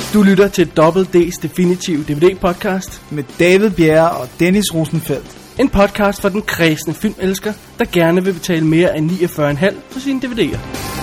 Du lytter til Double D's Definitive DVD-podcast med David Bjerre og Dennis Rosenfeldt. En podcast for den kredsende filmelsker, der gerne vil betale mere end 49,5 for sine DVD'er.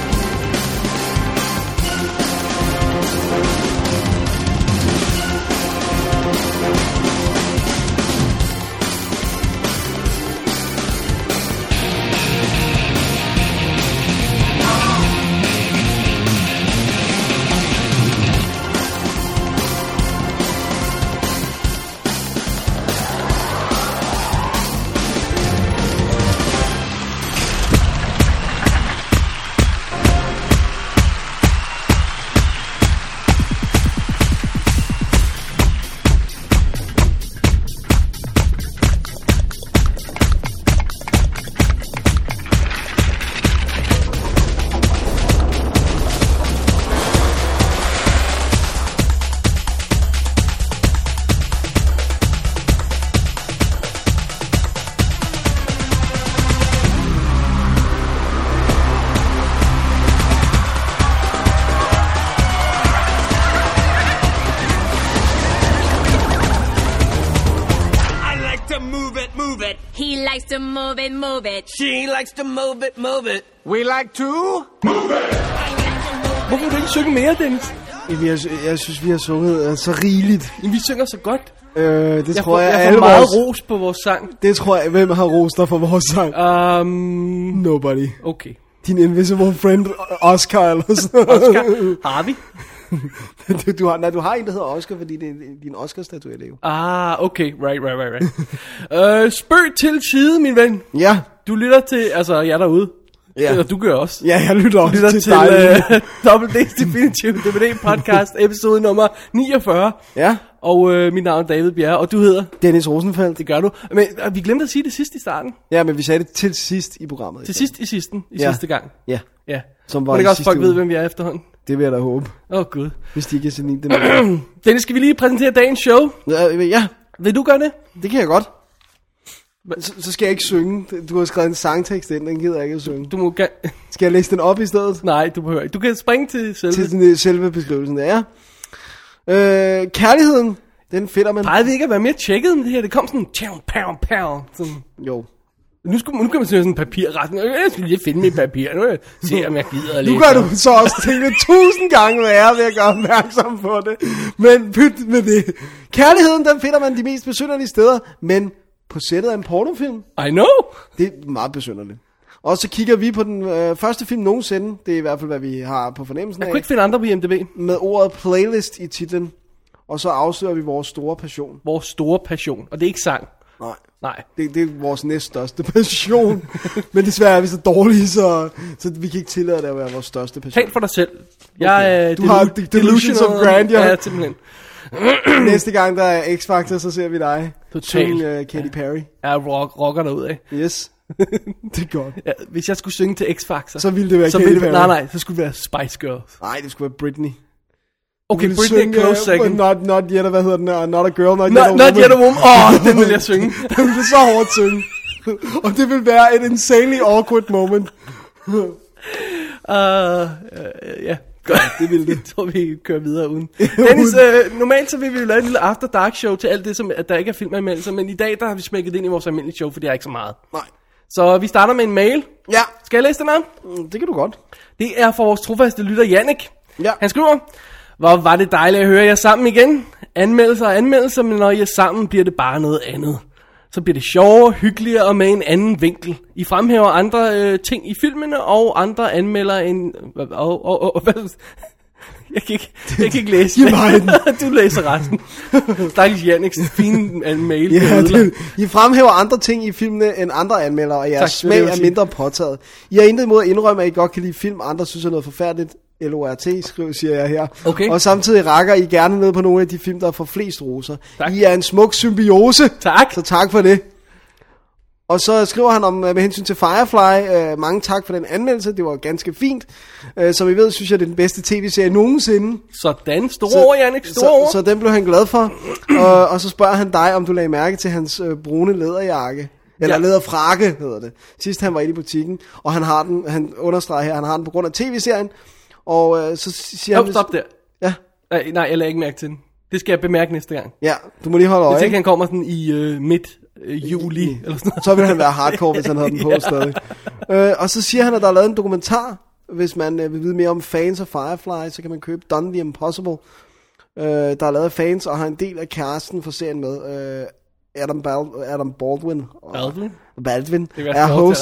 Move it. She likes to move it. We like to move it. Hvorfor vil du ikke synge mere, Dennis? Jeg synes, vi har sunget så rigeligt. Men vi synger så godt. Det tror jeg får meget ros på vores sang. Det tror jeg. Hvem har ros dig for vores sang? Nobody. Okay. Din invisible friend Oscar eller sådan. Oscar? Har vi? Du har en, der hedder Oscar, fordi det er din Oscar-statuette jo. Okay. Right. Spøg til side, min ven. Ja. Du lytter til, altså jeg derude. Ja. Eller du gør også. Ja, jeg lytter også til Double D's Definitive DVD podcast, episode nummer 49. Ja. Og mit navn er David Bjerre, og du hedder? Dennis Rosenfeldt. Det gør du. Men vi glemte at sige det sidst i starten. Ja, men vi sagde det til sidst i programmet. Til sidst i sidste gang. Ja. Ja. Som var må det ikke også folk ved, hvem vi er efterhånden? Det vil jeg da håbe. Gud. Hvis de ikke er sådan en den. Dennis, skal vi lige præsentere dagens show? Ja. Vil du gøre det? Det kan jeg godt. Så skal jeg ikke synge. Du har skrevet en sangtekst ind, den gider jeg ikke at synge. Du må Skal jeg læse den op i stedet? Nej, du behøver ikke. Du kan springe til selve. Til selve beskrivelsen, ja. Kærligheden, den finder man. Plejede vi ikke at være mere tjekket med det her? Det kom sådan pow. Sådan. Jo. Nu kan man sådan en papirretning. Jeg skal lige finde mit papir. Nu se, om jeg gider at læse. Nu gør du så også tingene 1000 gange værre ved at gøre opmærksom på det. Men pyt med det. Kærligheden, den finder man de mest besynderlige steder, men på sættet af en pornofilm. I know. Det er meget besynderligt. Og så kigger vi på den første film nogensinde. Det er i hvert fald, hvad vi har på fornemmelsen af. Jeg kunne ikke finde andre på IMDb. Med ordet playlist i titlen. Og så afslører vi vores store passion. Vores store passion. Og det er ikke sang. Nej. Det er vores næststørste passion. Men desværre er vi så dårlige, så vi kan ikke tillade det at være vores største passion. Tænk for dig selv. Okay. Du har delusions of grandeur. Ja, simpelthen. Næste gang der er X-Factor, så ser vi dig. Totalt. Katy Perry. Ja, rocker derud af. Yes. Det er godt. Ja, hvis jeg skulle synge til X-Factor, så ville det være Katy Perry. Nej, så skulle det være Spice Girls. Nej, det skulle være Britney. Okay, Britney close second. Not yet, hvad hedder den? Not a girl, not yet a woman. Den vil jeg synge. Den vil så hårdt synge. Og det vil være et insanely awkward moment. Ja, godt. Det vil det. Jeg tror, vi kører videre uden. Dennis, normalt så vil vi jo lave et lille After Dark show til alt det, som at der ikke er filmanmeldelser. Men i dag, der har vi smækket ind i vores almindelige show, for det er ikke så meget. Nej. Så vi starter med en mail. Ja. Skal jeg læse den af? Det kan du godt. Det er for vores trofaste lytter, Jannik. Ja. Han skriver: hvor var det dejligt at høre jer sammen igen. Anmeldelser, men når I er sammen, bliver det bare noget andet. Så bliver det sjovere, hyggeligere og med en anden vinkel. I fremhæver andre ting i filmene, og andre anmelder en... Jeg kan ikke læse det. Du læser resten. Stakkels Janniks fine mail. Ja, I fremhæver andre ting i filmene end andre anmeldere, og jeres smag er mindre påtaget. I har intet imod at indrømme, at I godt kan lide film, andre synes er noget forfærdeligt. LORT, siger jeg her. Okay. Og samtidig rakker I gerne ned på nogle af de film, der får flest roser. Tak. I er en smuk symbiose. Tak. Så tak for det. Og så skriver han om med hensyn til Firefly, mange tak for den anmeldelse, det var ganske fint. Som I ved, synes jeg, det er den bedste tv-serie nogensinde. Sådan, store ord, Jannik, store ord. Så den blev han glad for. Og så spørger han dig, om du lagde mærke til hans brune læderjakke. Eller læderfrakke, hedder det. Sidst han var inde i butikken, og han understreger her, han har den på grund af tv-serien. Og så siger han... Stop der. Ja. Nej, jeg lader ikke mærke til den. Det skal jeg bemærke næste gang. Ja, du må lige holde øje. Jeg tænker, han kommer sådan i juli, eller sådan noget. Så vil han være hardcore, hvis han havde den på stadig. Og så siger han, at der er lavet en dokumentar. Hvis man vil vide mere om fans af Firefly, så kan man købe Done the Impossible. Der er lavet fans, og har en del af casten for serien med. Adam Baldwin. Baldwin er host.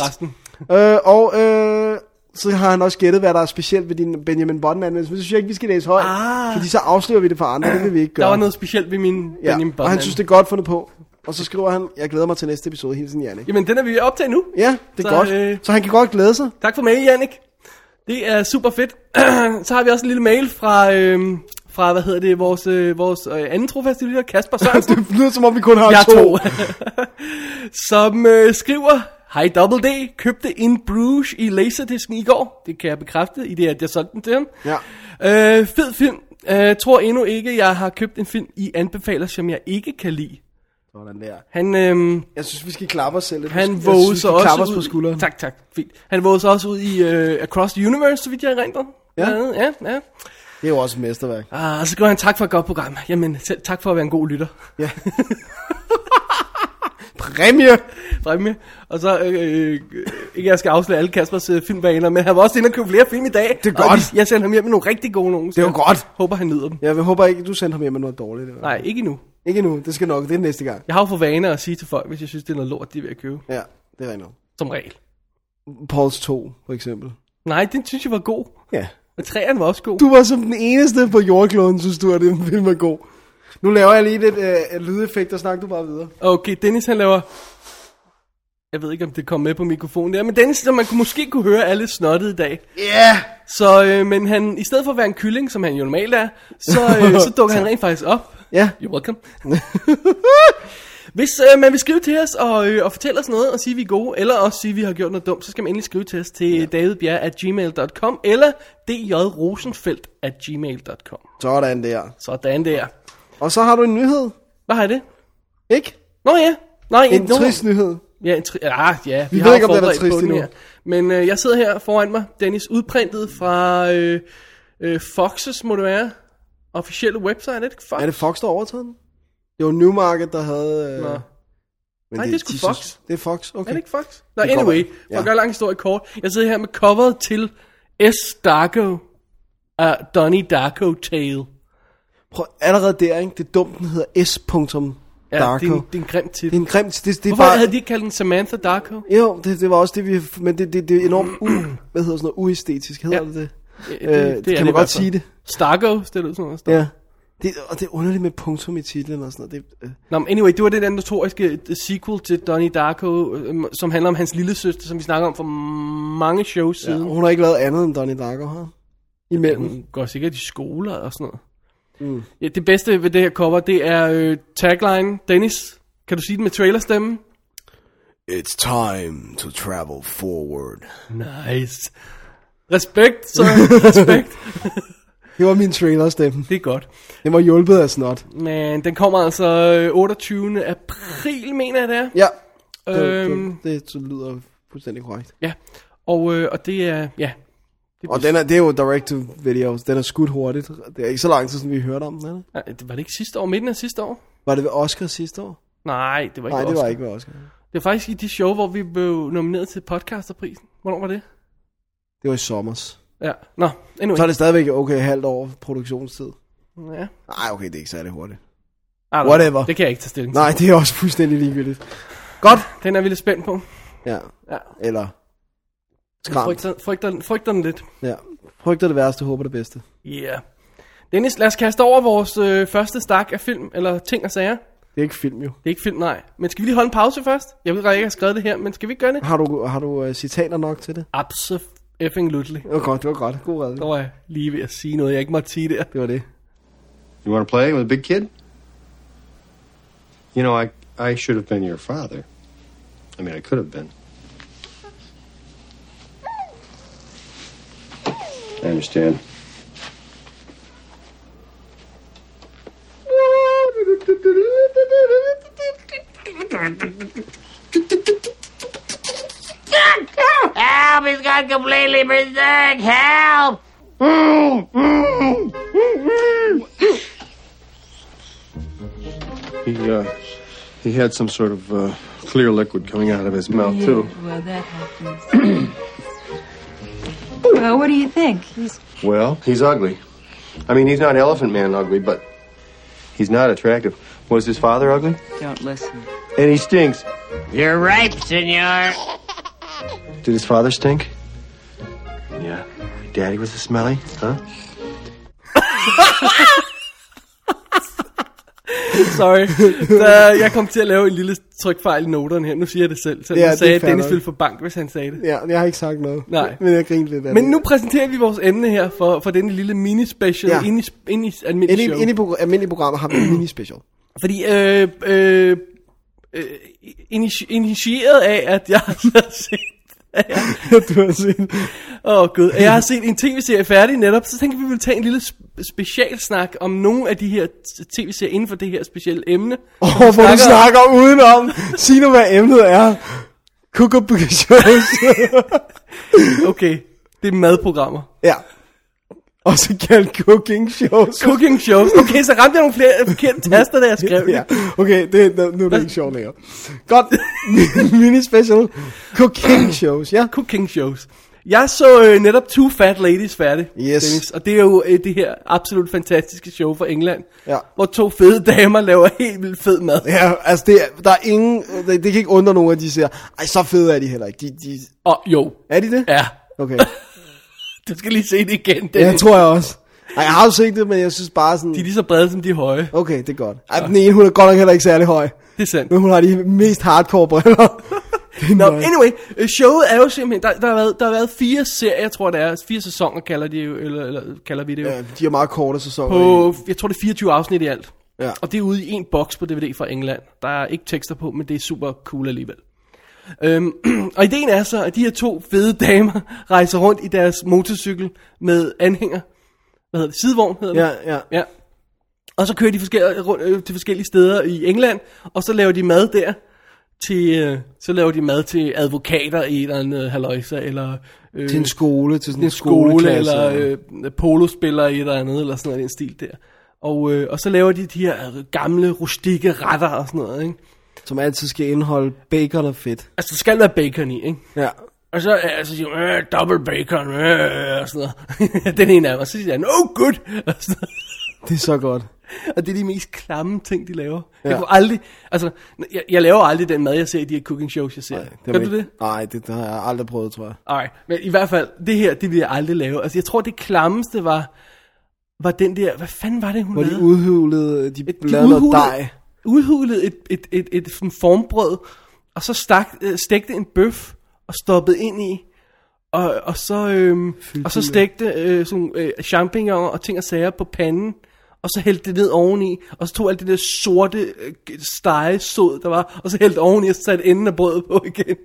Så har han også gættet, hvad der er specielt ved din Benjamin Button-anmeldelse. Men så synes jeg ikke, vi skal læse højt, fordi så afslører vi det for andre. Det vil vi ikke gøre. Der var noget specielt ved min Benjamin Button. Og han synes, det er godt fundet på. Og så skriver han, jeg glæder mig til næste episode, hilsen Jannik. Jamen, den er vi optaget nu. Ja, det er godt. Så han kan godt glæde sig. Tak for mail, Jannik. Det er super fedt. Så har vi også en lille mail fra vores anden trofaste lytter, Kasper Sørensen. Det lyder som om vi kun har to. Som skriver, hej Double D, købte en Bruges i Laserdisken i går. Det kan jeg bekræfte, i det at jeg solgte den til ham. Ja. Fed film. Tror endnu ikke, jeg har købt en film, I anbefaler, som jeg ikke kan lide. Sådan der. Han, jeg synes, vi skal klappe os selv lidt. Han våger sig også ud på skulderen. Tak, fint. Han våger sig også ud i Across the Universe, så vidt jeg erindrer. Ja. Ja. Det er jo også et mesterværk. Og så skriver han, tak for et godt program. Jamen, selv tak for at være en god lytter. Ja. Præmie. Og så, ikke jeg skal afsløre alle Kaspers filmvaner, men han var også inde og købe flere film i dag. Det er godt. Jeg sendte ham hjem med nogle rigtig gode nogen. Det er jo godt. Håber han nyder dem. Jeg håber ikke, du sendte ham hjem med noget dårligt. Nej, ikke endnu. Ikke endnu, det skal nok, det er næste gang. Jeg har jo for vane at sige til folk, hvis jeg synes, det er noget lort, de vil købe. Ja, det er rigtigt. Som regel. Pauls 2, for eksempel. Nej, den synes jeg var god. Ja. Og 3'eren var også god. Du var som den eneste på jordkloden, synes du, at den film var god. Nu laver jeg lige lidt lydeffekt, og snakker du bare videre. Okay, Dennis han laver... Jeg ved ikke, om det kom med på mikrofonen der, men Dennis, man måske kunne høre alle snottet i dag. Ja! Yeah. Så, men han, i stedet for at være en kylling, som han jo normalt er, så dukker han rent faktisk op. Ja. Yeah. You're welcome. Hvis man vil skrive til os og fortælle os noget og sige, at vi er gode, eller også sige, at vi har gjort noget dumt, så skal man endelig skrive til os til davidbjerg@gmail.com eller djrosenfeldt@gmail.com. Sådan der. Og så har du en nyhed. Hvad har det? Ikke? Nå ja. Nej, en trist nyhed. Ja, vi ved ikke, om det er trist endnu. Men jeg sidder her foran mig, Dennis, udprintet fra Fox's, må det være, officielle website, er det Fox? Er det Fox, der overtaget den? Det var Newmarket, der havde... Nå. Men nej, det er sgu Fox. Det er Fox, okay. Er det ikke Fox? Nå, anyway, for at gøre lang historie kort. Jeg sidder her med coveret til S. Darko, Donnie Darko Tale. Prøv, allerede der, ikke? Det er dumt, den hedder S. Darko. Ja, det er en grim titel. Det er en grim titel. Hvorfor havde de ikke kaldt den Samantha Darko? Jo, det var også det, vi... Men det er enormt hvad hedder sådan noget uæstetisk, hedder det? Det kan man godt sige det. Stargo, stiller ud sådan noget. Ja. Og det er underligt med punktum i titlen og sådan noget. Nå, men anyway, det var den notoriske sequel til Donnie Darko, som handler om hans lille søster, som vi snakker om for mange shows siden. Hun har ikke lavet andet end Donnie Darko her. Imellem. Hun går sikkert i skoler og sådan noget. Mm. Ja, det bedste ved det her cover, det er tagline. Dennis, kan du sige det med trailerstemmen? It's time to travel forward. Nice. Respekt, så respekt. Det var min trailerstemme. Det er godt. Den var hjulpet af snot. Men den kommer altså 28. april, mener jeg det er. Ja, det lyder fuldstændig korrekt. Ja, og det er, ja. Og det er jo direct to video, den er skudt hurtigt. Det er ikke så lang tid, som vi hørte om den, eller? Nej, var det ikke sidste år, midten af sidste år? Var det ved Oscar sidste år? Nej, det var ikke ved Oscar. Nej, det var ikke ved Oscar. Det var faktisk i de show, hvor vi blev nomineret til podcasterprisen. Hvornår var det? Det var i sommers. Ja, nå, anyway. Så er det stadigvæk okay halvt år produktionstid. Ja. Nej, okay, det er ikke særlig hurtigt. Whatever. Det kan jeg ikke tage stilling til. Nej, det er også fuldstændig ligegyldigt. Godt. Den er vi lidt spændt på. Ja. Eller skræmt. Frygter den lidt. Ja. Frygter det værste, håber det bedste. Ja. Yeah. Dennis, lad os kaste over vores første stak af film, eller ting og sager. Det er ikke film, jo. Det er ikke film, nej. Men skal vi lige holde en pause først? Jeg ved godt, jeg ikke har skrevet det her, men skal vi ikke gøre det? Har du citater nok til det? Absolutely. Det var godt. God redning. Der var jeg lige ved at sige noget, jeg ikke måtte sige der. Det var det. You want to play with a big kid? You know, I should have been your father. I mean, I could have been. I understand. Help! He's gone completely berserk! Help! He had some sort of clear liquid coming out of his mouth, too. Well, that happens. Well, what do you think? Well, he's ugly. I mean, he's not Elephant Man ugly, but he's not attractive. Was his father ugly? Don't listen. And he stinks. You're right, senor. Did his father stink? Yeah. Daddy was a smelly, huh? Sorry. Jeg kom til at lave en lille trykfejl i noterne her. Nu siger jeg det selv. Så jeg sagde, at Dennis ville få bank, hvis han sagde det. Ja, jeg har ikke sagt noget. Nej. Men jeg grinte lidt af Men det. nu præsenterer vi vores emne her for denne lille mini-special ind i almindelig show. Inde i almindelige programmer har vi en mini-special. Fordi initieret af, at jeg har set... Du har set. Gud. Jeg har set en tv-serie færdig netop, så tænker vi vil tage en lille specialsnak om nogle af de her tv-serier inden for det her specielle emne. Hvor du snakker udenom. Sig nu, hvad emnet er. Cook-up shows. Okay, det er madprogrammer. Ja. Også kaldt cooking shows. Cooking shows. Okay, så ramte jeg nogle flere forkerte taster, da jeg skrev det. Ja, okay, nu er det ikke sjovt længere. Godt, mini-special. Cooking shows, ja. Cooking shows. Jeg så netop Two Fat Ladies færdig, Yes. Dennis, og det er jo det her absolut fantastiske show fra England, Ja. hvor 2 fede damer laver helt vildt fed mad. Ja, altså der er ingen, det kan ikke undre nogen, at de siger, ej, så fede er de heller ikke. Jo. Er de det? Ja. Okay. Du skal lige se det igen, Ja, Dennis. tror jeg også. Ej, jeg har jo set det, men jeg synes bare sådan... De er lige så brede, som de er høje. Okay, det er godt. Ej, den ene, hun er godt nok heller ikke særlig høj. Det er sandt. Men hun har de mest hardcore briller. Nå, anyway, showet er jo simpelthen, der har været 4 serier, tror det er, 4 sæsoner kalder de jo, eller kalder vi det jo. Ja, de har meget korte sæsoner. På, jeg tror det er 24 afsnit i alt. Ja. Og det er ude i en boks på DVD fra England. Der er ikke tekster på, men det er super cool alligevel. Og ideen er så, at de her 2 fede damer rejser rundt i deres motorcykel med anhænger. Hvad hedder det? Sidevogn hedder det? Ja. Og så kører de til forskellige steder i England, og så laver de mad der. Til advokater i et eller andet halløjse, eller til en skole, til sådan en skole, eller polospillere i et eller andet, eller sådan noget i den stil der. Og så laver de her gamle, rustikke retter og sådan noget, ikke? Som altid skal indeholde bacon og fedt. Altså, der skal være bacon i, ikke? Ja. Og så siger double bacon, og sådan noget. Den ene af mig, så siger han, oh, good! Og sådan noget. Det er så godt. Og det er de mest klamme ting, de laver. Ja. Jeg kunne aldrig, altså, jeg laver aldrig den mad, jeg ser i de her cooking shows, jeg ser. Gør du det? Nej, det har jeg aldrig prøvet, tror jeg. Alright, men i hvert fald, det her, det vil jeg aldrig lave. Altså, jeg tror, det klammeste var den der, hvad fanden var det, hun lavede? Hvor de udhulede, de blandede dej. Udhulede et formbrød, og så stegte en bøf, og stoppede ind i, og så stegte champignon og ting og sager på panden, og så hældte det ned oveni, og så tog alt det der sorte stegesod, der var, og så hældte oveni, og så satte enden af brødet på igen.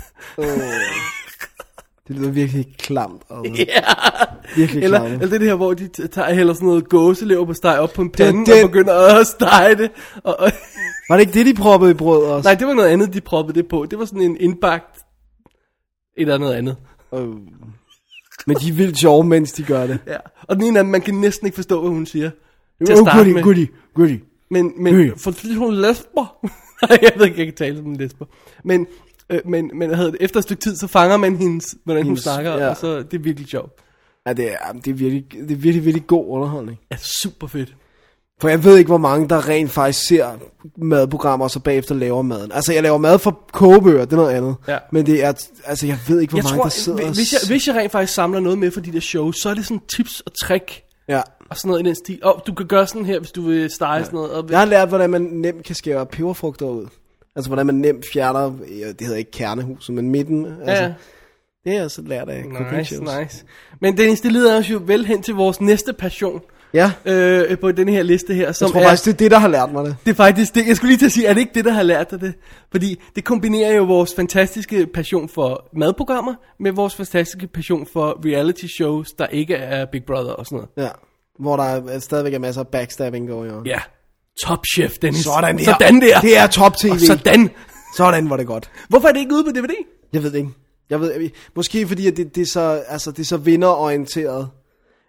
Det lyder virkelig klamt. Ja. Virkelig klamt. Eller det her, hvor de hælder sådan noget gåselever på steg op på en pande, og begynder at stege det. Var det ikke det, de proppede i brød også? Nej, det var noget andet, de proppede det på. Det var sådan en indbagt et eller noget andet. Men de er vildt sjove, mens de gør det. Ja. Og den ene af dem, man kan næsten ikke forstå, hvad hun siger. Til at starte med. Goody. Men for hun lesber. Jeg ved ikke, jeg kan tale som en lesber. Men efter et stykke tid, så fanger man hvordan hun snakker, ja. Og så det er virkelig sjovt. Ja, det er virkelig god underholdning. Ja, super fedt. For jeg ved ikke, hvor mange, der rent faktisk ser madprogrammer, og så bagefter laver maden. Altså, jeg laver mad for kogebøger, det er noget andet. Ja. Men det er, altså, jeg ved ikke, hvor mange, der sidder... Hvis jeg rent faktisk samler noget med for de der shows, så er det sådan tips og trick. Ja. Og sådan noget i den stil. Du kan gøre sådan her, hvis du vil stege sådan noget. Og jeg har lært, hvordan man nemt kan skære peberfrugter ud. Altså, hvordan man nemt fjerner, det hedder ikke kernehuset, men midten. Altså, ja. Det har jeg så lært af cooking shows. Nice. Men Dennis, det leder os jo vel hen til vores næste passion. Ja. På den her liste her. Som jeg tror faktisk, det er det, der har lært mig det. Det er faktisk det. Jeg skulle lige til at sige, er det ikke det, der har lært dig det? Fordi det kombinerer jo vores fantastiske passion for madprogrammer med vores fantastiske passion for reality shows, der ikke er Big Brother og sådan noget. Ja. Hvor der stadigvæk er masser af backstabbing going on. Ja. Top Chef, Dennis. Sådan der. Sådan der. Det er top TV. Og sådan var det godt. Hvorfor er det ikke ude på DVD? Jeg ved det ikke. Måske fordi at det er så vinderorienteret.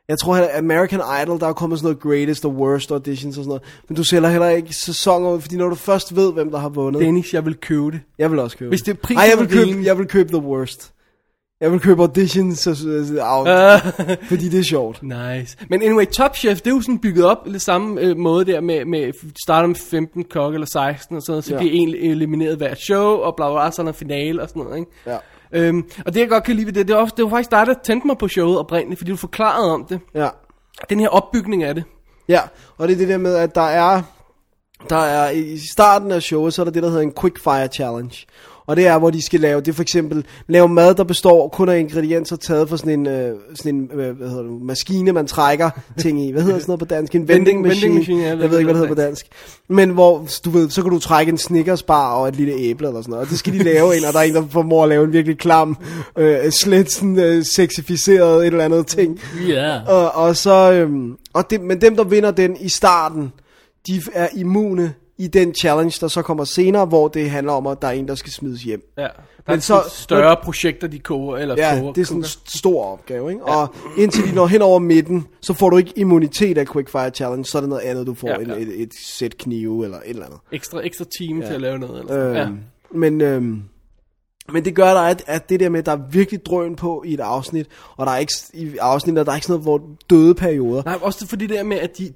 Jeg tror, at American Idol, der er kommet sådan noget greatest og worst auditions og sådan noget. Men du sælger heller ikke sæsoner, fordi når du først ved, hvem der har vundet. Dennis, jeg vil købe det. Jeg vil også købe Hvis det er prisen, jeg vil købe the worst. Jeg vil købe auditions, fordi det er sjovt. Nice. Men anyway, Top Chef, det er jo sådan bygget op lidt samme måde der med starter med 15 kokke eller 16 og sådan noget, så bliver en elimineret hver show, og bla bla, sådan en finale og sådan noget, ikke? Ja. Og det jeg godt kan lide ved det var faktisk dig, der tændte mig på showet oprindeligt, fordi du forklarede om det. Ja. Den her opbygning af det. Ja, og det er det der med, at der er i starten af showet, så er der det, der hedder en Quickfire Challenge. Og det er, hvor de skal lave, det er for eksempel, lave mad, der består kun af ingredienser taget fra sådan en hvad hedder det, maskine, man trækker ting i. Hvad hedder sådan noget på dansk? En vending machine. Jeg ved ikke, hvad det hedder på dansk. Men hvor, du ved, så kan du trække en Snickers bar og et lille æble eller sådan noget. Og det skal de lave ind, og der er en, der formår at lave en virkelig klam, slet sådan sexificeret et eller andet ting. Yeah. Men dem, der vinder den i starten, de er immune i den challenge, der så kommer senere, hvor det handler om, at der er en, der skal smides hjem. Ja, men så større projekter, de koger, eller ja, koger. Det er sådan en stor opgave, ikke? Ja. Og indtil de når hen over midten, så får du ikke immunitet af Quickfire Challenge, så er det noget andet, du får et sæt knive, eller et eller andet. Ekstra team til at lave noget. Eller Men det gør der, at det der med, at der er virkelig drøn på i et afsnit, og der er ikke i afsnit, der er ikke sådan noget, hvor døde perioder. Nej, også fordi det der med, at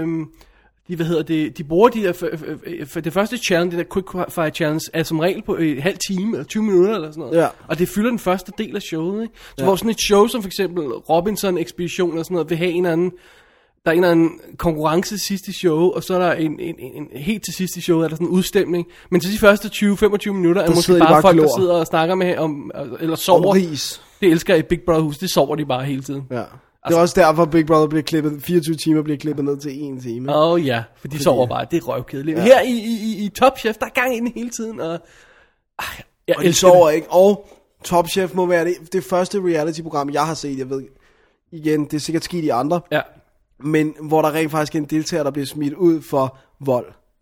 de bruger de der, for det første challenge, det der Quickfire Challenge, er som regel på en halv time, eller 20 minutter, eller sådan noget. Ja. Og det fylder den første del af showet, ikke? Så hvor sådan et show, som for eksempel Robinson Ekspedition, eller sådan noget, vil have en eller anden konkurrence sidst i showet, og så er der en helt til sidst i showet, er der sådan en udstemning. Men til de første 20-25 minutter, er måske bare folk, der sidder og snakker med om, eller sover. Ris. Det elsker jeg i Big Brother hus, det sover de bare hele tiden. Ja. Det er også derfor, Big Brother bliver klippet, 24 timer bliver klippet ned til 1 time. Ja, for de sover bare, det er røvkedeligt. Ja. Her i Top Chef, der er gang ind hele tiden, og de sover ikke. Og Top Chef må være det første reality-program, jeg har set, jeg ved, igen, det er sikkert sket i andre, men hvor der rent faktisk er en deltager, der bliver smidt ud for vold.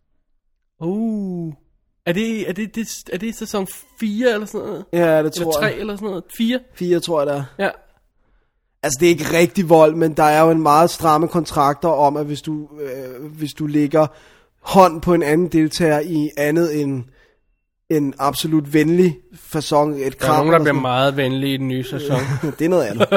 Er det sæson 4 eller sådan noget? Ja, det tror jeg. Eller 3 eller sådan noget? 4? 4 tror jeg, det er. Ja. Altså, det er ikke rigtig vold, men der er jo en meget stramme kontrakter om, at hvis du lægger hånd på en anden deltager i andet end en absolut venlig facon, et kram. Der er nogen, der bliver meget venlige i den nye sæson. Det er noget andet.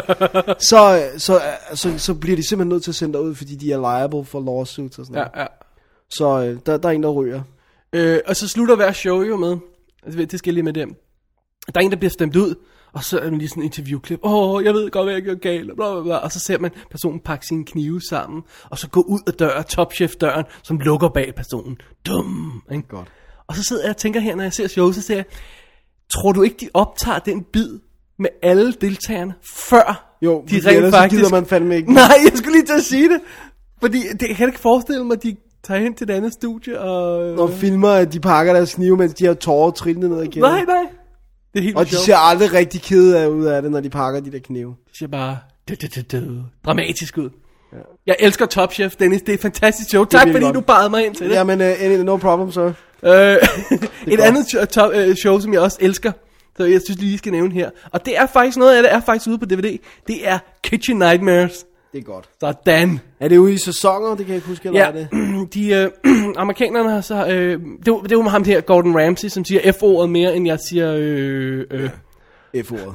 Så bliver de simpelthen nødt til at sende dig ud, fordi de er liable for lawsuits og sådan noget. Ja. Så der er en, der ryger. Og så slutter hver show jo med, altså, det skal jeg lige med dem. Der er en, der bliver stemt ud, og så er der lige sådan en interviewklip. Jeg ved godt, hvad jeg gør galt, bla bla bla. Og så ser man personen pakke sine knive sammen, og så gå ud af døren, Top Chef døren, som lukker bag personen. Dum, ikke? Godt. Og så sidder jeg og tænker her, når jeg ser showet, så siger jeg, tror du ikke, de optager den bid med alle deltagerne, før jo, de rent faktisk... gider man fandme ikke. Nej, jeg skulle lige til at sige det. Fordi det kan ikke forestille mig, at de tager hen til det andet studie og... Når filmer, at de pakker deres knive, mens de har tårer trillende ned igen. Nej. Det er helt og de ser aldrig rigtig kede ud af det, når de pakker de der knive. Det ser bare dramatisk ud. Ja. Jeg elsker Top Chef, Dennis. Det er et fantastisk show. Tak fordi du barede mig ind til det. Jamen, no problem, sir. Et andet show, som jeg også elsker, så jeg synes lige skal nævne her. Og det er faktisk noget af det, er faktisk ude på DVD. Det er Kitchen Nightmares. Det er godt. Sådan. Er det ude i sæsoner? Det kan jeg ikke huske, eller er det? De amerikanerne har så... det var ham her, Gordon Ramsay, som siger F-ordet mere, end jeg siger... F-ordet.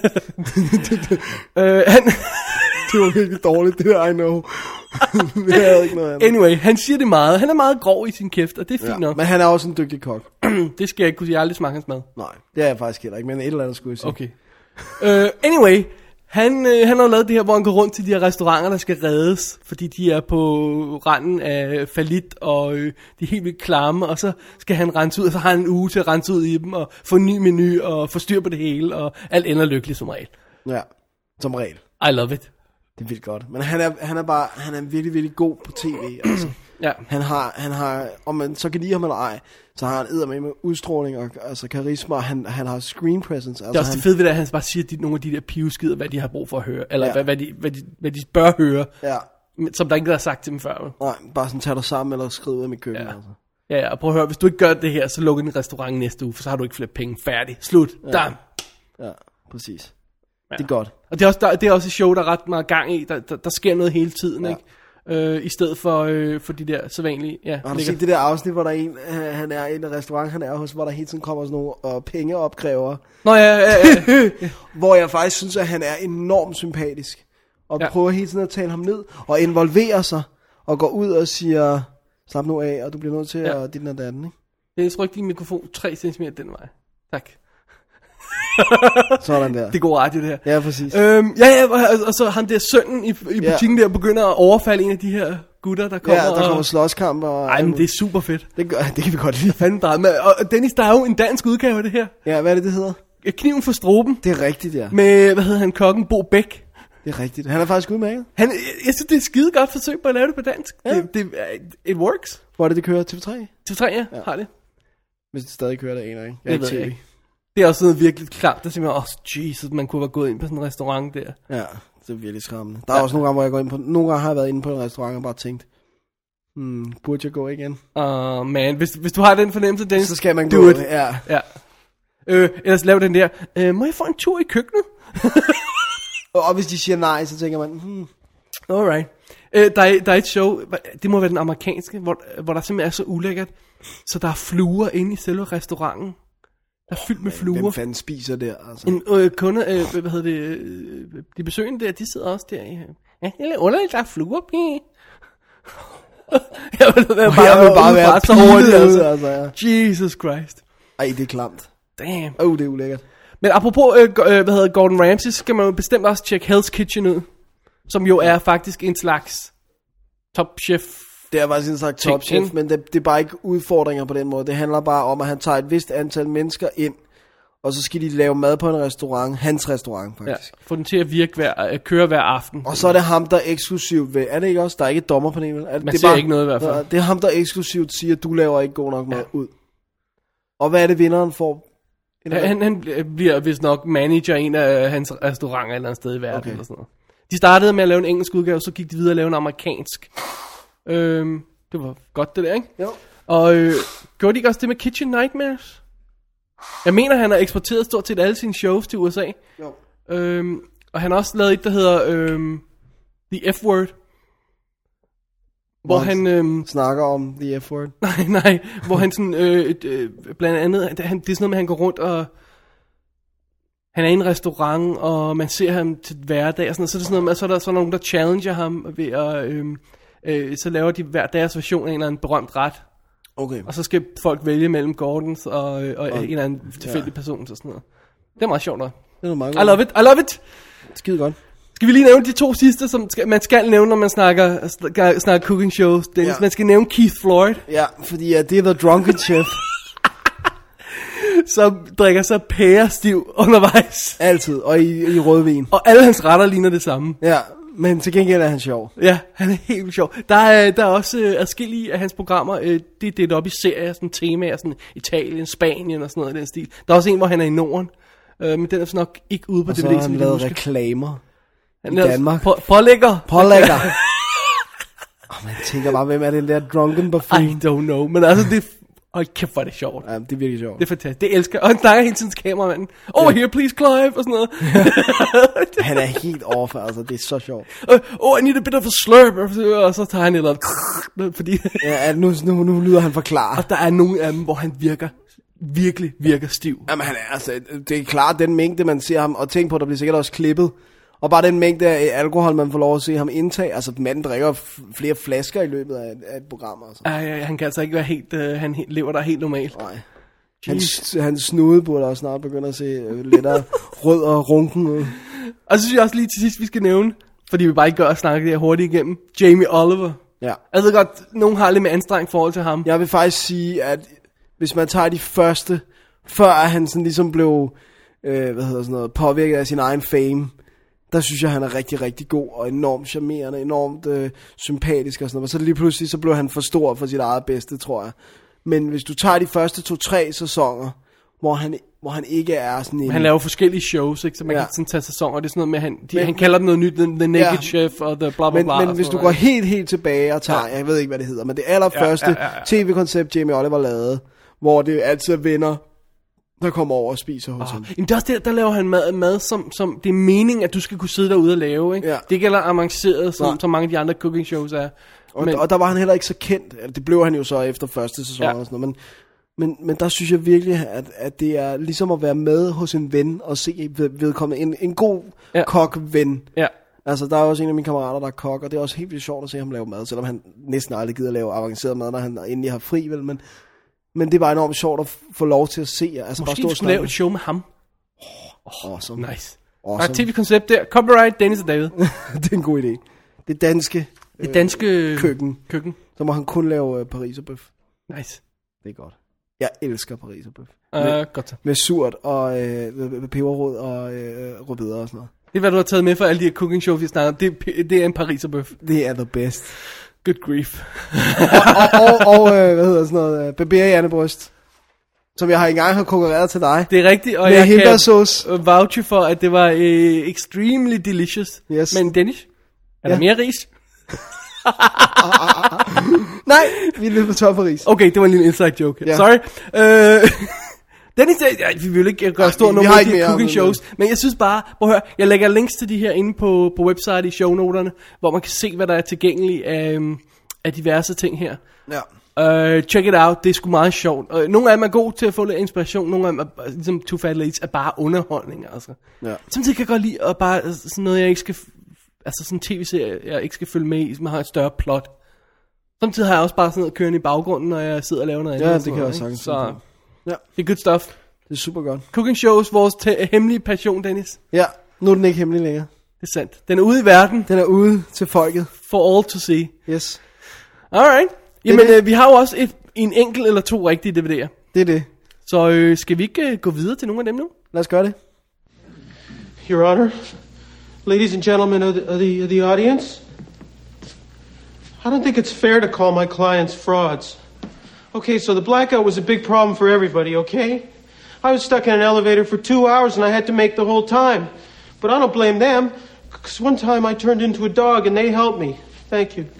Det var virkelig dårligt, det der, I know. Det er ikke noget andet. Anyway, han siger det meget. Han er meget grov i sin kæft, og det er fint nok. Men han er også en dygtig kok. Det skal jeg ikke kunne sige. Jeg har aldrig smagt hans mad. Nej, det er jeg faktisk heller ikke, men et eller andet skulle jeg sige. Okay. Anyway... Han har lavet det her, hvor han går rundt til de her restauranter, der skal reddes, fordi de er på randen af fallit, og de er helt vildt klamme, og så skal han rense ud, og så har han en uge til at rense ud i dem, og få en ny menu, og få styr på det hele, og alt ender lykkeligt som regel. Ja, som regel. I love it. Det er vildt godt. Men han er virkelig, virkelig god på tv, altså. Ja. Han har, om man så kan lide ham eller ej, så har han eddermame med udstråling og altså karisma, og han har screen presence. Altså det er også det fede ved det, at han bare siger nogle af de der pivskider, hvad de har brug for at høre, eller hvad de bør høre, som der ikke har sagt til dem før. Nej, bare sådan tage dig sammen eller skrive ud af mit køkken. Ja. Altså. Ja, og prøv at høre, hvis du ikke gør det her, så lukker den restaurant næste uge, for så har du ikke flere penge. Færdig. Slut. Ja, præcis. Det er godt. Og det er, også, det er også et show, der er ret meget gang i. Der sker noget hele tiden, ikke? I stedet for de der sædvanlige... Ja, har du set det der afsnit, hvor der er en, han er i en restaurant, han er hos, hvor der hele tiden kommer sådan nogle pengeopkrævere. Nå ja. Hvor jeg faktisk synes, at han er enormt sympatisk. Og prøver hele tiden at tale ham ned, og involverer sig, og går ud og siger, slap nu af, og du bliver nødt til at dit og datten, ikke? Jeg rykker din mikrofon 3 cm den vej. Tak. Sådan der. Det går radio, det her. Ja, præcis. Og så ham der sønnen i butikken der begynder at overfalde en af de her gutter, der kommer. Ja, der kommer slåskamp. Ej, men det er super fedt. Det kan vi godt lide. Fanden drama. Og Dennis, der er jo en dansk udgave af det her. Ja, hvad er det hedder? Kniven for Stroben. Det er rigtigt, ja. Med, hvad hedder han, kokken Bo Bæk. Det er rigtigt. Han er faktisk udmærket. Jeg synes, det er et skide godt forsøg på at lave det på dansk. Ja. It works. Hvor er det kører? TV3? TV3, ja, har det. Hvis det stadig kører, det aner jeg ikke. Det ved jeg ikke. Det er også noget virkelig klart, der simpelthen, Jesus, man kunne have gået ind på sådan en restaurant der. Ja, det er virkelig skræmmende. Der er også nogle gange, hvor jeg går ind på, nogle gange har jeg været inde på en restaurant og bare tænkt, burde jeg gå igen? Man, hvis du har den fornemmelse, Dennis, så skal man gå, ja. Ellers lav den der, må jeg få en tur i køkkenet? Og hvis de siger nej, så tænker man, Alright. Der er et show, det må være den amerikanske, hvor der simpelthen er så ulækkert, så der er fluer inde i selve restauranten. Der er fyldt med fluer. Hvem fanden spiser der? Altså? En kunde, de besøgende der, de sidder også der. Ja, det er lidt underligt, der er fluer, pige. Jeg vil bare være så hurtigt, altså, ja. Jesus Christ. Ej, det er klamt. Damn. Det er ulækkert. Men apropos, Gordon Ramsay, så skal man jo bestemt også tjekke Hell's Kitchen ud. Som jo er faktisk en slags top chef. Det er faktisk en slags top chef, men det er bare ikke udfordringer på den måde. Det handler bare om, at han tager et vist antal mennesker ind, og så skal de lave mad på en restaurant, hans restaurant faktisk. Ja, få den til at køre hver aften. Og så er det ham, der eksklusivt ved, er det ikke også? Der er ikke et dommerpanel. Man ser bare, ikke noget i hvert fald. Det er ham, der eksklusivt siger, at du laver ikke god nok mad ud. Og hvad er det, vinderen får? Han bliver vist nok manager en af hans restauranter et eller andet sted i verden. Eller sådan noget. De startede med at lave en engelsk udgave, så gik de videre at lave en amerikansk. Det var godt det der, ikke? Jo. Og gjorde de ikke også det med Kitchen Nightmares? Jeg mener, han har eksporteret stort set alle sine shows til USA. Jo. Og han har også lavet et, der hedder The F-Word. Hvor han snakker om The F-Word. Nej, hvor han sådan blandt andet, det er sådan noget med, at han går rundt og han er i en restaurant, og man ser ham til hverdag, og sådan noget. Så er det sådan noget, så er der nogen, der challenger ham ved at, så laver de hver deres version af en eller anden berømt ret. Okay. Og så skal folk vælge mellem Gordons og en eller anden tilfældig person, og sådan noget. Det er meget sjovt nok. Det er meget I love it. Skide godt. Skal vi lige nævne de 2 sidste, som man skal nævne, når man snakker cooking shows? Dennis, man skal nævne Keith Floyd. Ja, fordi det er The Drunken Chef. Som drikker sig pærestiv undervejs. Altid, og i rødvin. Og alle hans retter ligner det samme. Ja, men til gengæld er han sjov. Ja, han er helt sjov. Der er også adskillige af hans programmer, det er delt op i serier, sådan temaer, sådan Italien, Spanien og sådan noget i den stil. Der er også en, hvor han er i Norden, men den er så nok ikke ude på DVD. Og så har han lavet reklamer i Danmark. Pålægger. Man tænker bare, hvem er den der drunken buffoon? I don't know, men altså det kæft, hvor er det sjovt. Ja, det er virkelig sjovt. Det er fantastisk. Det elsker. Og han snakker hele tiden til kameramanden. Here, please, Clive, og sådan noget. Han er helt off, altså. Det er så sjovt. I need a bit of a slurp. Og så tager han et eller andet. Fordi ja, nu lyder han forklare. Og der er nogle af dem, hvor han virkelig virker stiv. Jamen, han er altså, det er klart den mængde, man ser ham. Og tænk på, der bliver sikkert også klippet. Og bare den mængde af alkohol, man får lov at se ham indtage. Altså, manden drikker flere flasker i løbet af et program. Altså. Han kan altså ikke være helt... han lever der helt normalt. Nej. Hans snude burde også snart begynde at se lettere rød og runken ud. Og så synes jeg også lige til sidst, vi skal nævne, fordi vi bare ikke gør at snakke det her hurtigt igennem, Jamie Oliver. Ja. Jeg ved godt, nogen har lidt med anstrengt forhold til ham. Jeg vil faktisk sige, at hvis man tager de første, før han sådan ligesom blev påvirket af sin egen fame, der synes jeg, han er rigtig, rigtig god og enormt charmerende, enormt sympatisk og sådan noget. Og så lige pludselig, så blev han for stor for sit eget bedste, tror jeg. Men hvis du tager de første 2-3 sæsoner, hvor han ikke er sådan en... Han laver forskellige shows, ikke? Så man kan sådan tage sæsoner. Det er sådan noget med, han kalder det noget nyt, The Naked Chef og The bla bla bla. Men hvis du går helt tilbage og tager, jeg ved ikke, hvad det hedder, men det allerførste tv-koncept, Jamie Oliver lavede, hvor det altid vender der kommer over og spiser hos ham. Jamen, det er også der laver han mad som det er meningen, at du skal kunne sidde derude og lave, ikke? Ja. Det gælder avanceret, som mange af de andre cooking shows er. Og der var han heller ikke så kendt. Det blev han jo så efter første sæson og sådan noget. Men der synes jeg virkelig, at det er ligesom at være med hos en ven og se vedkommende. En god kok-ven. Ja. Altså, der er også en af mine kammerater, der er kok, og det er også helt vildt sjovt at se ham lave mad, selvom han næsten aldrig gider at lave avanceret mad, når han endelig har fri, vel? Men det er bare enormt sjovt at få lov til at se. Altså, måske bare du skulle lave et show med ham. Awesome. Nice. Awesome. Og TV-koncept der. Copyright Dennis og David. Det er en god idé. Det danske køkken. Så må han kun lave pariserbøf. Nice. Det er godt. Jeg elsker pariserbøf. Godt så. Med surt og peberrod og rødbeder og sådan noget. Det er, hvad du har taget med for alle de her cooking shows, vi snakker om. Det er en pariserbøf. Det er the best. Good grief. og hvad hedder sådan noget, barberhjernebryst, som jeg engang har konkurreret til dig. Det er rigtigt, og med jeg hindbærsauce. kan vouche for, at det var extremely delicious. Yes. Men Dennis, er der mere ris? Nej, vi er lidt på tør for ris. Okay, det var en lille inside joke. Ja. Sorry. Dennis, vi vil ikke gøre stor nummer af de her cooking shows, men jeg synes bare, prøv at høre, jeg lægger links til de her inde på website i shownoterne, hvor man kan se, hvad der er tilgængeligt af diverse ting her. Ja. Check it out, det er sgu meget sjovt. Nogle af dem er gode til at få lidt inspiration, nogle af dem er, ligesom Two Fat Ladies, er bare underholdning, altså. Ja. Samtidig kan jeg godt lide at bare sådan noget, jeg ikke skal, altså sådan en tv-serie, jeg ikke skal følge med i, som har et større plot. Samtidig har jeg også bare sådan noget kørende i baggrunden, når jeg sidder og laver noget andet. Ja, det kan jeg også sagtens. Så ja. Det er good stuff. Det er super godt. Cooking shows, vores hemmelige passion, Dennis. Ja, nu er den ikke hemmelig længere. Det er sandt. Den er ude i verden. Den er ude til folket. For all to see. Yes. Alright. Jamen, vi har jo også en enkelt eller to rigtige DVD'er. Det er det. Så skal vi ikke gå videre til nogle af dem nu? Lad os gøre det. Your Honor, ladies and gentlemen of the audience, I don't think it's fair to call my clients frauds. Okay, so the blackout was a big problem for everybody, okay? I was stuck in an elevator for 2 hours and I had to make the whole time. But I don't blame them, because one time I turned into a dog and they helped me. Thank you.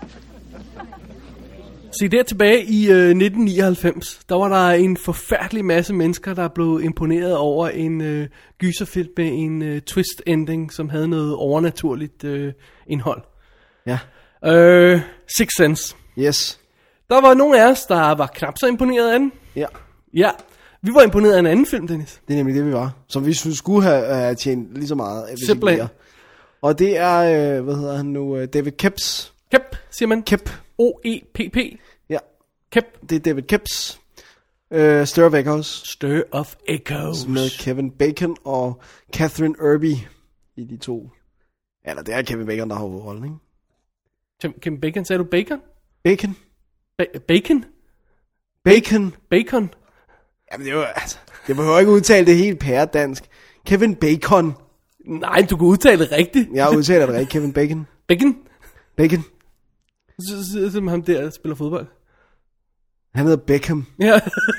Se, der tilbage i 1999, der var der en forfærdelig masse mennesker, der blev imponeret over en gyserfilm med en twist ending, som havde noget overnaturligt indhold. Ja. Sixth Sense. Yes. Der var nogle af os, der var knap så imponeret af den. Ja. Ja, vi var imponeret af en anden film, Dennis. Det er nemlig det, vi var. Som vi synes skulle have tjent lige så meget. Simpelthen. Og det er, hvad hedder han nu, David Koeps. Kep, siger man. Kep. O-E-P-P. Ja. Kep. Det er David Koeps. Stir of Echoes. Stir of Echoes. Med Kevin Bacon og Catherine Irby i de to. Eller det er Kevin Bacon, der har hovedrollen, ikke? Kevin Bacon, sagde du bacon? Bacon? Bacon? Bacon? Bacon? Jamen det er jo, altså, det behøver ikke udtale det helt pæredansk. Kevin Bacon. Nej, du kan udtale det rigtigt. Jeg udtaler det rigtigt, Kevin Bacon. Bacon? Bacon. Så som ham der, der spiller fodbold. Han hedder Beckham. Ja.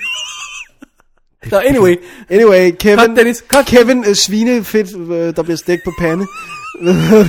Så Anyway, Kevin. Cut, Dennis. Cut. Kevin svinefedt, der bliver stegt på pande. Hvad hedder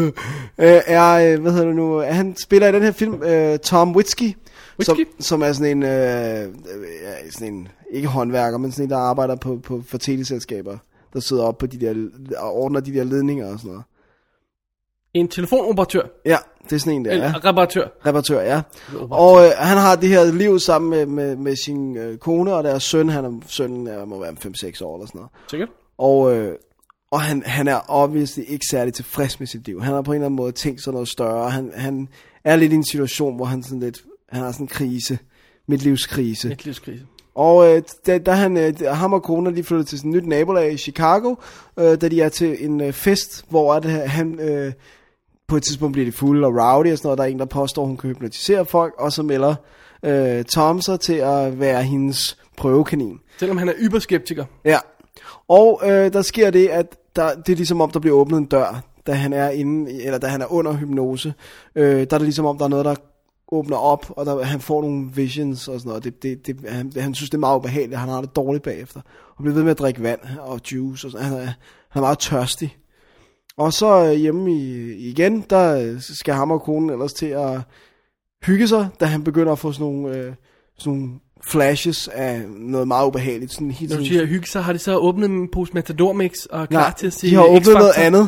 det nu? Han spiller i den her film Tom Whiskey. Som er sådan en, ikke håndværker, men sådan en, der arbejder for teleselskaber, der sidder op på de der, og ordner de der ledninger og sådan noget. En telefonoperatør. Ja, det er sådan en der, ja. Reparatør, ja. Og han har det her liv sammen med sin kone og deres søn. Sønnen må være 5-6 år eller sådan noget. Sikkert. Og han er obviously ikke særlig tilfreds med sit liv. Han har på en eller anden måde tænkt sig noget større. Han er lidt i en situation, hvor han har sådan en krise. Midtlivskrise. Og da ham og kone, de flyttede til sådan et nyt nabolag i Chicago, da de er til en fest, hvor han på et tidspunkt bliver de fulde og rowdy og sådan noget. Der er en, der påstår, hun kan hypnotisere folk, og så melder Tom sig til at være hendes prøvekanin. Selvom han er yberskeptiker. Ja. Og der sker det, at det er ligesom om, der bliver åbnet en dør, da han er inde, eller da han er under hypnose. Der er det ligesom om, der er noget, der åbner op, og han får nogle visions og sådan noget. Han synes, det er meget ubehageligt, han har det dårligt bagefter. Og bliver ved med at drikke vand og juice, og sådan. Han er meget tørstig. Og så hjemme igen, der skal ham og konen ellers til at hygge sig, da han begynder at få sådan nogle flashes af noget meget ubehageligt. Sådan helt Når du sådan, siger hygge, så har de så åbnet en pose Matador Mix og er klar nej, til at sige de har åbnet X-Factor. noget andet.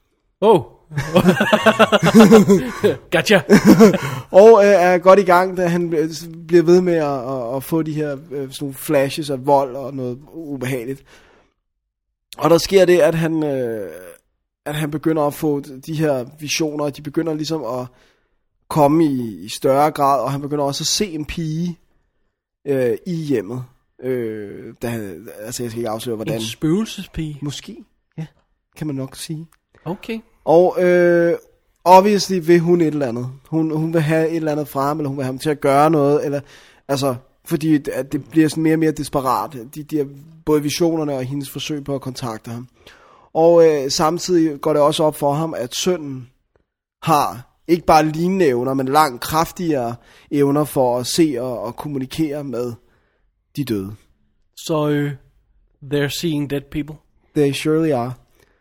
Gotcha. Og er godt i gang, da han bliver ved med at få de her sådan nogle flashes af vold og noget ubehageligt. Og der sker det, at han begynder at få de her visioner, og de begynder ligesom at komme i større grad, og han begynder også at se en pige i hjemmet. Altså jeg skal ikke afsløre, hvordan. En spøgelsespige. Måske, ja, kan man nok sige. Okay. Og obviously vil hun et eller andet. Hun vil have et eller andet fra ham, eller hun vil have ham til at gøre noget, eller altså, fordi at det bliver sådan mere og mere desperat. De både visionerne og hendes forsøg på at kontakte ham. Og samtidig går det også op for ham, at sønnen har ikke bare lignende evner, men langt kraftigere evner for at se og kommunikere med de døde. Så they're seeing dead people. They surely are.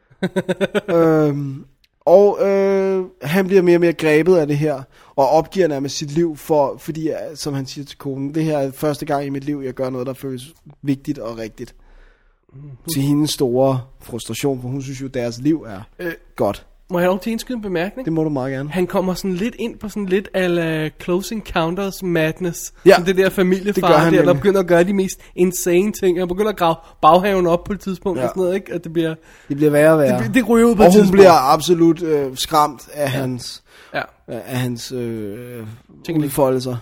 Og han bliver mere og mere grebet af det her, og opgiver nærmest sit liv, fordi, som han siger til konen, det her er første gang i mit liv, jeg gør noget, der føles vigtigt og rigtigt. Til hendes store frustration, for hun synes jo, deres liv er godt. Må jeg lov til indskyde en bemærkning? Det må du meget gerne. Han kommer sådan lidt ind på sådan lidt a la Close Encounters madness. Ja, som det der familiefar, det gør han der nemlig. begynder at gøre de mest insane ting. Han begynder at grave baghaven op på et tidspunkt og sådan noget, ikke? At det bliver værre og værre. Det ryger ud på og et tidspunkt. hun bliver absolut skræmt af hans udfoldelser.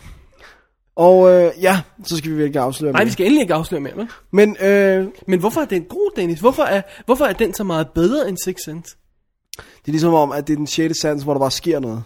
Og så skal vi vel ikke afsløre mere. Nej, vi skal endelig ikke afsløre mere, vel? Men hvorfor er den god, Dennis? Hvorfor er den så meget bedre end Sixth Sense? Det er ligesom om, at det er den 6. sans, hvor der bare sker noget.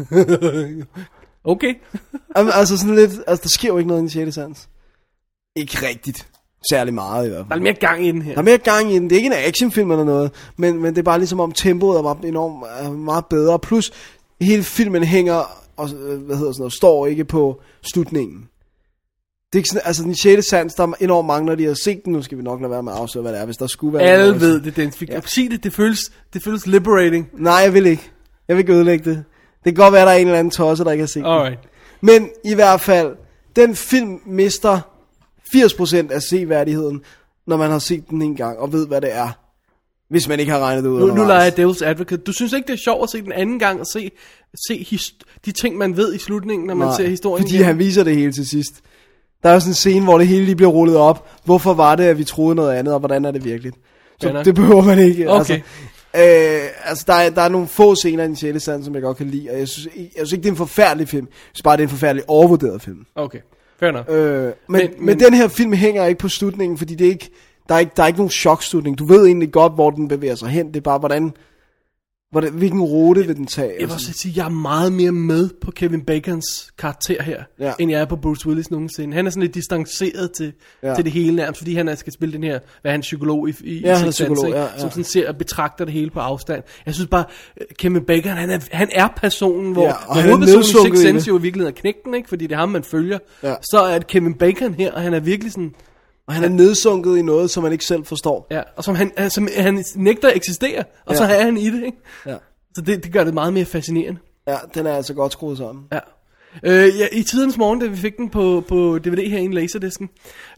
Okay. Altså sådan lidt, altså der sker jo ikke noget i den 6. sans. Ikke rigtigt. Særlig meget i hvert fald. Der er mere gang i den her. Der er mere gang i den. Det er ikke en actionfilm eller noget, men det er bare ligesom om tempoet er enormt meget bedre. Plus hele filmen hænger og står ikke på slutningen. Det er ikke sådan, altså den 6. sans, der er enormt mange, når de har set den. Nu skal vi nok lade være med at afsløre, hvad det er, hvis der skulle være. Alle ved det, Dennis. Sig det, det føles liberating. Nej, jeg vil ikke. Jeg vil ikke ødelægge det. Det kan godt være, der er en eller anden tosse, der ikke har set Alright. den. Men i hvert fald, den film mister 80% af seværdigheden, når man har set den en gang og ved, hvad det er. Hvis man ikke har regnet det ud. Nu leger jeg Devil's Advocate. Du synes ikke, det er sjovt at se den anden gang og se de ting, man ved i slutningen, når man ser historien? Fordi han viser det hele til sidst. Der er jo sådan en scene, hvor det hele lige bliver rullet op. Hvorfor var det, at vi troede noget andet, og hvordan er det virkeligt? Så det behøver man ikke. Okay. Altså der er nogle få scener i den 6. sans, som jeg godt kan lide, og jeg synes ikke, det er en forfærdelig film. Jeg synes bare, det er en forfærdelig overvurderet film. Okay, fair enough. Men den her film hænger ikke på slutningen, fordi det er ikke, der er ikke nogen chokslutning. Du ved egentlig godt, hvor den bevæger sig hen. Det er bare, hvilken rute vil den tage? Jeg vil også sige, at jeg er meget mere med på Kevin Bacons karakter her, end jeg er på Bruce Willis nogensinde. Han er sådan lidt distanceret til det hele nærmest, fordi han skal spille den her, hvad er han, psykolog i Sixth Sense, som sådan ser og betragter det hele på afstand. Jeg synes bare, Kevin Bacon, han er personen, hvor hovedpersonen i Sixth Sense jo i virkeligheden er knægten, ikke? Fordi det er ham, man følger. Ja. Så er Kevin Bacon her, og han er virkelig sådan... Og han er nedsunket i noget, som man ikke selv forstår. Ja, og som han nægter at eksistere, og så er han i det, ikke? Ja. Så det gør det meget mere fascinerende. Ja, den er altså godt skruet sammen. Ja. I tidens morgen, da vi fik den på DVD her i Laserdisken,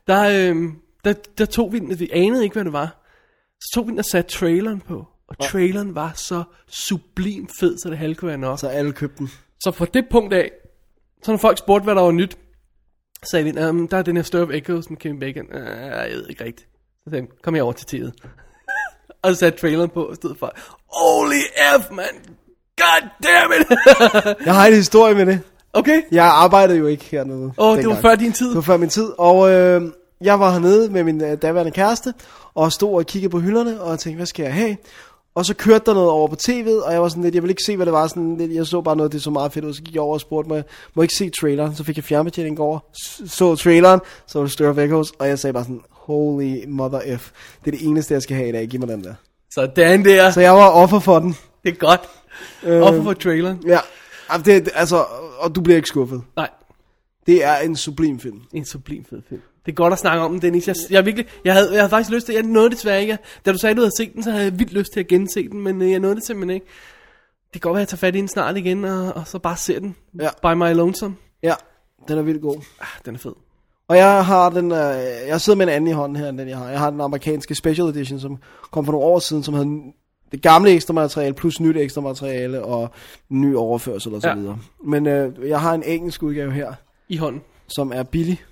der tog vi den, vi anede ikke, hvad det var. Så tog vi den og satte traileren på, og traileren var så sublim fed, så det halve kunne være nok. Så alle købte den. Så fra det punkt af, så når folk spurgte, hvad der var nyt, så sagde vi, der er den her Stir of Echoes med Kevin Bacon. Jeg ved ikke rigtigt. Så sagde vi, kom her over til teet. Og så satte traileren på i stedet for, holy F, man. God damn it. Jeg har en historie med det. Okay. Jeg arbejdede jo ikke hernede. Det var før din tid. Det var før min tid. Og jeg var hernede med min daværende kæreste, og stod og kiggede på hylderne, og tænkte, hvad skal jeg have? Og så kørte der noget over på tv'et, og jeg var sådan lidt, jeg ville ikke se, hvad det var. Sådan lidt, jeg så bare noget, det så meget fedt ud, så gik jeg over og spurgte mig, må jeg ikke se traileren? Så fik jeg fjernbetjening over, så traileren, så var det Stir of Echoes, og jeg sagde bare sådan, holy mother F. Det er det eneste, jeg skal have i dag, giv mig den der. Sådan der. Så jeg var offer for den. Det er godt. Offer for traileren. Ja, altså, og du bliver ikke skuffet. Nej. Det er en sublim film. En sublim fed film. Det er godt at snakke om den, Dennis. Jeg havde faktisk lyst til, jeg nåede det desværre ikke. Da du sagde, du havde set den, så havde jeg vildt lyst til at gense den, men jeg nåede det simpelthen ikke. Det kan godt være, at jeg tager fat i den snart igen, og så bare ser den. Ja. By my lonesome. Ja, den er vildt god. Den er fed. Og jeg har den, jeg sidder med en anden i hånden her, end den jeg har. Jeg har den amerikanske Special Edition, som kom for nogle år siden, som havde det gamle ekstra materiale, plus nyt ekstra materiale, og ny overførsel og så videre. Men jeg har en engelsk udgave her. I hånden. Som er billig.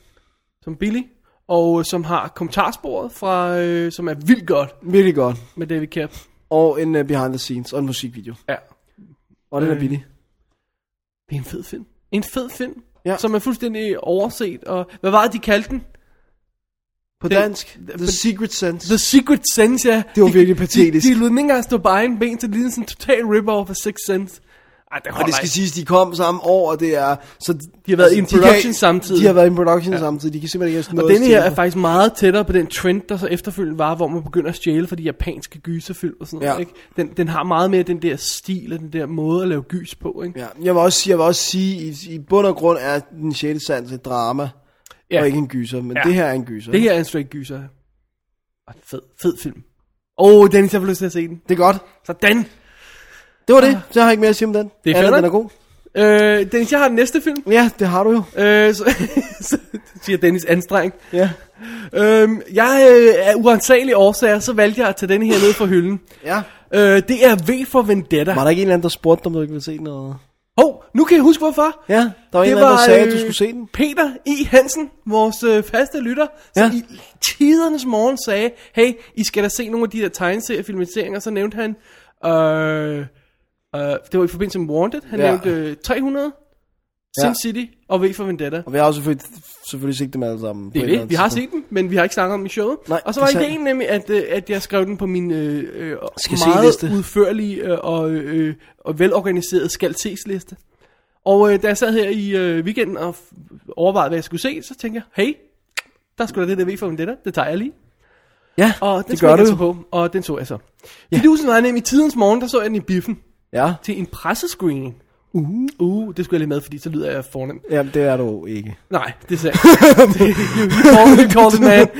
Og som har kommentarsporet fra, som er vildt godt. Virkelig godt. Med David Koepp. Og en behind the scenes, og en musikvideo. Ja. Og den er billig. Det er en fed film. En fed film, ja. Som er fuldstændig overset. Og hvad var det, de kaldte den? På dansk? The Secret Sense. The Secret Sense, ja. Det var virkelig patetisk. De lod den ikke engang stå bare en ben, så det lignede sådan en total rip-off af Sixth Sense. Ej, og det skal siges, de kom samme år, og det er... Så de har været in production samtidig. De har været in production samtidig, de kan simpelthen ikke noget. Og denne her er faktisk meget tættere på den trend, der så efterfølgende var, hvor man begynder at stjæle for de japanske gyserfilm og sådan noget, ikke? Den har meget mere den der stil og den der måde at lave gys på, ikke? Ja, jeg vil også sige, i bund og grund er den 6. sans et drama, og ikke en gyser, men det her er en gyser. Det her er en straight gyser. Og fed film. Dennis, jeg får lyst til at se den. Det er godt. Sådan. Det var det. Så har jeg ikke mere at sige om den. Det er fedt. Den er god. Dennis, jeg har den næste film. Ja, det har du jo. Så siger Dennis anstrengt. Ja. Jeg af uansagelige årsager, så valgte jeg at tage denne her ned fra hylden. Ja. Det er V for Vendetta. Var der ikke en eller anden, der spurgte om du ikke ville se noget? Nu kan jeg huske hvorfor. Ja, der var en eller anden, der sagde, at du skulle se den. Peter E. Hansen, vores faste lytter, som i tidernes morgen sagde, hey, I skal da se nogle af de der tegneseriefilmatiseringer. Så nævnte han, det var i forbindelse med Wanted, han nævnte 300, Sin City og V for Vendetta. Og vi har også selvfølgelig set dem alle sammen. Det er det, vi har set dem, men vi har ikke snakket om dem i showet. Nej, og så var ideen nemlig, at jeg skrev den på min meget udførlige og velorganiserede skal-ses-liste. Og da jeg sad her i weekenden og overvejede, hvad jeg skulle se, så tænkte jeg, hey, der skulle da det der V for Vendetta, det tager jeg lige. Ja, og den det gør du. på, og den så jeg så. Det dusen var nemlig i tidens morgen, der så jeg den i biffen. Ja. Til en pressescreening. Det skulle jeg lige med, fordi så lyder jeg fornemt. Jamen, det er du ikke. Nej, det er sandt. You called it, man.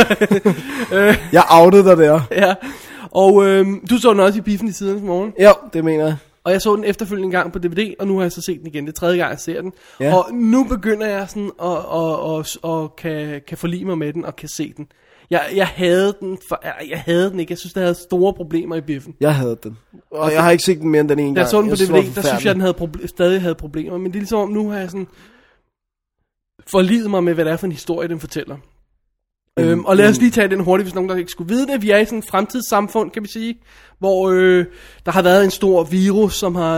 Jeg outede dig der. Ja, og du så den også i biffen i tidens morgen. Ja, det mener jeg. Og jeg så den efterfølgende en gang på DVD, og nu har jeg så set den igen. Det er 3. gang, jeg ser den. Ja. Og nu begynder jeg sådan at kan forlige mig med den og kan se den. Jeg havde den ikke. Jeg synes, der havde store problemer i biffen. Jeg havde den. Og jeg har ikke set den mere end den ene gang. Da jeg så den på DVD, der synes jeg, den stadig havde problemer. Men det er ligesom om, nu har jeg sådan forliget mig med, hvad det er for en historie, den fortæller. Og lad os lige tage den hurtigt, hvis nogen der ikke skulle vide det. Vi er i sådan et fremtidssamfund, kan vi sige, hvor der har været en stor virus, som har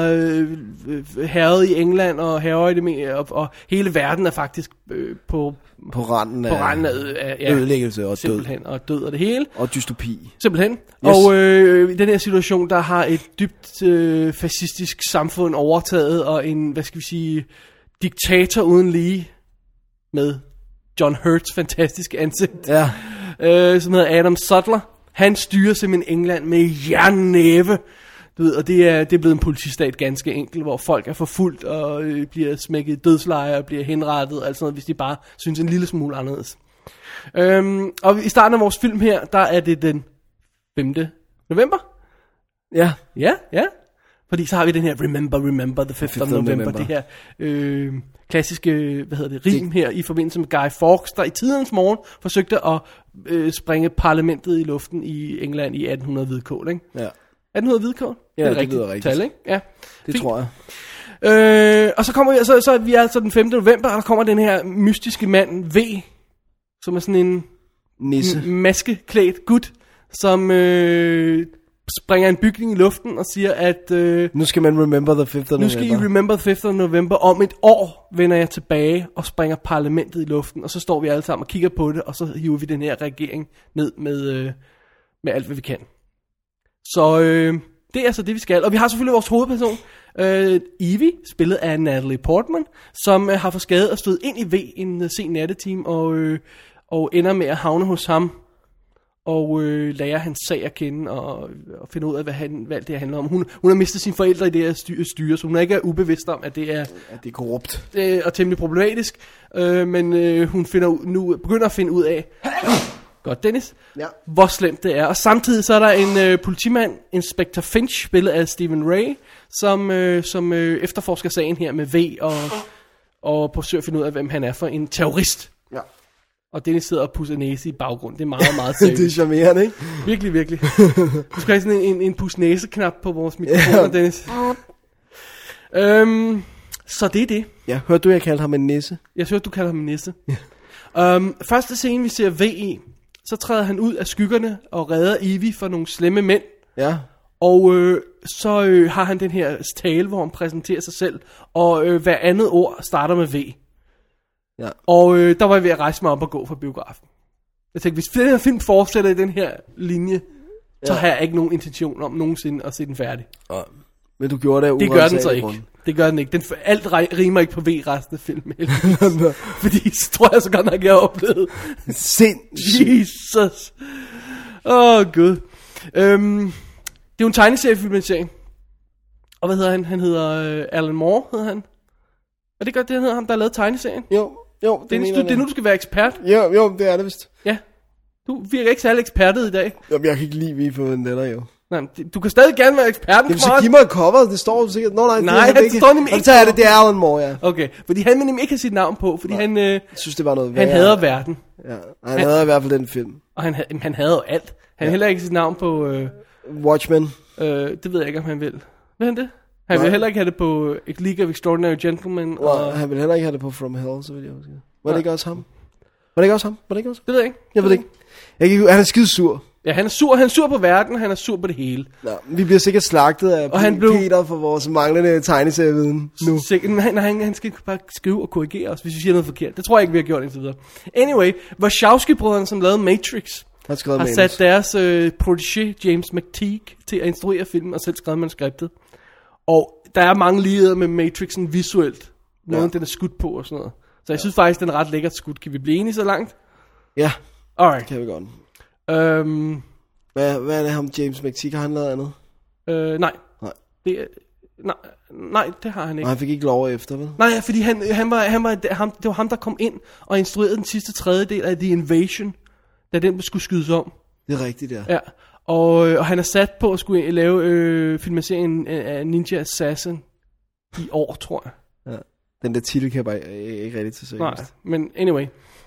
hærget i England og hærger i det med, og hele verden er faktisk på randen af ødelæggelse og simpelthen, og død og det hele. Og dystopi. Simpelthen. Yes. Og i den her situation, der har et dybt fascistisk samfund overtaget, og en, hvad skal vi sige, diktator uden lige med John Hurts fantastiske ansigt, som hedder Adam Sutler. Han styrer simpelthen England med jernnæve. Du ved, og det er blevet en politistat ganske enkelt, hvor folk er forfulgt og bliver smækket i dødsleje og bliver henrettet og alt sådan noget, hvis de bare synes en lille smule anderledes. Og i starten af vores film her, der er det den 5. november. Ja. Fordi så har vi den her Remember the 5th of November. Det her klassiske, rim her i forbindelse med Guy Fawkes, der i tidernes morgen forsøgte at springe parlamentet i luften i England i 1800 hvidkål, ikke? Ja. 1800 hvidkål? Ja, det lyder rigtigt. Tal, ikke? Ja. Det tror jeg. Og så kommer vi, så er vi altså den 5. november, og der kommer den her mystiske mand V, som er sådan en nisse, maskeklædt gut, som springer en bygning i luften og siger, at nu skal man remember the 5th of November. Nu skal I remember the 5th of November. Om et år vender jeg tilbage og springer parlamentet i luften, og så står vi alle sammen og kigger på det, og så hiver vi den her regering ned med alt, hvad vi kan. Så det er altså det, vi skal. Og vi har selvfølgelig vores hovedperson, Evie, spillet af Natalie Portman, som har fået skade og stødt ind i V en sen natteteam, og ender med at havne hos ham, og lærer hans sag at kende, og finde ud af, hvad det handler om. Hun har mistet sine forældre i det her styre, så hun er ikke ubevidst om, at det er korrupt og temmelig problematisk, men hun begynder at finde ud af, godt Dennis, hvor slemt det er. Og samtidig så er der en politimand, Inspector Finch, spillet af Stephen Ray, som efterforsker sagen her med V, og forsøger at finde ud af, hvem han er for en terrorist. Ja. Og Dennis sidder og pusser næse i baggrunden. Det er meget, meget seriøst. Det er charmerende, ikke? Virkelig, virkelig. Du skal have sådan en pus næse-knap på vores mikrofoner, Dennis. Så det er det. Ja, hørte du, jeg kaldte ham en nisse? Jeg synes, du kalder ham en nisse. Første scene, vi ser V i, så træder han ud af skyggerne og redder Evie for nogle slemme mænd. Ja. Og så har han den her tale, hvor han præsenterer sig selv, og hver andet ord starter med V. Ja. Og der var jeg ved at rejse mig op og gå fra biografen. Jeg tænkte, hvis den her film fortsætter i den her linje, så har jeg ikke nogen intention om nogensinde at se den færdig. Men du gjorde det. Det gør den så ikke. Det gør den ikke. Alt rimer ikke på V resten af filmen. Fordi så tror jeg så godt nok, jeg har oplevet. Sindssygt. Jesus. Gud. Det er jo en tegneseriefilmatisering. Og hvad hedder han? Han hedder Alan Moore, hedder han. Er det godt, det hedder ham, der har lavet tegneserien? Jo. Det er nu, du skal være ekspert. Jo, det er det vist. Ja. Du virker ikke særlig ekspertet i dag. Jamen, jeg kan ikke lide V for Vendetta, jo. Nej, du kan stadig gerne være eksperten. Jamen, så giv mig et cover, det står sikkert. Nej, det står nemlig ikke. Så er det er Alan Moore, ja. Okay, fordi han vil nemlig ikke have sit navn på, fordi han... Jeg synes, det var noget han hader verden. Ja, han hader i hvert fald den film. Og han hader jo alt. Han heller ikke sit navn på... Watchmen. Det ved jeg ikke, om han vil. Vil han det? Han vil heller ikke have det på League of Extraordinary Gentlemen. Og han vil heller ikke have det på From Hell, så vil jeg også sige. Var det ikke også ham? Det ved jeg ikke. Jeg ved det ikke. Han er skide sur. Ja, han er sur på verden, han er sur på det hele. Nå, vi bliver sikkert slagtet af Peter for vores manglende tegneserieviden nu. Han skal bare skrive og korrigere os, hvis vi siger noget forkert. Det tror jeg ikke, vi har gjort indtil videre. Anyway, Wachowski-brødrene, som lavede Matrix, har sat deres protégé, James McTeague, til at instruere filmen og selv skrevet manuskriptet. Og der er mange ligheder med Matrixen visuelt. Måden den er skudt på og sådan noget. Så jeg synes faktisk, den er ret lækkert skudt. Kan vi blive enige så langt? Ja, alright. Kan vi godt. Hvad er det ham, James McTeague? Har han lavet andet? Nej. Nej, det har han ikke. Og han fik ikke lov efter, vel? Nej, fordi det var ham, der kom ind og instruerede den sidste tredjedel af The Invasion, da den skulle skydes om. Det er rigtigt, ja. Ja. Og han er sat på at skulle lave filmatiseringen af Ninja Assassin i år, tror jeg. Ja. Den der titel kan jeg bare ikke rigtig til seriøst. Nej, men anyway.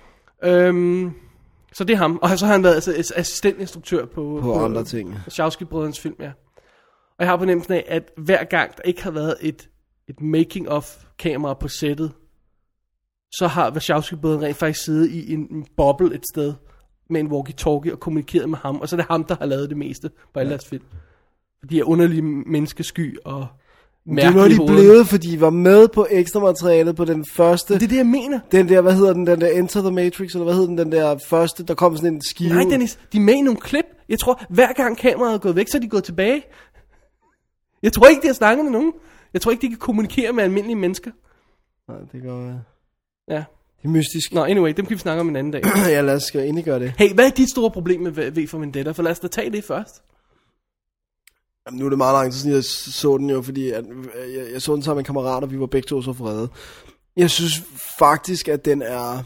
Så det er ham. Og så har han været assistentinstruktør på andre ting. Wachowski-brødrenes film, ja. Og jeg har på nemmelsen af, at hver gang der ikke har været et making-of-kamera på sættet, så har Wachowski-brødrene rent faktisk siddet i en boble et sted med en walkie-talkie og kommunikeret med ham. Og så er det ham, der har lavet det meste på alle deres film. De er underlige menneskesky og mærkelige hoveder. Det var de blevet, fordi de var med på ekstra materialet på den første. Det er det, jeg mener. Den der, hvad hedder den der Enter the Matrix, eller hvad hedder den der første, der kom sådan en skive. Nej, Dennis, de er med i nogle klip. Jeg tror, hver gang kameraet er gået væk, så er de gået tilbage. Jeg tror ikke, de har snakket med nogen. Jeg tror ikke, de kan kommunikere med almindelige mennesker. Nej, det går. Ja. Det er mystisk. Nå, anyway, dem kan vi snakke om en anden dag. Ja, lad os endelig gøre det. Hey, hvad er dit store problem med V for Vendetta? For lad os da tage det først. Jamen, nu er det meget langt siden, jeg så den jo, fordi jeg så den sammen med en kammerat, og vi var begge to så vrede. Jeg synes faktisk, at den er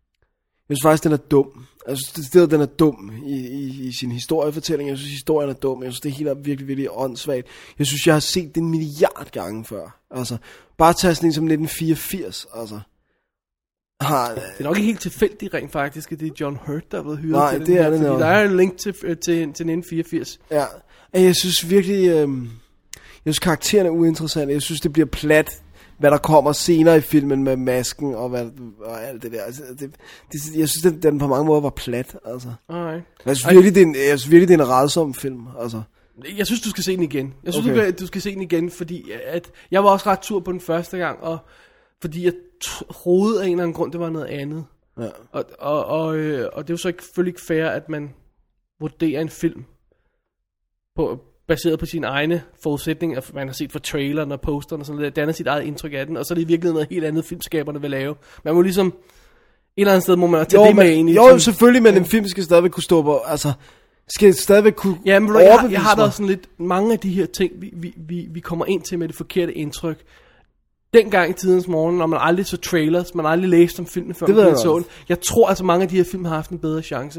dum. Altså, den er dum i sin historiefortælling. Jeg synes, historien er dum. Jeg synes, det er helt virkelig, virkelig åndssvagt. Jeg synes, jeg har set det 1 milliard gange før. Altså, bare tage sådan en som 1984, altså. Det er nok ikke helt tilfældigt rent faktisk, at det er John Hurt, der er blevet hyret. Nej, til det er det nok. Der er en link til 1984. Ja, jeg synes virkelig, jeg synes karakteren er uinteressant. Jeg synes, det bliver plat, hvad der kommer senere i filmen med masken og alt det der. Altså, jeg synes, den på mange måder var plat. Altså. Alright. Jeg synes virkelig, det er en rædsom film. Altså. Jeg synes, du skal se den igen. Jeg synes, du skal se den igen, fordi at jeg var også ret sur på den første gang, og fordi jeg troede af en eller anden grund, det var noget andet. Ja. Og det er jo så selvfølgelig ikke fair, at man vurderer en film baseret på sine egne forudsætninger, man har set fra traileren og posteren og sådan noget, danner sit eget indtryk af den, og så er det virkelig noget helt andet, filmskaberne vil lave. Man må ligesom, et eller andet sted må man tage det med ind i. Jo, selvfølgelig, men en film skal stadigvæk kunne stå på, altså, skal stadigvæk kunne overbevise jeg har da sådan lidt, mange af de her ting, vi kommer ind til med det forkerte indtryk. Dengang i tidens morgen, når man aldrig så trailers, man aldrig læste om filmen før man så den. Jeg tror altså, mange af de her film har haft en bedre chance.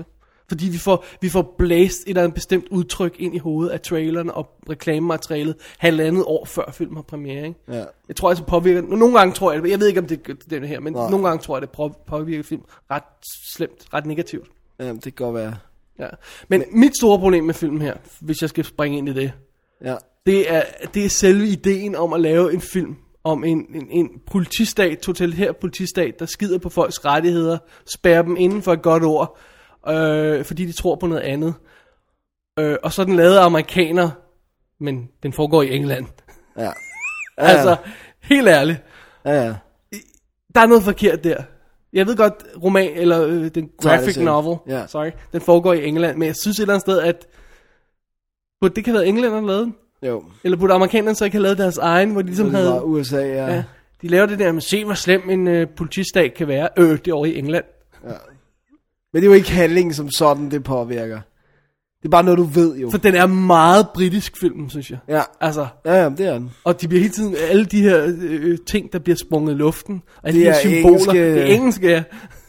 Fordi vi får blæst et eller andet bestemt udtryk ind i hovedet af trailerne og reklamematerialet 1,5 år før film har premiere, ikke? Ja. Jeg tror altså påvirker, nogle gange tror jeg ved ikke om det er det her, men nogle gange tror jeg, det påvirker film ret slemt, ret negativt. Ja, det kan godt være. Ja. Men mit store problem med filmen her, hvis jeg skal springe ind i det, Ja. det er selve ideen om at lave en film om en politistat, totalitær politistat, der skider på folks rettigheder, spærrer dem inden for et godt ord, fordi de tror på noget andet. Og så er den lavet af amerikanere, men den foregår i England. Ja. Altså, helt ærligt. Ja. Der er noget forkert der. Jeg ved godt, roman, eller den graphic novel, den foregår i England, men jeg synes et eller andet sted, at burde det kan have været englænderne lavet den? Jo. Eller burde amerikanerne så ikke have lavet deres egen, hvor de ligesom havde... Det var USA, ja. De laver det der med, se hvor slem en politistat kan være. Det er over i England. Ja. Men det er jo ikke handlingen som sådan, det påvirker. Det er bare noget, du ved jo. For den er meget britisk film, synes jeg. Ja. Altså. Ja, det er den. Og de bliver hele tiden, alle de her ting, der bliver sprunget i luften. Og alle det de her symboler. Engelske... Det er engelske, ja.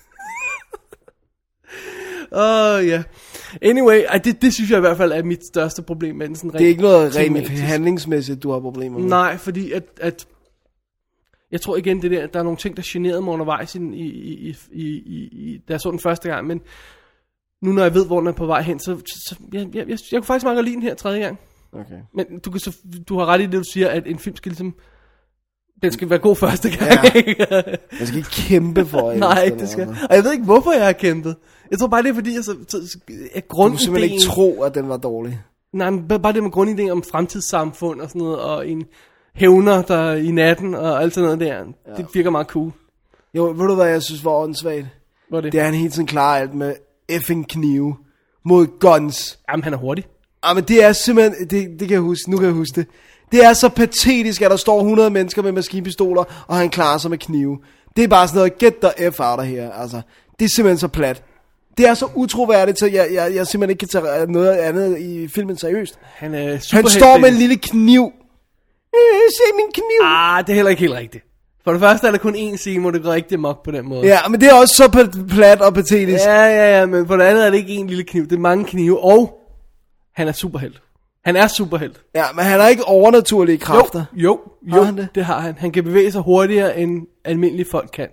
Ja. Anyway, det synes jeg i hvert fald er mit største problem med den. Sådan det er ikke noget rent handlingsmæssigt, du har problemer med. Nej, fordi at jeg tror igen, der er nogle ting, der generede mig undervejs, da jeg så den første gang, men nu når jeg ved, hvor den er på vej hen, så jeg kunne faktisk meget godt lide den her tredje gang. Okay. Men du har ret i det, du siger, at en film skal ligesom, den skal være god første gang. Ja. Man skal ikke kæmpe for. Nej, det skal. Og jeg ved ikke, hvorfor jeg har kæmpet. Jeg tror bare, det er fordi, at grundideen... Du simpelthen ikke tro, at den var dårlig. Nej, men bare det med grundideen om fremtidssamfund og sådan noget, og en hævner der i natten og alt sådan noget der. Ja. Det virker meget cool. Jo, ved du hvad jeg synes var åndssvagt? Hvad er det? Det er han helt sådan klar alt med effing knive mod guns. Jamen, han er hurtig. Jamen, det er simpelthen, det kan jeg huske, nu kan jeg huske det. Det er så patetisk, at der står 100 mennesker med maskinpistoler, og han klarer sig med knive. Det er bare sådan noget, get the F out of here, altså. Det er simpelthen så plat. Det er så utroværdigt, så jeg simpelthen ikke kan tage noget andet i filmen seriøst. Han står med en lille kniv. Se min kniv. Det er heller ikke helt rigtigt. For det første er der kun én scene, hvor det går rigtig mok på den måde. Ja, men det er også så plat og patetisk. Ja, men for det andet er det ikke en lille kniv, det er mange knive, og han er superhelt. Han er superhelt. Ja, men han har ikke overnaturlige kræfter. Jo, det har han. Han kan bevæge sig hurtigere, end almindelige folk kan.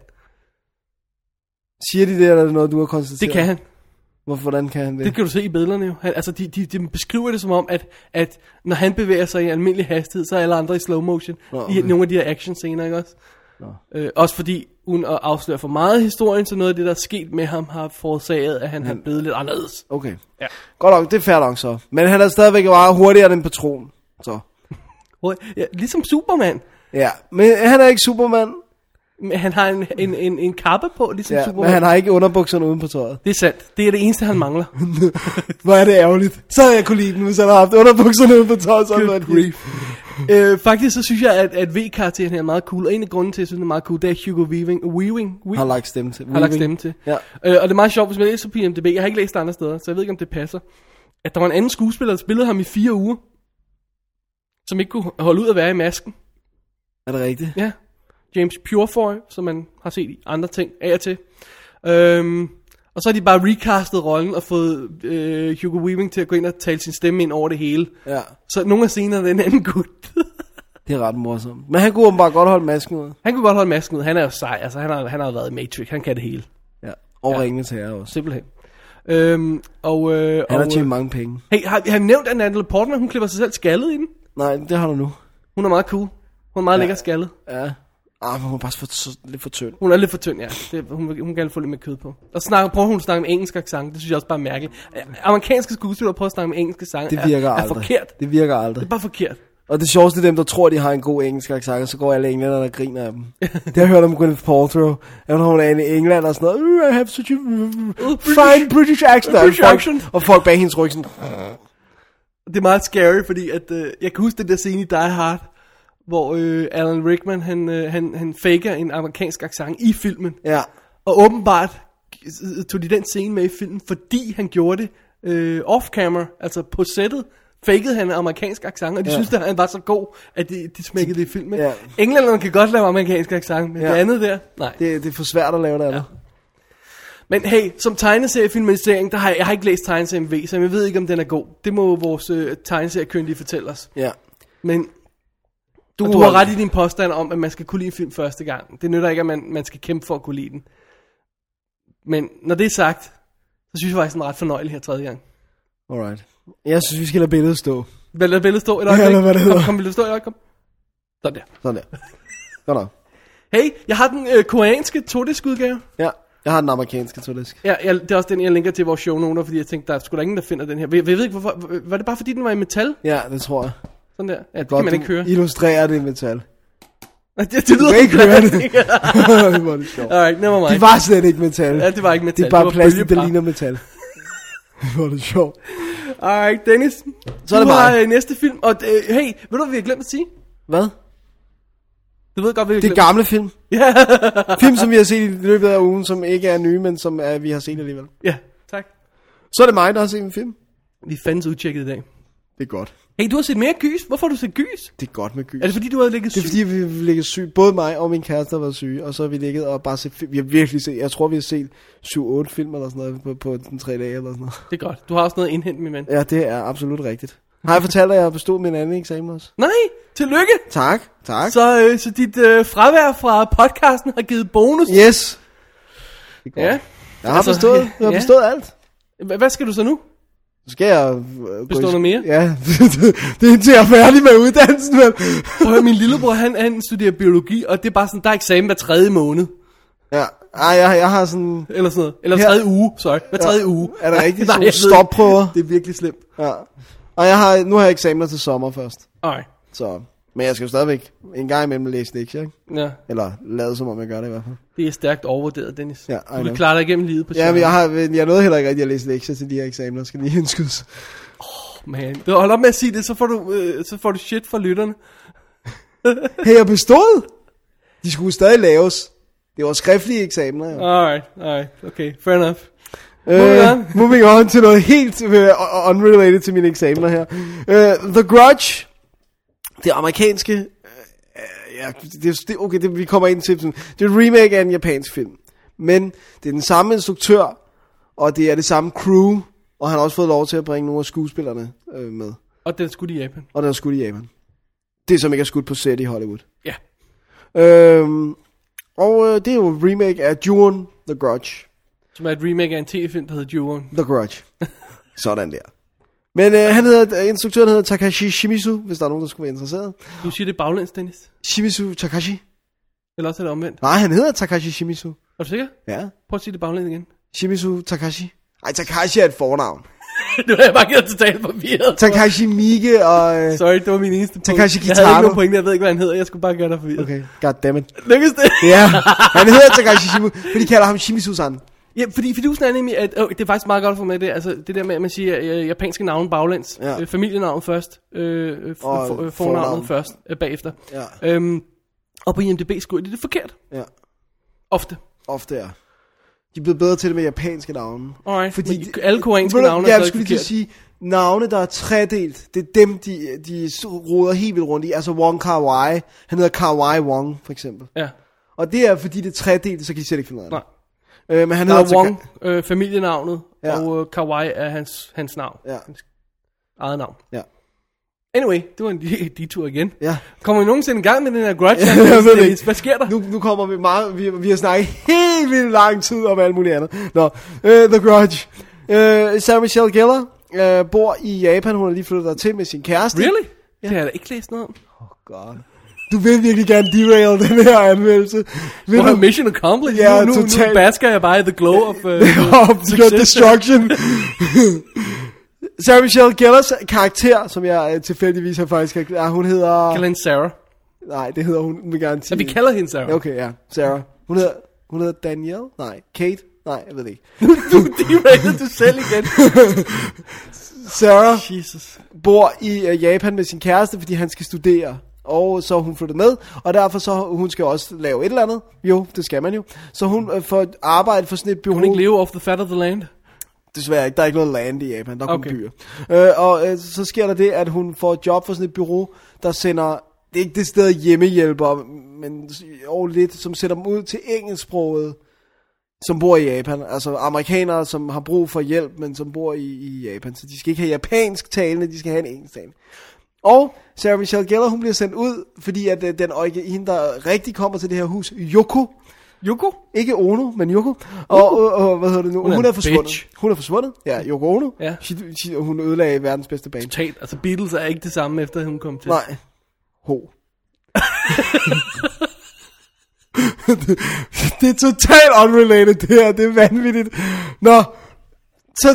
Siger de det, eller er det noget, du har konstateret? Det kan han. Hvordan kan han det? Det kan du se i billederne jo. De beskriver det som om, at når han bevæger sig i almindelig hastighed, så er alle andre i slow motion. I nogle af de her action scener, ikke også? Også fordi, uden at afsløre for meget historien, så noget af det, der er sket med ham, har forårsaget, at han er blevet lidt anderledes. Okay. Ja. Godt nok, det er fair nok så. Men han er stadigvæk meget hurtigere end en patron. Så. Ja, ligesom Superman. Ja, men han er ikke Superman. Men han har en kappe på, ligesom Superman. Men han har ikke underbukserne uden på tøjet. Det er sandt. Det er det eneste, han mangler. Hvor er det ærgerligt. Så havde jeg kunne lide den, hvis han havde haft underbukserne uden på tøjet. Faktisk så synes jeg, at V-karakteren her er meget cool. Og en af grunden til, at jeg synes, den er meget cool, det er Hugo Weaving. Har lagt stemme til. Ja. Og det er meget sjovt, hvis man læser på IMDb. Jeg har ikke læst andre steder, så jeg ved ikke, om det passer. At der var en anden skuespiller, der spillede ham i 4 uger. Som ikke kunne holde ud at være i masken. Er det rigtigt? Ja. James Purefoy, som man har set i andre ting af og til. Og så har de bare recastet rollen og fået Hugo Weaving til at gå ind og tale sin stemme ind over det hele. Ja. Så nogle af scenerne er en anden gut. Det er ret morsomt. Men han kunne bare godt holde masken ud. Han kunne godt holde masken ud. Han er jo sej. Altså, han har været i Matrix. Han kan det hele. Ja. Og Ringenes Herre også. Simpelthen. Han har tjent mange penge. Hey, har I nævnt, at Natalie Portman, hun klipper sig selv skaldet i den? Nej, det har du nu. Hun er meget cool. Hun er meget lækker skaldet. Ja. Men hun er bare lidt for tynd. Hun er lidt for tynd, ja. Hun kan få lidt mere kød på. Og prøver hun at snakke med engelsk accent. Det synes jeg også bare er mærkeligt. Amerikanske skuespillere prøver at snakke med engelsk accent. Det virker aldrig. Er forkert. Det virker aldrig. Det er bare forkert. Og det sjoveste er dem, der tror, de har en god engelsk accent, og så går alle englænder, der griner af dem. Det har jeg hørt om Gwyneth Paltrow. Når hun er i England og sådan noget. I have such a fine British accent. Og folk bag hendes ryg sådan. Det er meget scary, fordi at, jeg kan huske den der scene i Die Hard, hvor Alan Rickman, han faker en amerikansk accent i filmen. Ja. Og åbenbart tog de den scene med i filmen, fordi han gjorde det off-camera, altså på sættet, fakede han en amerikansk accent, og de synes, at han var så god, at de smækkede det i filmen. Ja. Englænderne kan godt lave amerikansk accent, men det andet der, nej. Det er for svært at lave det andet. Men hey, som tegneseriefilmatisering, jeg har ikke læst tegneserien V, så jeg ved ikke, om den er god. Det må vores tegneseriekyndige fortælle os. Ja. Men du har ret i din påstand om, at man skal kunne lide en film første gang. Det nytter ikke, at man skal kæmpe for at kunne lide den. Men når det er sagt, så synes jeg faktisk, den er ret fornøjelig her tredje gang. Alright. Jeg synes, vi skal lade billedet stå. Lad billedet stå et øjeblik. Eller hvad det hedder. Kom billedet stå et øjeblik. Sådan der. Sådan der. Godt nok. Hey, jeg har den koreanske todisk-udgave. Ja, jeg har den amerikanske todisk. Ja, det er også den, jeg linker til vores shownoter, fordi jeg tænkte, der er sgu da ingen, der finder den her. Jeg ved ikke, hvorfor. Var det bare fordi, den var i metal? Ja, det tror jeg. Sådan der. Ja, det kan man ikke høre. Illustrerer det i metal. Det lyder ikke høre det. Det var det sjovt. Alright, never mind. Det var slet ikke metal. Ja, det var ikke metal. Det er bare plastik, der ligner metal. Det var det sjovt. Alright, Dennis. Så er det mig. Du mig. har næste film. Og hey, ved du, hvad vi har glemt at sige? Hvad? Du ved godt, hvad vi har Det er glemt. gamle film. Ja. Film, som vi har set i løbet af ugen, som ikke er nye, men som vi har set alligevel. Ja, tak. Så er det mig, der har set en film. Vi fandt udtjekket i dag. Det er godt. Hey, du har set mere gys. Hvorfor har du set gys? Det er godt med gys. Er det fordi, du havde ligget Det syg? er fordi, vi ligger syg. Både mig og min kæreste har været syge, og så har vi ligget og bare set film. Vi har virkelig set, jeg tror, vi har set 7-8 film eller sådan noget på den 3 dage eller sådan noget. Det er godt. Du har også noget indhent, min ven. Ja, det er absolut rigtigt. Har jeg fortalt dig, at jeg bestod min anden eksamen også? Nej, tillykke. Tak. Så dit fravær fra podcasten har givet bonus. Yes. Ja. Jeg har forstået. Jeg har forstået alt. Hvad skal du så nu? Så skal jeg... Bestå noget mere? Ja, det er indtil jeg er færdig med uddannelsen, vel? Prøv at høre, min lillebror, han studerer biologi, og det er bare sådan, der er eksamen hver 3. måned. Ja, jeg har sådan... Eller sådan noget. Eller Her- 3. uge, sorry. Hver 3. uge. Er det rigtigt? Nej, Sådan jeg ved stopprøver? ikke. Det er virkelig slemt. Ja. Og nu har jeg eksamener til sommer først. Alright. Så... Men jeg skal jo stadigvæk en gang imellem læse lektier, ikke? Ja, Eller lade som om jeg gør det i hvert fald. det er stærkt overvurderet, Dennis. Ja, I Du kan know. klare dig igennem livet på Ja, men jeg nåede heller ikke rigtig at læse lektier til de her eksamener, skal lige indskydes. Man, du hold op med at sige det, så får du shit fra lytterne. Hey, jeg bestod! De skulle stadig laves. Det var skriftlige eksamener, jo. Alright, okay, fair enough. Moving on til noget helt unrelated til mine eksamener her. The Grudge. Det amerikanske... vi kommer ind til... Det er et remake af en japansk film. Men det er den samme instruktør, og det er det samme crew, og han har også fået lov til at bringe nogle af skuespillerne med. Og den er skudt i Japan. Og den er skudt i Japan. Det som ikke er skudt på set i Hollywood. Ja. Det er jo et remake af Ju-on The Grudge. Som er et remake af en tv-film, der hedder Ju-on. The Grudge. Sådan der. Men instruktøren hedder Takashi Shimizu, hvis der er nogen, der skulle være interesseret. Du siger det baglæns, Dennis. Shimizu Takashi. Eller også er det omvendt. Nej, han hedder Takashi Shimizu. Er du sikker? Ja. Prøv at sige det baglæns igen. Shimizu Takashi. Ej, Takashi er et fornavn. Nu har jeg bare givet totalt forvirret. Takashi Miike og... Sorry, det var min eneste punkt. Takashi Jeg havde ikke Kitano. nogen pointe, jeg ved ikke, hvad han hedder. Jeg skulle bare gøre dig forvirret. Okay, goddammit. Lykkes det? Ja, han hedder Takashi Shimizu, for de kalder ham Shimizu-san. Ja, fordi fidusen er nemlig, at det er faktisk meget godt at få med det. Altså det der med, at man siger japanske navne baglæns. Ja. Familienavn først. Fornavnet først. Bagefter. Ja. Og på IMDb skriver de det forkert. Ja, Ofte. ofte er. De er blevet bedre til det med japanske navne. Alright, Fordi men alle koreanske navne er jeg stadig skulle lige forkert. sige, navne der er tredelt, det er dem, de roder helt vildt rundt i. Altså Wong Kar-wai, han hedder Kar-wai Wong, for eksempel. Ja. Og det er fordi det er tredelt, så kan de slet ikke finde ud af det. Nej. Men han Der hedder er Wong, familienavnet, Ja. og Kawaii er hans navn. Ja. Hans eget navn. Ja. Anyway, det var en detur igen. Ja. Kommer vi nogensinde i gang med den her grudge? Jeg ved det ikke. Hvad sker der? Nu kommer vi meget, vi har snakket helt vildt lang tid om alt muligt andet. Nå, The Grudge. Sarah Michelle Gellar bor i Japan, hun er lige flyttet dertil med sin kæreste. Really? Ja. Det har jeg da ikke læst noget om. God. Du vil virkelig gerne derail den her anmeldelse. Well, mission accomplished. Ja, nu totalt. basker jeg bare i the glow of Your destruction. Sarah Michelle Gellars karakter, som jeg tilfældigvis har faktisk... hun hedder... Kalder hende Sarah. Nej, det hedder hun med garanti. Ja, vi kalder hende Sarah. Okay, ja. Sarah. Hun hedder Danielle? Nej. Kate? Nej, jeg ved det ikke. Du derailede du selv igen. Sarah Jesus. bor i Japan med sin kæreste, fordi han skal studere. Og så er hun flyttet med, og derfor så hun skal også lave et eller andet. Jo, det skal man jo. Så hun får arbejde for sådan et bureau. Hun ikke leve off the fat of the land? Desværre ikke, der er ikke noget land i Japan, der er kun Okay. byer. Så sker der det, at hun får et job for sådan et bureau, der sender, det er ikke det sted hjemmehjælper, men lidt, som sætter dem ud til engelsksproget som bor i Japan. Altså amerikanere, som har brug for hjælp, men som bor i Japan. Så de skal ikke have japansk talende, de skal have en engelsk talende. Og Sarah Michelle Gellar, hun bliver sendt ud, fordi at hende, der rigtig kommer til det her hus, Yoko. Ikke Ono, men Yoko. Og hvad hedder det nu? Hun er forsvundet. Bitch. Hun er forsvundet. Ja, Yoko Ono. Ja. Hun ødelagde verdens bedste band. Totalt. Altså Beatles er ikke det samme, efter hun kom til. Nej. Det er totalt unrelated, det her. Det er vanvittigt. Nå, så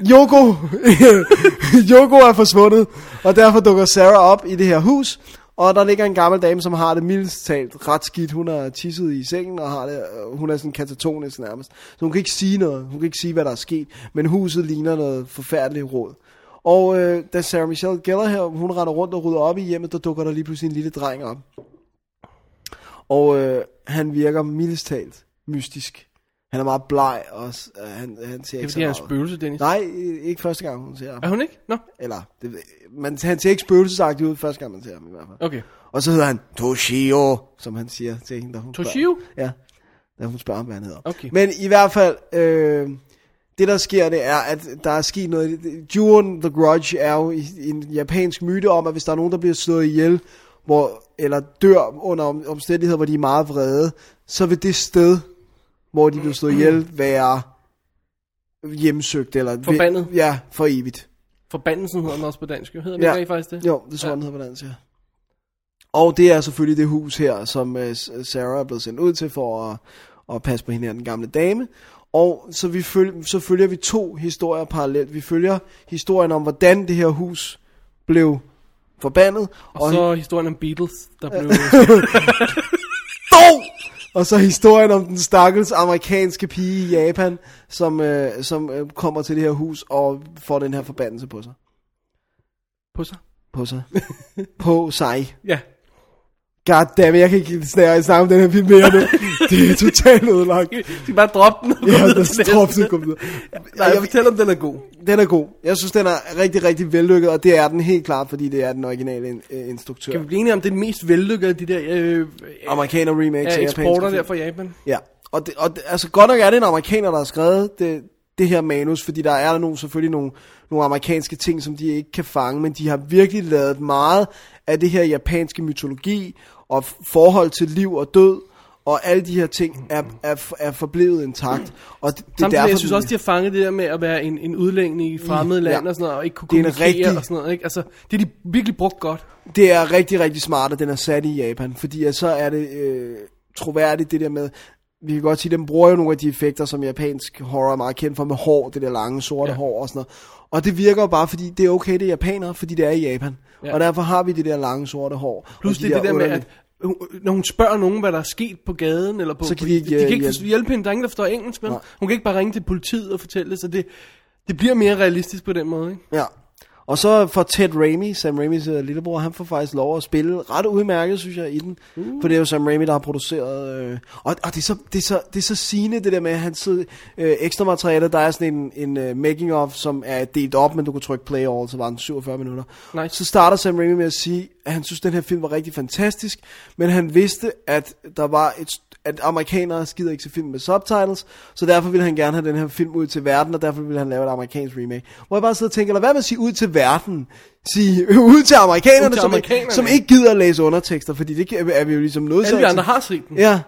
Yoko er forsvundet, og derfor dukker Sarah op i det her hus, og der ligger en gammel dame, som har det mildest talt ret skidt. Hun er tisset i sengen, og har det, hun er sådan katatonisk nærmest. Så hun kan ikke sige noget, hun kan ikke sige, hvad der er sket, men huset ligner noget forfærdeligt råd. Og da Sarah Michelle Gellar her, hun render rundt og rydder op i hjemmet, der dukker der lige pludselig en lille dreng op. Og han virker mildest talt mystisk. Han er meget bleg, og han ser ikke så meget. Det er en spøgelse, Dennis. Nej, ikke første gang, hun ser ham. Er hun ikke? Nå. Eller, han ser ikke spøgelsesagtigt ud første gang, man ser ham i hvert fald. Okay. Og så hedder han Toshio, som han siger til hende, da hun Toshio? Ja, da hun spørger, hvad han hedder. Okay. Men i hvert fald, det der sker, det er, at der er sket noget. Ju-on the Grudge er jo en japansk myte om, at hvis der er nogen, der bliver slået ihjel, eller dør under omstændigheder, hvor de er meget vrede, så vil det sted, hvor de bliver slået ihjel, være hjemsøgt. Eller forbandet? Ja, for evigt. Forbandelsen hedder den også på dansk, hedder den ikke faktisk det? Jo, det tror jeg, den hedder på dansk, ja. Og det er selvfølgelig det hus her, som Sarah er blevet sendt ud til for at passe på hende her, den gamle dame. Og så følger vi to historier parallelt. Vi følger historien om, hvordan det her hus blev forbandet. Og så historien om Beatles, der blev... Og så historien om den stakkels amerikanske pige i Japan, som kommer til det her hus og får den her forbandelse på sig. På sig. Ja. Goddammit, jeg kan ikke snakke om den her film mere nu. Det er totalt ødelagt. Du skal bare droppe den. Ja, drop den. Nej, jeg fortæller om den er god. Den er god. Jeg synes, den er rigtig, rigtig vellykket, og det er den helt klart, fordi det er den originale instruktør. Kan vi blive enige om, det er den mest vellykkede af de der... amerikaner remakes af eksporter der fra Japan? Ja, og altså godt nok er det en amerikaner, der har skrevet det her manus, fordi der er selvfølgelig nogle amerikanske ting, som de ikke kan fange, men de har virkelig lavet meget af det her japanske mytologi, og forhold til liv og død, og alle de her ting er forblevet intakt. Og samtidig, derfor, jeg synes også, de har fanget det der med at være en udlænding i fremmede land og sådan noget, og ikke kunne kommunikere og sådan noget, ikke? Altså, det er de virkelig brugt godt. Det er rigtig, rigtig smart, at den er sat i Japan, fordi så er det troværdigt det der med, vi kan godt sige, at den bruger jo nogle af de effekter, som japansk horror er meget kendt for, med hår, det der lange, sorte hår og sådan noget. Og det virker jo bare, fordi det er okay, det er japanere, fordi det er i Japan. Ja. Og derfor har vi det der lange, sorte hår. Plus det der med, at når hun spørger nogen, hvad der er sket på gaden, eller på... Så kan de ikke hjælpe hende, der er ingen, der forstår engelsk, men hun kan ikke bare ringe til politiet og fortælle det, så det bliver mere realistisk på den måde, ikke? Ja. Og så får Ted Raimi, Sam Raimis lillebror, han får faktisk lov at spille ret udmærket, synes jeg, i den. For det er jo Sam Raimi, der har produceret. Og det er så sigende, det der med, at han sidder ekstra materiale. Der er sådan en making of, som er delt op, men du kan trykke play all, så var den 47 minutter. Nice. Så starter Sam Raimi med at sige, at han synes, at den her film var rigtig fantastisk, men han vidste, at der var at amerikanere skider ikke til film med subtitles, så derfor ville han gerne have den her film ud til verden, og derfor ville han lave et amerikansk remake. Hvor jeg bare sidder og tænker, hvad med at sige ud til verden? Sige ud til amerikanerne, som ikke gider at læse undertekster, fordi det er vi jo ligesom nødt til. Alle vi andre har set den. Ja.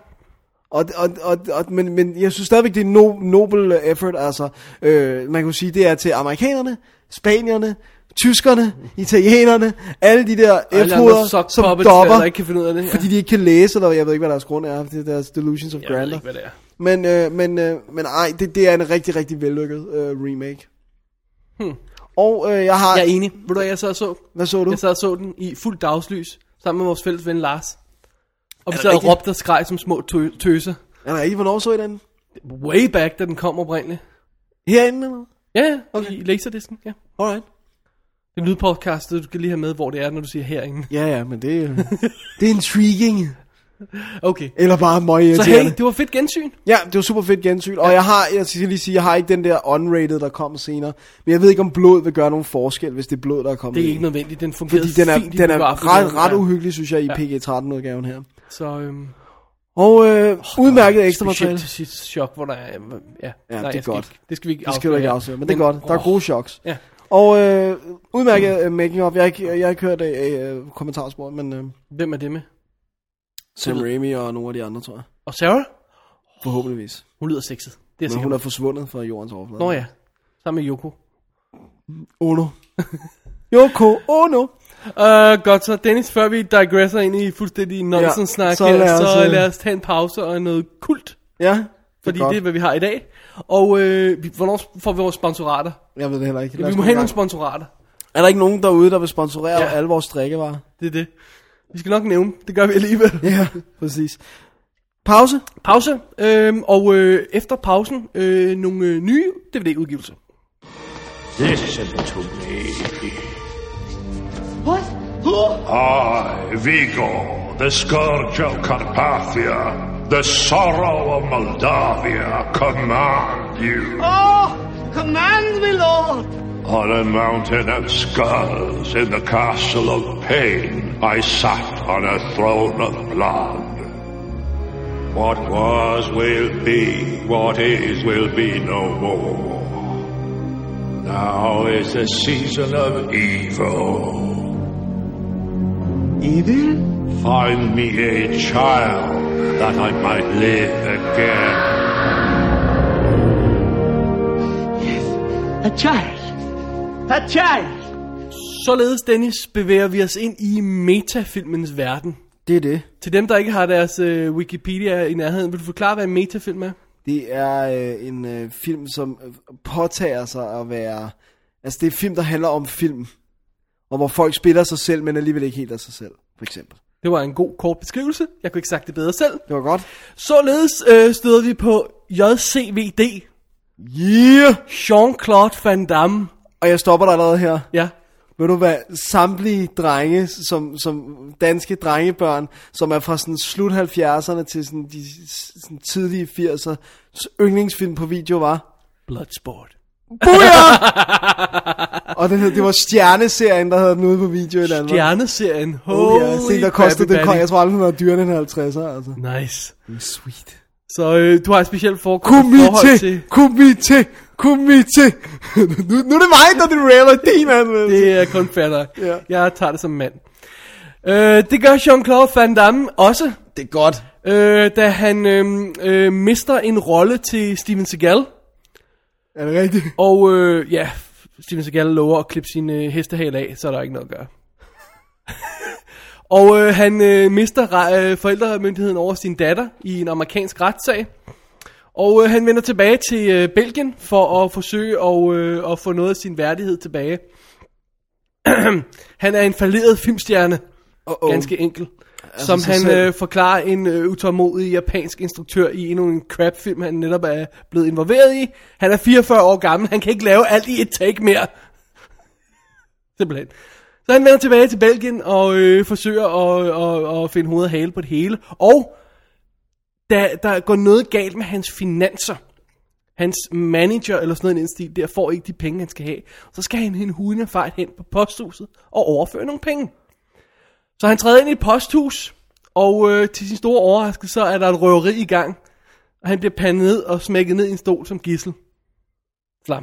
Men jeg synes stadigvæk, det er en noble effort, altså. Man kan sige, det er til amerikanerne, spanierne, tyskerne, italienerne, alle de der F-hoveder, som dopper, ikke kan finde ud af det, fordi de ikke kan læse, eller jeg ved ikke, hvad deres grund er, det er deres delusions of grandeur. Jeg ved ikke, hvad det er. Men ej, det er en rigtig, rigtig vellykket remake. Og jeg har... Jeg er enig. Ved du, hvad jeg sad og så? Hvad så du? Jeg sad og så den i fuld dagslys, sammen med vores fælles ven Lars. Og vi sad og råbte og skreg som små tøser. Er der ikke, hvornår så I den? Way back, da den kom oprindeligt. Herinde eller? Ja, okay. I Laserdisken, ja. Alright. Det er en lydpodcast, du skal lige have med, hvor det er, når du siger herinde. Ja, men det er intriguing. Okay. Eller bare møg. Så hey, det var fedt gensyn. Ja, det var super fedt gensyn. Og jeg skal lige sige, jeg har ikke den der unrated, der kom senere. Men jeg ved ikke, om blod vil gøre nogen forskel, hvis det er blod, der er kommet. Det er ikke nødvendigt, den fungerer fint. Fordi den er fint, ret uhyggelig, synes jeg, i PG-13-udgaven her. Så, Og udmærket ekstra materiale. Specielt til sidst chok, hvor der er... Ja, det er godt. Det skal vi ikke Det skal du ikke afsløre, men det er godt. Der er gode choks. Ja. Og udmærket making-up. Jeg har ikke hørt kommentarspor, men... Hvem er det med? Sam Raimi og nogle af de andre, tror jeg. Og Sarah? Forhåbentligvis. Hun lyder sexet. Det er men hun er forsvundet fra jordens overflade. Nå ja, sammen med Yoko. Ono. Yoko Ono. Godt så, Dennis, før vi digresser ind i fuldstændig nonsens-snak så her, så lad os tage en pause og noget kult. Ja, fordi det er, hvad vi har i dag. Og hvornår får vi vores sponsorater? Jeg ved det heller ikke. Vi må have nogle sponsorater. Er der ikke nogen derude, der vil sponsorere alle vores drikkevarer? Det er det. Vi skal nok nævne, det gør vi alligevel. Ja, præcis. Pause. Og efter pausen, nogle nye DVD-udgivelser. Listen to me. What? I, Vigo, the scourge of Carpathia, the sorrow of Moldavia, command you. Oh, command me, Lord. On a mountain of skulls in the castle of pain, I sat on a throne of blood. What was will be, what is will be no more. Now is the season of evil. Evil? Find me a child that I might live again. Yes, a child. A child. Således, Dennis, bevæger vi os ind i metafilmens verden. Det er det. Til dem, der ikke har deres Wikipedia i nærheden, vil du forklare, hvad en metafilm er? Det er en film, som påtager sig at være... Altså, det er en film, der handler om film. Og hvor folk spiller sig selv, men alligevel ikke helt af sig selv, for eksempel. Det var en god, kort beskrivelse. Jeg kunne ikke sagt det bedre selv. Det var godt. Således støder vi på JCVD. Yeah! Jean-Claude Van Damme. Og jeg stopper dig allerede her. Ja. Ved du hvad, samtlige drenge, som danske drengebørn, som er fra sådan slut 70'erne til sådan de sådan tidlige 80'er, yndlingsfilm på video var? Bloodsport. Og det var Stjerneserien, der havde den ude på video i Danmark. Stjerneserien. Se, der kostede det, jeg tror aldrig, den var dyrere end 50'er, altså. Nice. Sweet. Så du har et specielt forhold til... Komité. nu er det mig, der er din reality, mand. Det er kun fair nok. Ja. Jeg tager det som mand. Det gør Jean-Claude Van Damme også. Det er godt. Da han mister en rolle til Steven Seagal. Er det rigtigt? Og Steven Seagal lover at klippe sin hestehale af, så er der ikke noget at gøre. Og han mister forældremyndigheden over sin datter i en amerikansk retssag. Og han vender tilbage til Belgien for at forsøge at få noget af sin værdighed tilbage. Han er en falderet filmstjerne, ganske enkelt. Som han forklarer en utålmodig japansk instruktør i endnu en crap-film, han netop er blevet involveret i. Han er 44 år gammel, han kan ikke lave alt i et take mere. Simpelthen. Så han vender tilbage til Belgien og forsøger at finde hoved og hale på det hele. Og der går noget galt med hans finanser. Hans manager eller sådan noget i den stil, der får ikke de penge, han skal have. Så skal han hende huden fejl hen på posthuset og overføre nogle penge. Så han træder ind i et posthus, og til sin store overraskelse, så er der et røveri i gang. Og han bliver pandet ned og smækket ned i en stol som gidsel. Slam.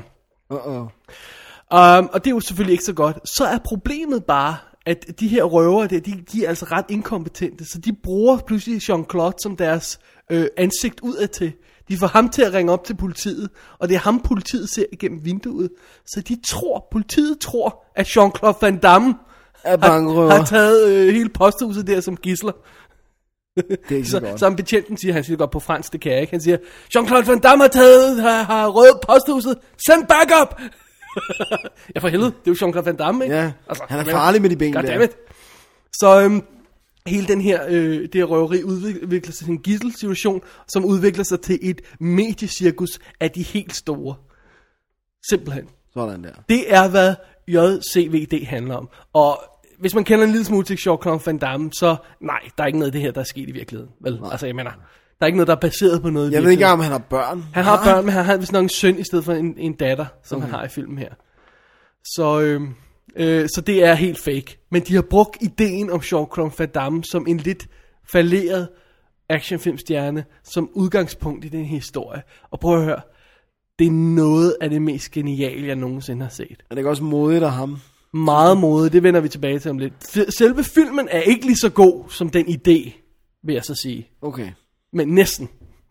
Og det er jo selvfølgelig ikke så godt. Så er problemet bare, at de her røvere, de er altså ret inkompetente. Så de bruger pludselig Jean-Claude som deres ansigt udadtil. De får ham til at ringe op til politiet, og det er ham, politiet ser igennem vinduet. Så politiet tror, at Jean-Claude Van Damme har taget hele posthuset der som gidsler. Det er ikke så godt. Som betjenten siger, han siger godt på fransk, det kan jeg ikke. Han siger, Jean-Claude Van Damme har røvet posthuset. Send backup! Ja, for helvede, det er jo Jean-Claude Van Damme, ikke? Ja, altså, han er farlig med de ben der. Så hele den her, det her røveri udvikler sig til en gidselsituation, som udvikler sig til et mediecirkus af de helt store. Simpelthen. Sådan der. Det er, hvad JCVD handler om. Og hvis man kender en lille smule til Jean-Claude Van Damme, så nej, der er ikke noget af det her, der er sket i virkeligheden. Vel? Altså, jeg mener, der er ikke noget, der er baseret på noget i Jeg ved ikke, om han har børn. Han har børn, men han har vist nok en søn i stedet for en datter, som han har i filmen her. Så det er helt fake. Men de har brugt ideen om Jean-Claude Van Damme som en lidt falderet actionfilmstjerne som udgangspunkt i den historie. Og prøv at høre, det er noget af det mest geniale, jeg nogensinde har set. Er det ikke også modigt af ham? Meget modigt, det vender vi tilbage til om lidt. Selve filmen er ikke lige så god som den idé, vil jeg så sige. Okay. Men næsten.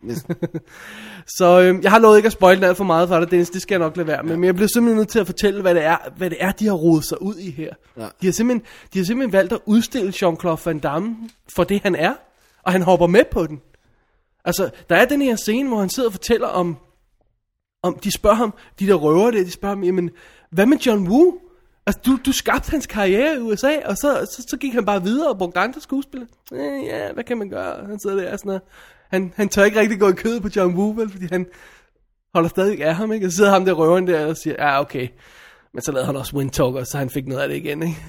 Så jeg har lovet ikke at spoile den alt for meget for dig, Dennis, det skal jeg nok lade være med. Men jeg bliver simpelthen nødt til at fortælle, hvad det er, de har rodet sig ud i her. Ja. De har simpelthen valgt at udstille Jean-Claude Van Damme for det, han er. Og han hopper med på den. Altså, der er den her scene, hvor han sidder og fortæller om de spørger ham, de der røver det, de spørger ham, jamen, hvad med John Woo? Altså, du skabte hans karriere i USA, og så gik han bare videre og brugte andre skuespillere. Ja, hvad kan man gøre? Han sidder der og sådan noget. Han tør ikke rigtig gå i kødet på John Woo, vel, fordi han holder stadig af ham, ikke? Og så sidder ham der røveren der og siger, ja, okay. Men så lavede han også Windtalker, så han fik noget af det igen, ikke?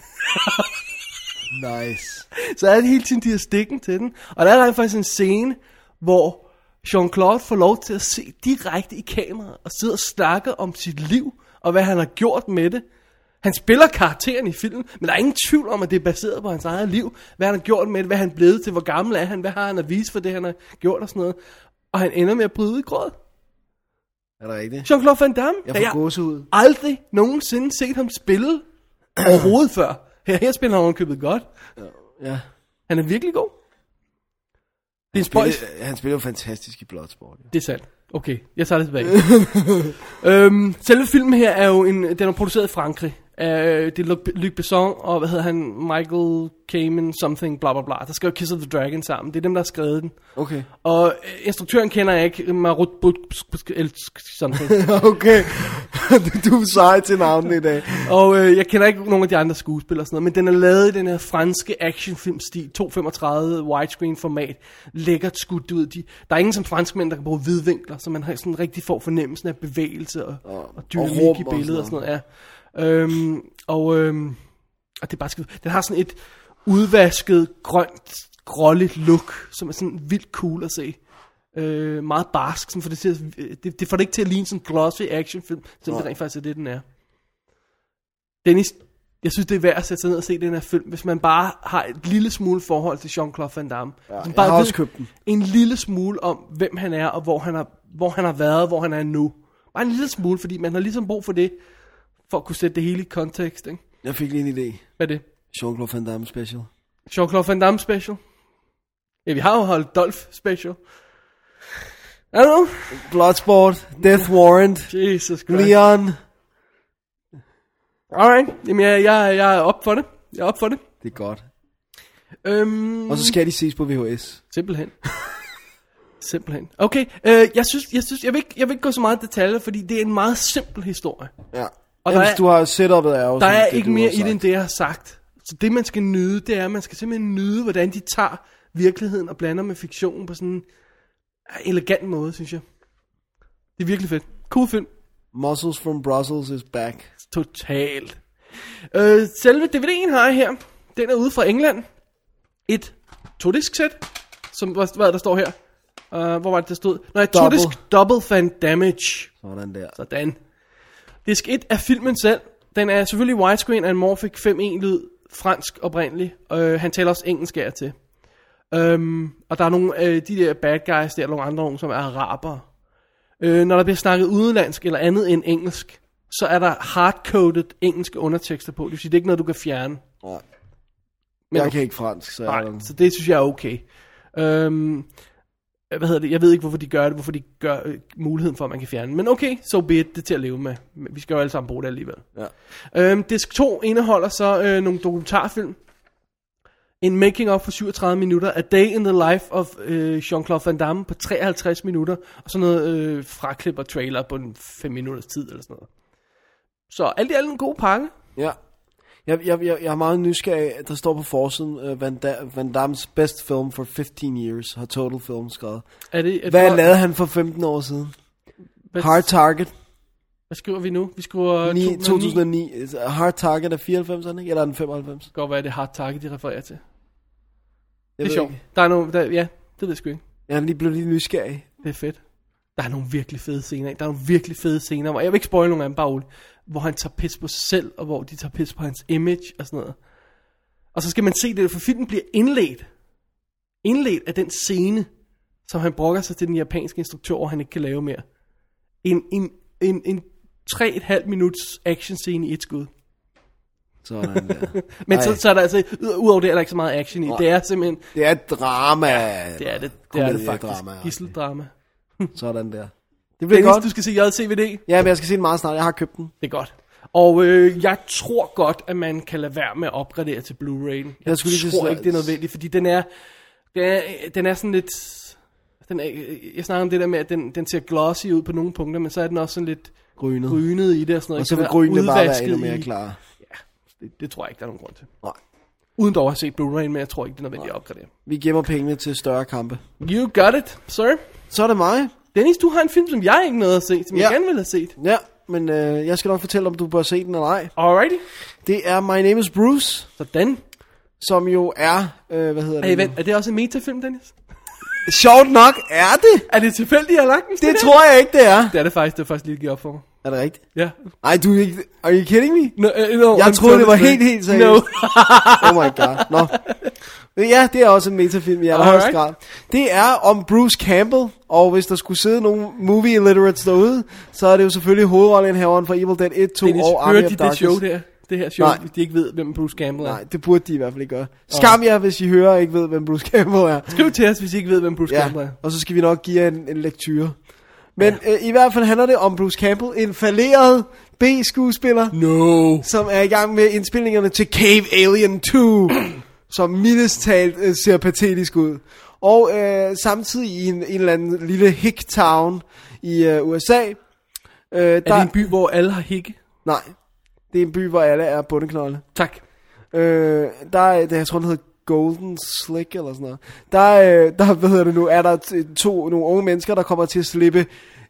Nice. Så er det hele tiden, de har stikken til den. Og der er faktisk en scene, hvor Jean-Claude får lov til at se direkte i kameraet og sidde og snakke om sit liv, og hvad han har gjort med det. Han spiller karakteren i filmen, men der er ingen tvivl om, at det er baseret på hans eget liv. Hvad han har gjort med det, hvad han er blevet til, hvor gammel er han, hvad har han at vise for det, han har gjort og sådan noget. Og han ender med at bryde ud i gråd. Er det rigtigt? Jean-Claude Van Damme. Jeg får gåsehud. Aldrig nogensinde set ham spille overhovedet før. Her spiller han ovenkøbet godt. Ja. Han er virkelig god. Det er han spiller jo fantastisk i Bloodsport. Ja. Det er sandt. Okay, jeg tager det tilbage. Selve filmen her er jo den er produceret i Frankrig. Det er Luc Besson og hvad hedder han, Michael Kamen something bla bla bla. Der skrev Kiss of the Dragon sammen. Det er dem, der har skrevet den. Okay. Og instruktøren kender jeg ikke, Marut something. Okay. Du er sej til navnet i dag. Og jeg kender ikke nogen af de andre skuespillere og sådan noget, men den er lavet i den her franske actionfilmstil, 235 widescreen format, lækkert skudt ud. Der er ingen som franskmænd, der kan bruge vidvinkler, så man har sådan rigtig får fornemmelsen af bevægelse og dynamik i billedet og sådan noget. Ja. Og det er bare skidt. Den har sådan et udvasket, grønt, gråligt look, som er sådan vildt cool at se. Meget barsk, sådan for det får det ikke til at ligne sådan en glossy actionfilm, selvom det rent faktisk er det, den er. Dennis, jeg synes, det er værd at sætte sig ned og se den her film, hvis man bare har et lille smule forhold til Jean-Claude Van Damme. Ja, jeg bare har også købt den. En lille smule om, hvem han er, og hvor han har været, hvor han er nu. Bare en lille smule, fordi man har ligesom brug for det, for at kunne sætte det hele i kontekst, ikke? Jeg fik lige en idé. Hvad er det? Jean-Claude Van Damme special. Jean-Claude Van Damme special? Ja, vi har jo holdt Dolph special. I don't know. Bloodsport, Death Warrant, Jesus Christ. Leon. Alright, jamen jeg er op for det. Jeg er op for det. Det er godt. Og så skal de ses på VHS. Simpelthen. Okay, jeg synes, jeg vil ikke gå så meget i detaljer, fordi det er en meget simpel historie. Ja. Og du har setupet er også. Der er ikke mere i det, end det, jeg har sagt. Så det, man skal nyde, det er, at man skal simpelthen nyde, hvordan de tager virkeligheden og blander med fiktionen på sådan en elegant måde, synes jeg. Det er virkelig fedt. Cool film. Muscles from Brussels is back. Totalt. Selve DVD'en har jeg her. Den er ude fra England. Et 2-disk-sæt, som hvad der står her. Hvor var det, der stod? Nej, 2-disk Double Fan Damage. Sådan der. Sådan. Disk 1 er filmen selv. Den er selvfølgelig widescreen, anamorphic 5.1 lyd, fransk oprindelig. Han taler også engelsk af til. Og der er nogle af de der bad guys, der er nogle andre nogen, som er arabere. Når der bliver snakket udenlandsk eller andet end engelsk, så er der hardcoded engelske undertekster på. Det vil sige, det er ikke noget, du kan fjerne. Nej. Men jeg kan ikke fransk, så det synes jeg er okay. Jeg ved ikke, hvorfor de gør det, hvorfor de gør muligheden for, at man kan fjerne. Men okay, so be it, det er til at leve med. Vi skal jo alle sammen bruge det alligevel. Ja. Disk 2 indeholder så nogle dokumentarfilm. En making of på 37 minutter. A Day in the Life of Jean-Claude Van Damme på 53 minutter. Og sådan noget fraklip og trailer på 5 minutters tid eller sådan noget. Så alt i alt en god pakke. Ja. Jeg er meget nysgerrig. Der står på forsiden Van Dammes best film for 15 years. Har Total Film skrevet. Hvad lavede han for 15 år siden? Hard Target. Hvad skriver vi nu? Vi skriver 2009. Hard Target er 94, ikke? Eller er den 95? Det kan godt være, det er Hard Target, de refererer til. Det er sjovt. Der er nogle, ja, det ved jeg sgu ikke. Jeg er blevet lige nysgerrig. Det er fedt. Der er nogle virkelig fede scener. Der er nogle virkelig fede scener, hvor jeg vil ikke spoile nogen af dem, bare Ole, hvor han tager pis på sig selv, og hvor de tager pis på hans image og sådan noget. Og så skal man se det, for filmen bliver indledt indledt af den scene, som han brokker sig til den japanske instruktør, og han ikke kan lave mere. En 3,5 minuts action scene i et skud. Sådan der. Men så er der altså, udover det er der ikke så meget action i. Det er simpelthen... Det er et drama. Det er det faktisk. Drama, Gisseldrama. Sådan der. Det bliver Dennis, godt. du skal se JCVD. Ja, men jeg skal se den meget snart. Jeg har købt den. Det er godt. Og jeg tror godt, at man kan lade være med at opgradere til Blu-ray. Jeg tror ikke, det er nødvendigt, fordi den er sådan lidt... jeg snakker om det der med, at den ser glossy ud på nogle punkter, men så er den også sådan lidt grynet i det. Og sådan noget. Og så vil grynene bare være endnu mere klar. Ja, det tror jeg ikke, der er nogen grund til. Nej. Uden dog at have set Blu-ray, men jeg tror ikke, det er nødvendigt at opgradere. Vi gemmer pengene til større kampe. You got it, sir. Så er det mig. Dennis, du har en film, som jeg ikke nåede at se, som jeg gerne ville have set. Ja, men jeg skal nok fortælle, om du bør se den eller ej. Alrighty. Det er My Name is Bruce. Sådan. Som jo er, hvad hedder det? Vent, er det også en metafilm, Dennis? Sjovt nok er det. Er det tilfældigt, jeg har lagt den? Det tror jeg ikke, det er. Det er faktisk lige givet op for mig. Er det rigtigt? Ja. Ej, du er ikke... Are you kidding me? No, jeg troede, det var helt seriøst. No. Oh my god. Nå. Men ja, det er også en metafilm i allerhøjeste grad. Det er om Bruce Campbell, og hvis der skulle sidde nogle movie illiterates derude, så er det jo selvfølgelig hovedrollenhaveren for Evil Dead 1, 2 Dennis, og Army of Darkness. det show der? Det her show, hvis de ikke ved, hvem Bruce Campbell er. Nej, det burde de i hvert fald ikke gøre. Skam jer, hvis I hører og ikke ved, hvem Bruce Campbell er. Skriv til os, hvis I ikke ved, hvem Bruce Campbell er. Og så skal vi nok give jer en lektyre. Men i hvert fald handler det om Bruce Campbell, en falderet B-skuespiller, som er i gang med indspilningerne til Cave Alien 2, som mildest talt ser patetisk ud. Og samtidig i en eller anden lille hick-town i USA. Er det en by, hvor alle har hikke? Nej, det er en by, hvor alle er bundeknolde. Tak. Jeg tror, den hedder Golden Slick eller sådan noget. Der hvad hedder det nu, er der nogle unge mennesker, der kommer til at slippe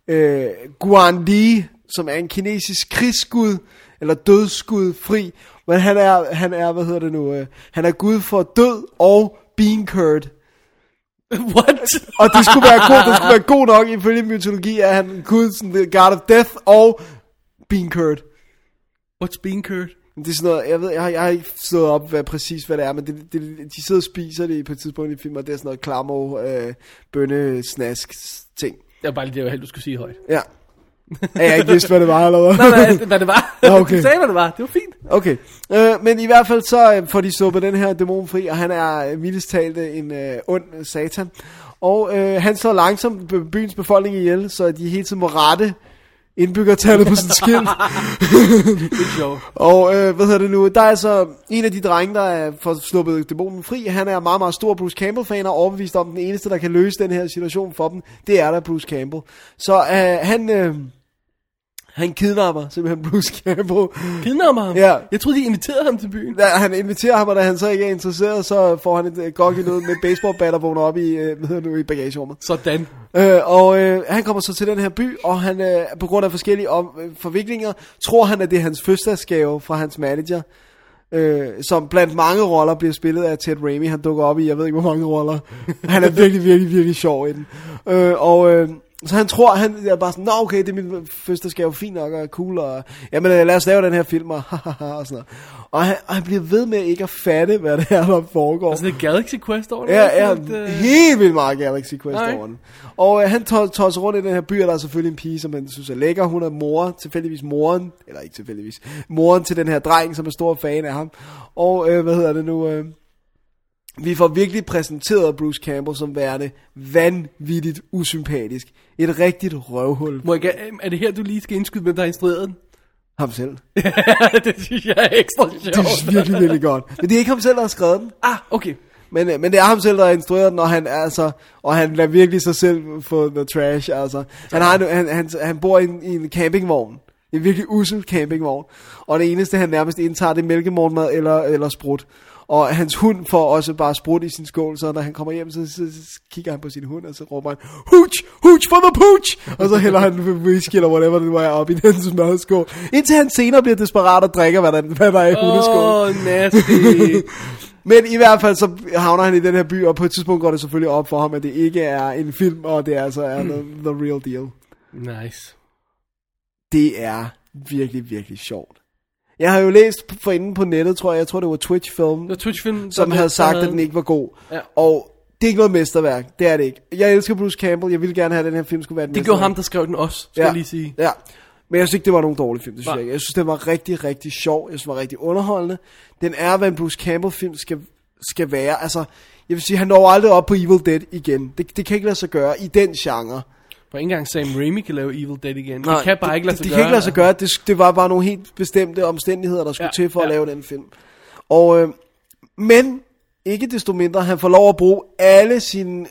Guan Li, som er en kinesisk krigsgud, eller dødsgud fri. Men han er hvad hedder det nu, han er gud for død og bean curd. What? Og det skulle være god nok ifølge mytologi, at han gud, sådan the god of death og bean curd. What's bean curd? Det er sådan noget, jeg har ikke stået op præcis hvad det er, men de sidder og spiser det på et tidspunkt i filmen, og det er sådan noget klammer, bønnesnask ting. Det var bare lige det, jeg du skulle sige højt. Ja. Jeg ikke vidste, hvad det var, eller hvad? Nej, hvad det var. Okay. Du sagde, hvad det var. Det var fint. Okay. Men i hvert fald så får de sluppet den her dæmon fri, og han er mildest talt en ond satan. Og han slår langsomt byens befolkning ihjel, så de hele tiden må rette indbyggertallet på sådan et skilt. Det er sjovt. Og hvad hedder det nu, der er så en af de drenge, der er for sluppet dæmonen fri. Han er meget, meget stor Bruce Campbell-fan, og overbevist om, den eneste, der kan løse den her situation for dem, det er der Bruce Campbell. Så han kidnapper simpelthen Bruce Campbell. Kidnapper ham? Ja. Jeg troede, de inviterede ham til byen. Ja, han inviterer ham, og da han så ikke er interesseret, så får han et godt noget med baseballbat og vågner op i bagagerummet. Sådan. Han kommer så til den her by, og han på grund af forskellige forviklinger, tror han, at det er hans fødselsdagsgave fra hans manager. Som blandt mange roller bliver spillet af Ted Raimi. Han dukker op i, jeg ved ikke hvor mange roller. Han er virkelig, virkelig, virkelig sjov i den. Så han tror, han er bare sådan, nå okay, det er min fødselsdagsgave, fint nok og cool, og jamen lad os lave den her film, og sådan noget. Og han bliver ved med ikke at fatte, hvad det er, der foregår. Altså det er Galaxy Quest over det? Ja, helt vildt meget Galaxy Quest over den. Og han tosser rundt i den her by, og der er selvfølgelig en pige, som han synes er lækker. Hun er tilfældigvis moren til den her dreng, som er stor fan af ham. Og vi får virkelig præsenteret Bruce Campbell som værende vanvittigt usympatisk. Et rigtigt røvhul. Er det her, du lige skal indskyde, hvem der har instrueret den? Ham selv. Det synes jeg er ekstra sjovt. Det er virkelig, virkelig godt. Men det er ikke ham selv, der har skrevet den. Ah, okay. Men det er ham selv, der har instrueret den, og han lader virkelig sig selv få the trash. Altså. Han bor i en campingvogn. En virkelig ussel campingvogn. Og det eneste, han nærmest indtager, det er mælkemorgenmad eller sprut. Og hans hund får også bare sprut i sin skål, så når han kommer hjem, så kigger han på sin hund, og så råber han, hooch for the pooch! Og så hælder han whisky eller whatever det var op i den smørskål. Indtil han senere bliver desperat og drikker, hvad der er i hundeskål. Nasty. Men i hvert fald så havner han i den her by, og på et tidspunkt går det selvfølgelig op for ham, at det ikke er en film, og det altså er the real deal. Nice. Det er virkelig, virkelig sjovt. Jeg har jo læst forinden på nettet, jeg tror det var Twitch Film, Twitch Film som havde sagt, at den ikke var god. Ja. Og Det er ikke noget mesterværk, det er det ikke. Jeg elsker Bruce Campbell, jeg ville gerne have, at den her film skulle være et Det mesterværk. gjorde ham, der skrev den også, skal jeg lige sige. Ja, men jeg synes ikke, det var nogen dårlig film, det synes jeg ikke. Jeg synes, det var rigtig, rigtig sjov, jeg synes, det var rigtig underholdende. Den er, hvad en Bruce Campbell-film skal være. Altså, jeg vil sige, han når aldrig op på Evil Dead igen. Det kan ikke lade sig gøre i den genre. For ikke engang Sam Raimi kan lave Evil Dead igen. Det kan bare ikke lade sig gøre. Det kan ikke lade sig gøre. Det var bare nogle helt bestemte omstændigheder, der skulle til for at lave den film. Og, men ikke desto mindre, han får lov at bruge alle sine,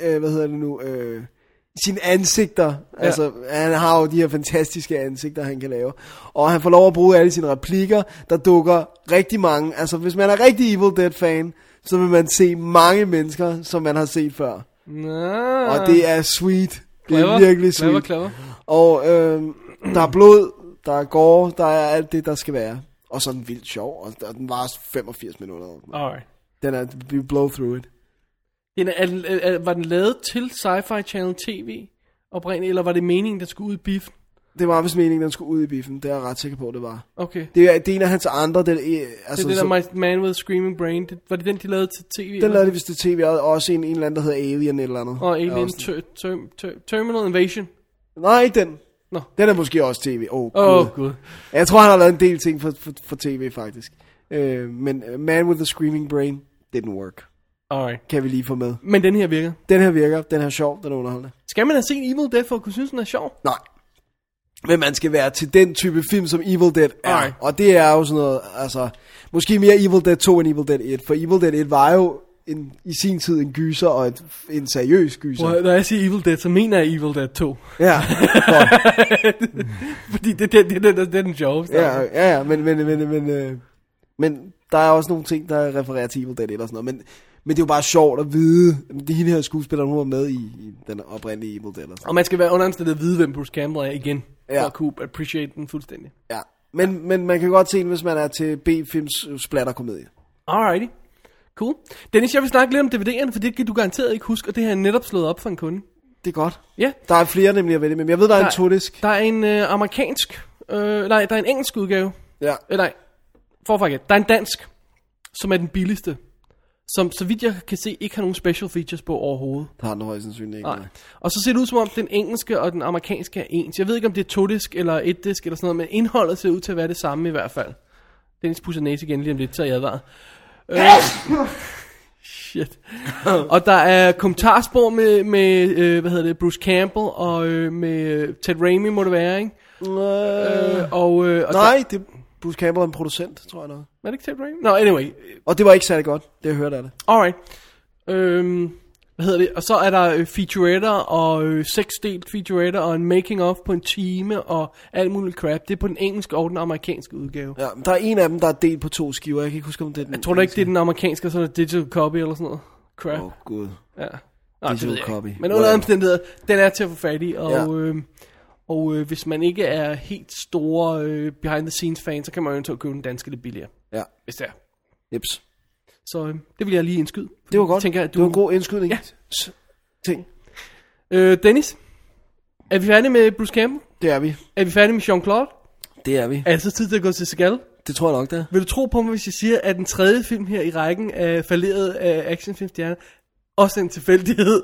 sine ansigter. Ja. Altså, han har jo de her fantastiske ansigter, han kan lave. Og han får lov at bruge alle sine replikker, der dukker rigtig mange. Altså, hvis man er rigtig Evil Dead-fan, så vil man se mange mennesker, som man har set før. Og det er sweet. Det er virkelig sweet. Clever. Og der er blod, der er gore, der er alt det, der skal være. Og så er den vildt sjov, og den var 85 minutter. Alright. Den er, we blow through it. Var den lavet til Sci-Fi Channel TV oprindeligt, eller var det meningen, den skulle ud i biffen? Det var vist meningen, den skulle ud i biffen. Det er jeg ret sikker på, det var. Okay. Det er en af hans andre. Altså, det er det der Man with Screaming Brain. Var det den, de lavede til TV? Den lavede de vist til TV, og også en eller anden, der hedder Alien eller andet. Og Alien Terminal Invasion? Nej, ikke den. No. Den er måske også TV. Gud. Jeg tror, han har lavet en del ting for TV, faktisk. Men Man with the Screaming Brain didn't work. Alright. Kan vi lige få med. Men den her virker? Den her virker. Den er sjov. Den er underholdende. Skal man have set Evil Dead for at kunne synes, den er sjov? Nej. Men man skal være til den type film, som Evil Dead er. Alright. Og det er jo sådan noget, altså, måske mere Evil Dead 2 end Evil Dead 1. For Evil Dead 1 var jo i sin tid en gyser og en seriøs gyser. Når jeg siger Evil Dead, så mener jeg Evil Dead 2. Ja. Fordi det er den sjoveste. Ja, men der er også nogle ting, der refererer til Evil Dead 1 og sådan noget. Men det er jo bare sjovt at vide, at de her skuespillere nu er med i den oprindelige Evil Dead. Og man skal være underanstændet at vide, hvem Bruce Campbell er igen. For at kunne appreciate den fuldstændig. Ja, men man kan godt se den, hvis man er til B-films splatterkomedie. Alrighty. Cool. Dennis, jeg vil snakke lidt om DVD'erne, for det kan du garanteret ikke huske, og det har jeg netop slået op for en kunde. Det er godt. Ja. Der er flere nemlig at vælge, men jeg ved, der er en todisk. Der er en amerikansk, der er en engelsk udgave. Ja. Nej, forfra igen. Der er en dansk, som er den billigste. Som, så vidt jeg kan se, ikke har nogen special features på overhovedet. Der har den højst sandsynligt ikke. Nej. Og så ser det ud som om, den engelske og den amerikanske er ens. Jeg ved ikke, om det er todisk eller etdisk eller sådan noget, men indholdet ser ud til at være det samme i hvert fald. Dennis pusser næse igen lige om lidt, så jeg advaret. Shit. Og der er kommentarspor med Bruce Campbell og med Ted Raimi, må det være, ikke? Nej, det Bruce Campbell er en producent, tror jeg nok. Er det ikke Ted Raimi? No, anyway. Og det var ikke særlig godt, det jeg hørte af det. Alright. Og så er der featuretter og 6-delt featuretter og en making of på en time og alt muligt crap. Det er på den engelske og den amerikanske udgave. Ja, der er en af dem, der er delt på 2 skiver. Jeg kan ikke huske, om det er den. Jeg tror da ikke, det er den amerikanske, så er det digital copy eller sådan noget. Crap. Gud. Ja. Digital copy. Men under omstændigheder, den er til at få fat i, og hvis man ikke er helt store behind the scenes fan, så kan man jo eventuelt købe den danske lidt billigere. Ja. Hvis det er. Jeps. Så det vil jeg lige indskyde. Det var godt. Tænker, det var en god indskydning. Ja. Ting. Dennis, er vi færdige med Bruce Campbell? Det er vi. Er vi færdige med Jean-Claude? Det er vi. Er det så tid til at gå til Seagal? Det tror jeg nok, det er. Vil du tro på mig, hvis jeg siger, at den tredje film her i rækken af falderede actionfilmstjerner også en tilfældighed?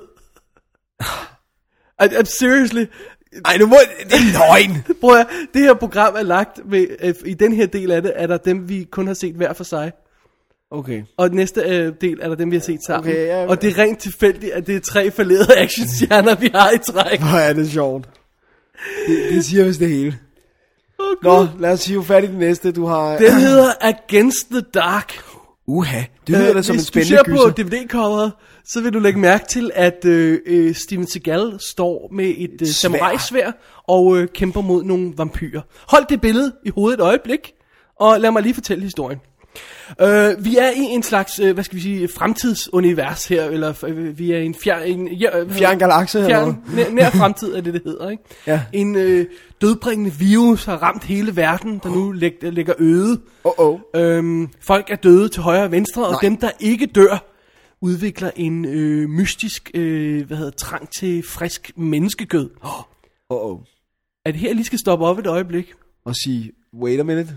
I'm seriously... Ej, det er løgn. Prøv at det her program er lagt med, i den her del af det, er der dem, vi kun har set hver for sig. Okay. Og den næste del er der dem, vi har set sammen. Okay, ja. Og det er rent tilfældigt, at det er 3 falderede actionstjerner, vi har i træk. Hvor er det sjovt. Det siger vist det hele. Nå, lad os sige, hvor færdig den næste, du har... Den hedder Against the Dark. Det lyder da som en spændende gyser. Hvis du ser på DVD-coveret, så vil du lægge mærke til, at Steven Seagal står med et samurai-sværd og kæmper mod nogle vampyrer. Hold det billede i hovedet et øjeblik, og lad mig lige fortælle historien. Vi er i en slags, hvad skal vi sige, fremtidsunivers her, eller vi er i en fjern galakse her. Nær fremtid er det hedder, ikke? Ja. En dødbringende virus har ramt hele verden, der nu ligger øde. Folk er døde til højre og venstre, og dem der ikke dør, udvikler en mystisk, trang til frisk menneskekød. Er det her, jeg lige skal stoppe op et øjeblik? Og sige, wait a minute.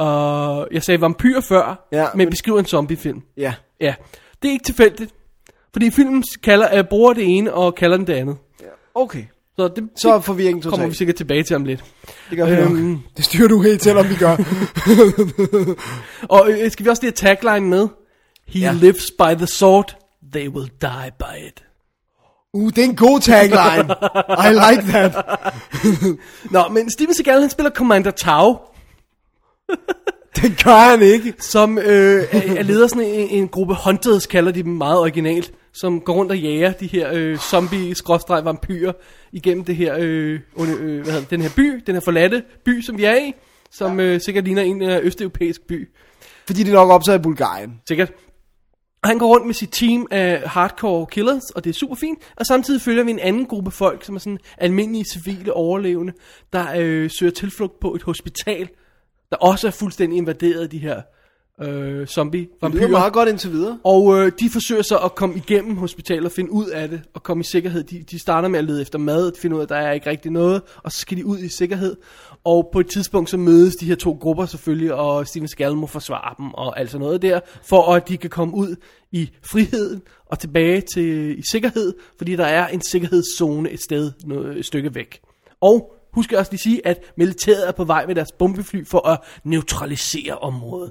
Jeg sagde vampyr før, men beskriver en zombiefilm. Ja. Ja, det er ikke tilfældigt. Fordi filmen bruger det ene og kalder den det andet. Okay. Så er forvirringen total. kommer vi sikkert tilbage til om lidt. Det gør vi nok. Det styrer du helt til, om vi gør. Og skal vi også lige have tagline med? He lives by the sword, they will die by it. Det er en god tagline. I like that. Nå, men Steven Seagal, han spiller Commander Tau. Det gør han ikke. Som er leder sådan en gruppe hunters, kalder de dem meget originalt, som går rundt og jager de her zombie-vampyrer igennem det her, den her by, den her forladte by, som vi er i, som sikkert ligner en østeuropæisk by. Fordi det er nok optaget i Bulgarien. Sikkert. Og han går rundt med sit team af hardcore killers, og det er super fint. Og samtidig følger vi en anden gruppe folk, som er sådan almindelige civile overlevende, der søger tilflugt på et hospital, der også er fuldstændig invaderet af de her zombie-vampyrer. Det er meget godt indtil videre. Og de forsøger så at komme igennem hospitalet og finde ud af det, og komme i sikkerhed. De starter med at lede efter mad, de finder ud af, at der er ikke rigtig noget, og så skal de ud i sikkerhed. Og på et tidspunkt så mødes de her to grupper selvfølgelig, og Steven Seagal må forsvare dem og alt sådan noget der, for at de kan komme ud i friheden og tilbage i sikkerhed, fordi der er en sikkerhedszone et stykke væk. Og husk også lige sige, at militæret er på vej med deres bombefly for at neutralisere området.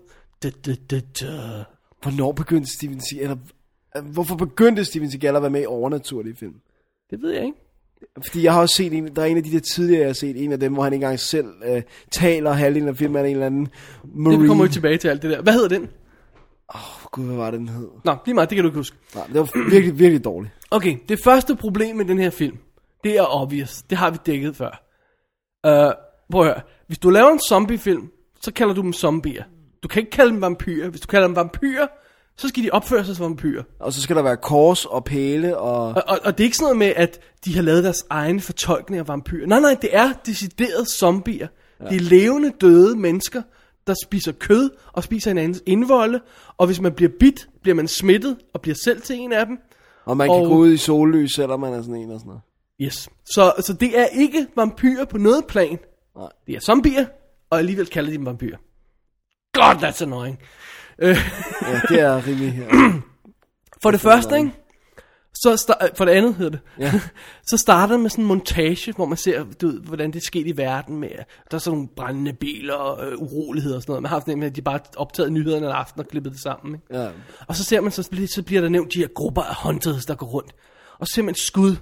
Hvornår begyndte Steven Seagal, hvorfor begyndte Steven Seagal at være med i overnaturlige film? Det ved jeg ikke. Fordi jeg har også set der er en af de der tidligere, jeg har set, en af dem, hvor han ikke engang selv taler halvdelen af filmen af en eller anden marine. Det kommer jo tilbage til alt det der. Hvad hedder den? Gud, hvad var det, den hed? Nå, lige meget, det kan du ikke huske. Nej, det var virkelig, virkelig dårligt. Okay, det første problem med den her film, det er obvious. Det har vi dækket før. Prøv at høre. Hvis du laver en zombiefilm, så kalder du dem zombier. Du kan ikke kalde dem vampyrer. Hvis du kalder dem vampyrer, så skal de opføre sig som vampyrer. Og så skal der være kors og pæle og det er ikke sådan noget med, at de har lavet deres egen fortolkning af vampyrer. Nej, det er decideret zombier. Ja. Det er levende, døde mennesker, der spiser kød og spiser hinandens indvolde. Og hvis man bliver bidt, bliver man smittet og bliver selv til en af dem. Og man kan gå ud i sollys, selvom man er sådan en og sådan noget. Yes. Så det er ikke vampyrer på noget plan. Nej. Det er zombier, og alligevel kalder de dem vampyrer. God, that's annoying. Ja, det er rimelig her. For det første, ikke? For det andet hedder det. Ja. Så starter det med sådan en montage, hvor man ser, hvordan det sker i verden med, der er sådan nogle brændende biler og uroligheder og sådan noget. Man har haft det med, at de bare optaget nyhederne en aften og klippet det sammen, ikke? Ja. Og så ser man, så bliver der nævnt de her grupper af hunters, der går rundt. Og så ser man et skud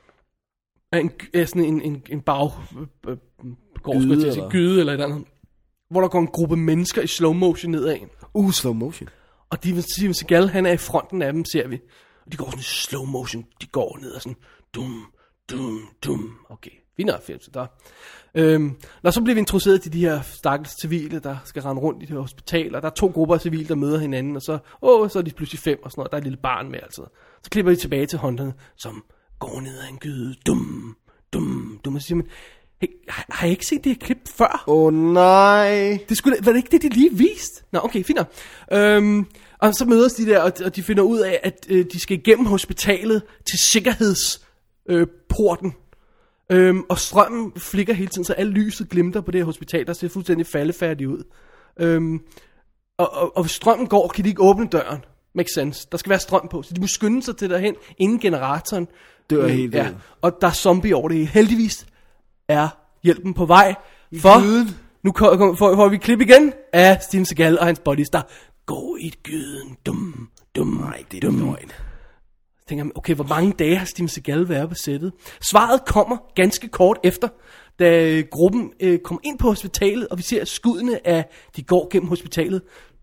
af sådan en gyde eller et andet, hvor der går en gruppe mennesker i slow motion nedad. Slow motion. Og Steven Seagal, han er i fronten af dem, ser vi. Og de går sådan i slow motion. De går ned og sådan dum. Okay, fint nok film, så der. Når så bliver vi introduceret til de her stakkels civile, der skal rende rundt i det her hospital. Og der er to grupper af civile, der møder hinanden. Og så er de pludselig 5 og sådan noget. Der er et lille barn med altså. Så klipper de tilbage til hunterne, som går ned ad en gyde. Dum. Og så siger man, hey, har jeg ikke set det her klip før? Nej. Var det ikke det, de lige viste? Nå, okay, fint nok. Og så mødes de der, og de finder ud af, at de skal igennem hospitalet til sikkerhedsporten. Og strømmen flikker hele tiden, så alle lyset glimter på det her hospital, der ser fuldstændig faldefærdigt ud. Og hvis strømmen går, kan de ikke åbne døren. Makes sense. Der skal være strøm på, så de må skynde sig til derhen, inden generatoren dør helt. Ja. Og der er zombie over det. Heldigvis er hjælpen på vej. For nu får vi klip igen af Steven Seagal og hans buddies, der går i gyden. Dum. Nej, det er løgn. Så tænker jeg, okay, hvor mange dage har Steven Seagal været på sættet? Svaret kommer ganske kort efter, da gruppen kommer ind på hospitalet, og vi ser skuddene af, de går gennem hospitalet.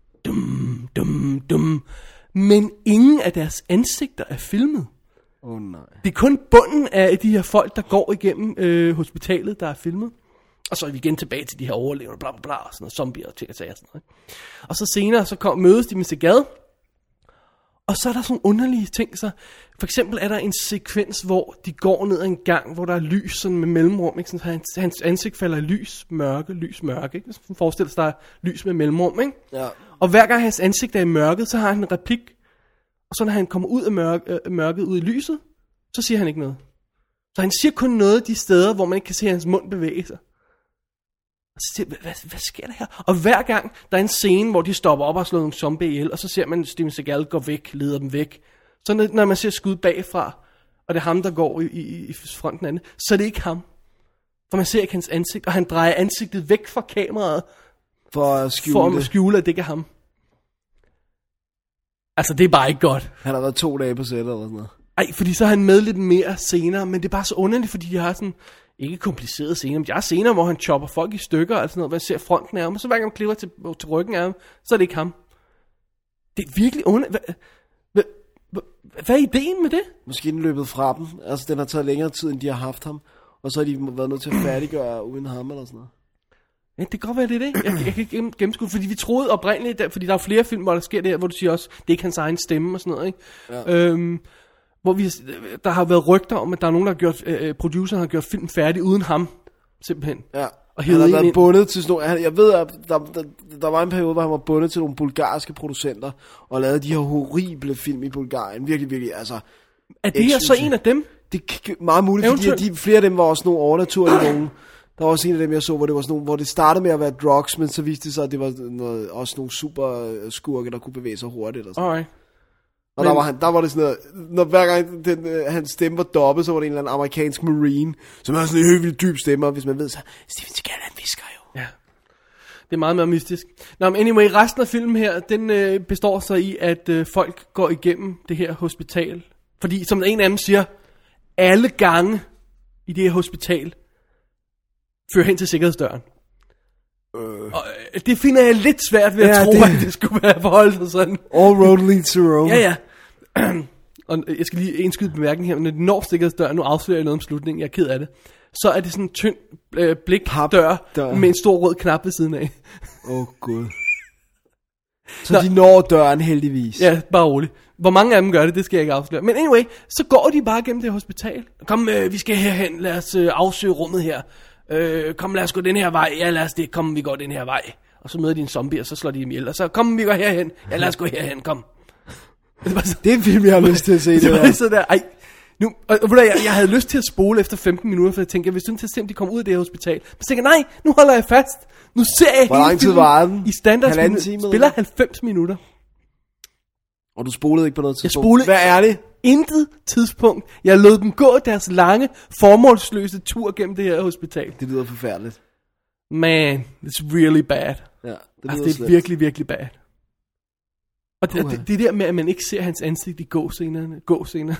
Dum. Men ingen af deres ansigter er filmet. Nej. Det er kun bunden af de her folk, der går igennem hospitalet, der er filmet. Og så er vi igen tilbage til de her overlevende, bla bla bla, og sådan noget, zombier og ting og sager og sådan noget. Og så senere, så mødes de med Seagal. Og så er der sådan underlige ting, så for eksempel er der en sekvens, hvor de går ned ad en gang, hvor der er lys sådan med mellemrum, ikke? Sådan, hans ansigt falder i lys, mørke, ikke? Hvis man forestiller sig, der er lys med mellemrum, ikke? Ja. Og hver gang hans ansigt er i mørket, så har han en replik. Og så når han kommer ud af mørket, ud i lyset, så siger han ikke noget. Så han siger kun noget de steder, hvor man ikke kan se hans mund bevæge sig. Og så siger hvad sker der her? Og hver gang der er en scene, hvor de stopper op og slår nogle zombie ihjel, og så ser man Steven Seagal gå væk, leder dem væk, Så når man ser skud bagfra, og det er ham, der går i fronten af det, så er det ikke ham. For man ser ikke hans ansigt, og han drejer ansigtet væk fra kameraet, for at skjule, at det ikke er ham. Altså, det er bare ikke godt. Han har været 2 dage på sættet eller sådan noget. Ej, fordi så er han med lidt mere senere, men det er bare så underligt, fordi de har sådan, ikke komplicerede scener, men de har scener, hvor han chopper folk i stykker, og sådan noget, hvor man ser fronten af ham, og så hver gang man klipper til ryggen af ham, så er det ikke ham. Det er virkelig underligt. Hvad er ideen med det? Måske den løbet fra dem. Altså, den har taget længere tid, end de har haft ham. Og så har de været nødt til at færdiggøre uden ham eller sådan noget. Ja, det kan godt være, det er det. Jeg kan ikke gennemskue, fordi vi troede oprindeligt, fordi der er flere film, hvor der sker det her, hvor du siger også, det er ikke hans egen stemme og sådan noget, ikke? Ja. Hvor der har været rygter om, at der er nogen, der har gjort, produceren har gjort film færdig uden ham, simpelthen. Ja, og han har været bundet til sådan nogle, jeg ved, at der var en periode, hvor han var bundet til nogle bulgarske producenter, og lavede de her horrible film i Bulgarien. Virkelig, virkelig, altså. Er det her så en af dem? Det er meget muligt, fordi flere af dem var også nogle overnaturlige nogen. Der var også en af dem, jeg så, hvor det var sådan nogle, hvor det startede med at være drugs, men så viste det sig, at det var også nogle super skurke, der kunne bevæge sig hurtigt. Og sådan. Alright. Og der var det sådan noget, når hver gang hans stemme var dobbelt, så var det en eller anden amerikansk marine, som havde sådan en helt vildt dyb stemme, og hvis man ved, så Steven Seagal, han visker jo. Ja, det er meget mere mystisk. Nå, men anyway, resten af filmen her, den består så i, at folk går igennem det her hospital. Fordi, som en af dem siger, alle gange i det her hospital fører hen til sikkerhedsdøren. Og det finder jeg lidt svært ved at tro, at det skulle være forholdt sig sådan. All road leads to Rome. Ja. Og jeg skal lige indskyde bemærkning her, når de når sikkerhedsdøren, nu afslører jeg noget om slutningen, jeg er ked af det. Så er det sådan en tynd blikdør med en stor rød knap ved siden af. Gud. Så de når døren heldigvis. Ja, bare roligt. Hvor mange af dem gør det skal jeg ikke afsløre. Men anyway, så går de bare gennem det hospital. Kom, vi skal herhen, lad os afsøge rummet her. Kom, lad os gå den her vej. Ja, lad os det. Kom, vi går den her vej. Og så møder de en zombie, og så slår de dem ihjel. Og så, kom, vi går herhen. Ja, lad os gå herhen, kom. Det er en film, jeg har lyst til at se. Det var så der, ej. Nu, jeg havde lyst til at spole efter 15 minutter, for jeg tænkte, jeg vil synes til at de kom ud af det her hospital. Men så tænkte jeg, nej, nu holder jeg fast. Nu ser jeg hvor lang tid var den? I standard spiller 90 minutter. Og du spolede ikke på noget tidspunkt? Jeg spolede. Hvad er det? Intet tidspunkt. Jeg lod dem gå deres lange, formålsløse tur gennem det her hospital. Det lyder forfærdeligt. Man, it's really bad. Ja, det er virkelig, virkelig bad. Og det der med, at man ikke ser hans ansigt i gåscenerne. Gåsescenerne.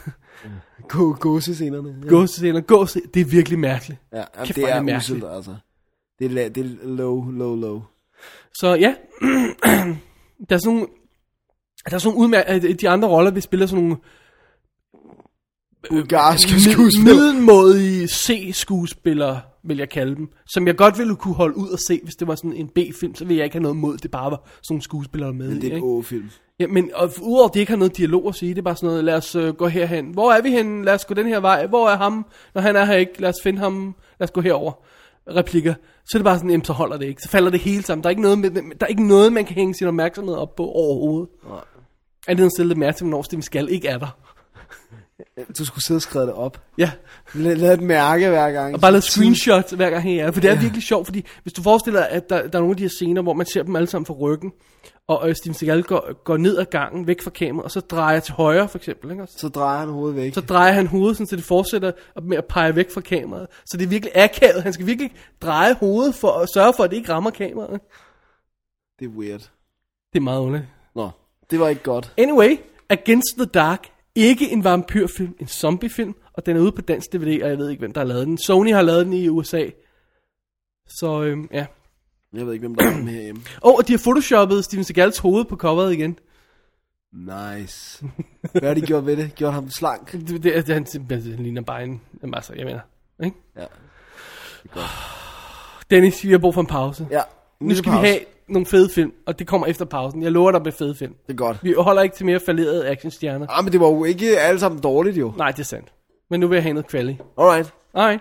Det er virkelig mærkeligt. Ja, det er uselt, altså. Det er low. Så ja, der er sådan nogle de andre roller, vi spiller sådan nogle bulgarske skuespillere. Middelmådige C-skuespillere, vil jeg kalde dem. Som jeg godt ville kunne holde ud og se, hvis det var sådan en B-film, så ville jeg ikke have noget mod, det bare var sådan nogle skuespillere med. Men det er en O-film. Ja, men udover det ikke har noget dialog at sige, det er bare sådan noget, lad os gå herhen. Hvor er vi hen? Lad os gå den her vej. Hvor er ham? Når han er her ikke, lad os finde ham. Lad os gå herover. Replikker. Så er det bare sådan, jamen, så holder det ikke. Så falder det hele sammen. Der er ikke noget, man kan hænge sin opmærksomhed op på overhovedet. Nej. Er det en stille mærke til, hvornår Steven Seagal ikke er der? Du skulle sidde og skrive det op. Ja. Lad et mærke hver gang. Og bare lade screenshot hver gang han er. For det er virkelig sjovt, fordi hvis du forestiller dig, at der er nogle af de her scener, hvor man ser dem alle sammen fra ryggen, og Steven Seagal går ned ad gangen, væk fra kameraet, og så drejer til højre, for eksempel. Ikke? Så drejer han hovedet væk. Så drejer han hovedet, sådan, så det fortsætter med at pege væk fra kameraet. Så det er virkelig akavet. Han skal virkelig dreje hovedet for at sørge for, at det ikke rammer kameraet. Det er weird. Det er meget underligt. Nå, det var ikke godt. Anyway, Against the Dark. Ikke en vampyrfilm, en zombiefilm. Og den er ude på dansk DVD, og jeg ved ikke, hvem der har lavet den. Sony har lavet den i USA. Så ja. Jeg ved ikke, hvem der er den herhjemme. Og de har photoshoppet Steven Seagals hoved på coveret igen. Nice. Hvad har de gjort ved det? Gjort ham slank? Han ligner bare en masse, jeg mener. Ikke? Ja. Det er godt. Dennis, vi har brug for en pause. Ja. Nu skal vi have nogle fede film, og det kommer efter pausen. Jeg lover dig med fede film. Det er godt. Vi holder ikke til mere falderede actionstjerner. Ah, men det var jo ikke alle sammen dårligt, jo. Nej, det er sandt. Men nu vil jeg have noget kvalitet. Alright.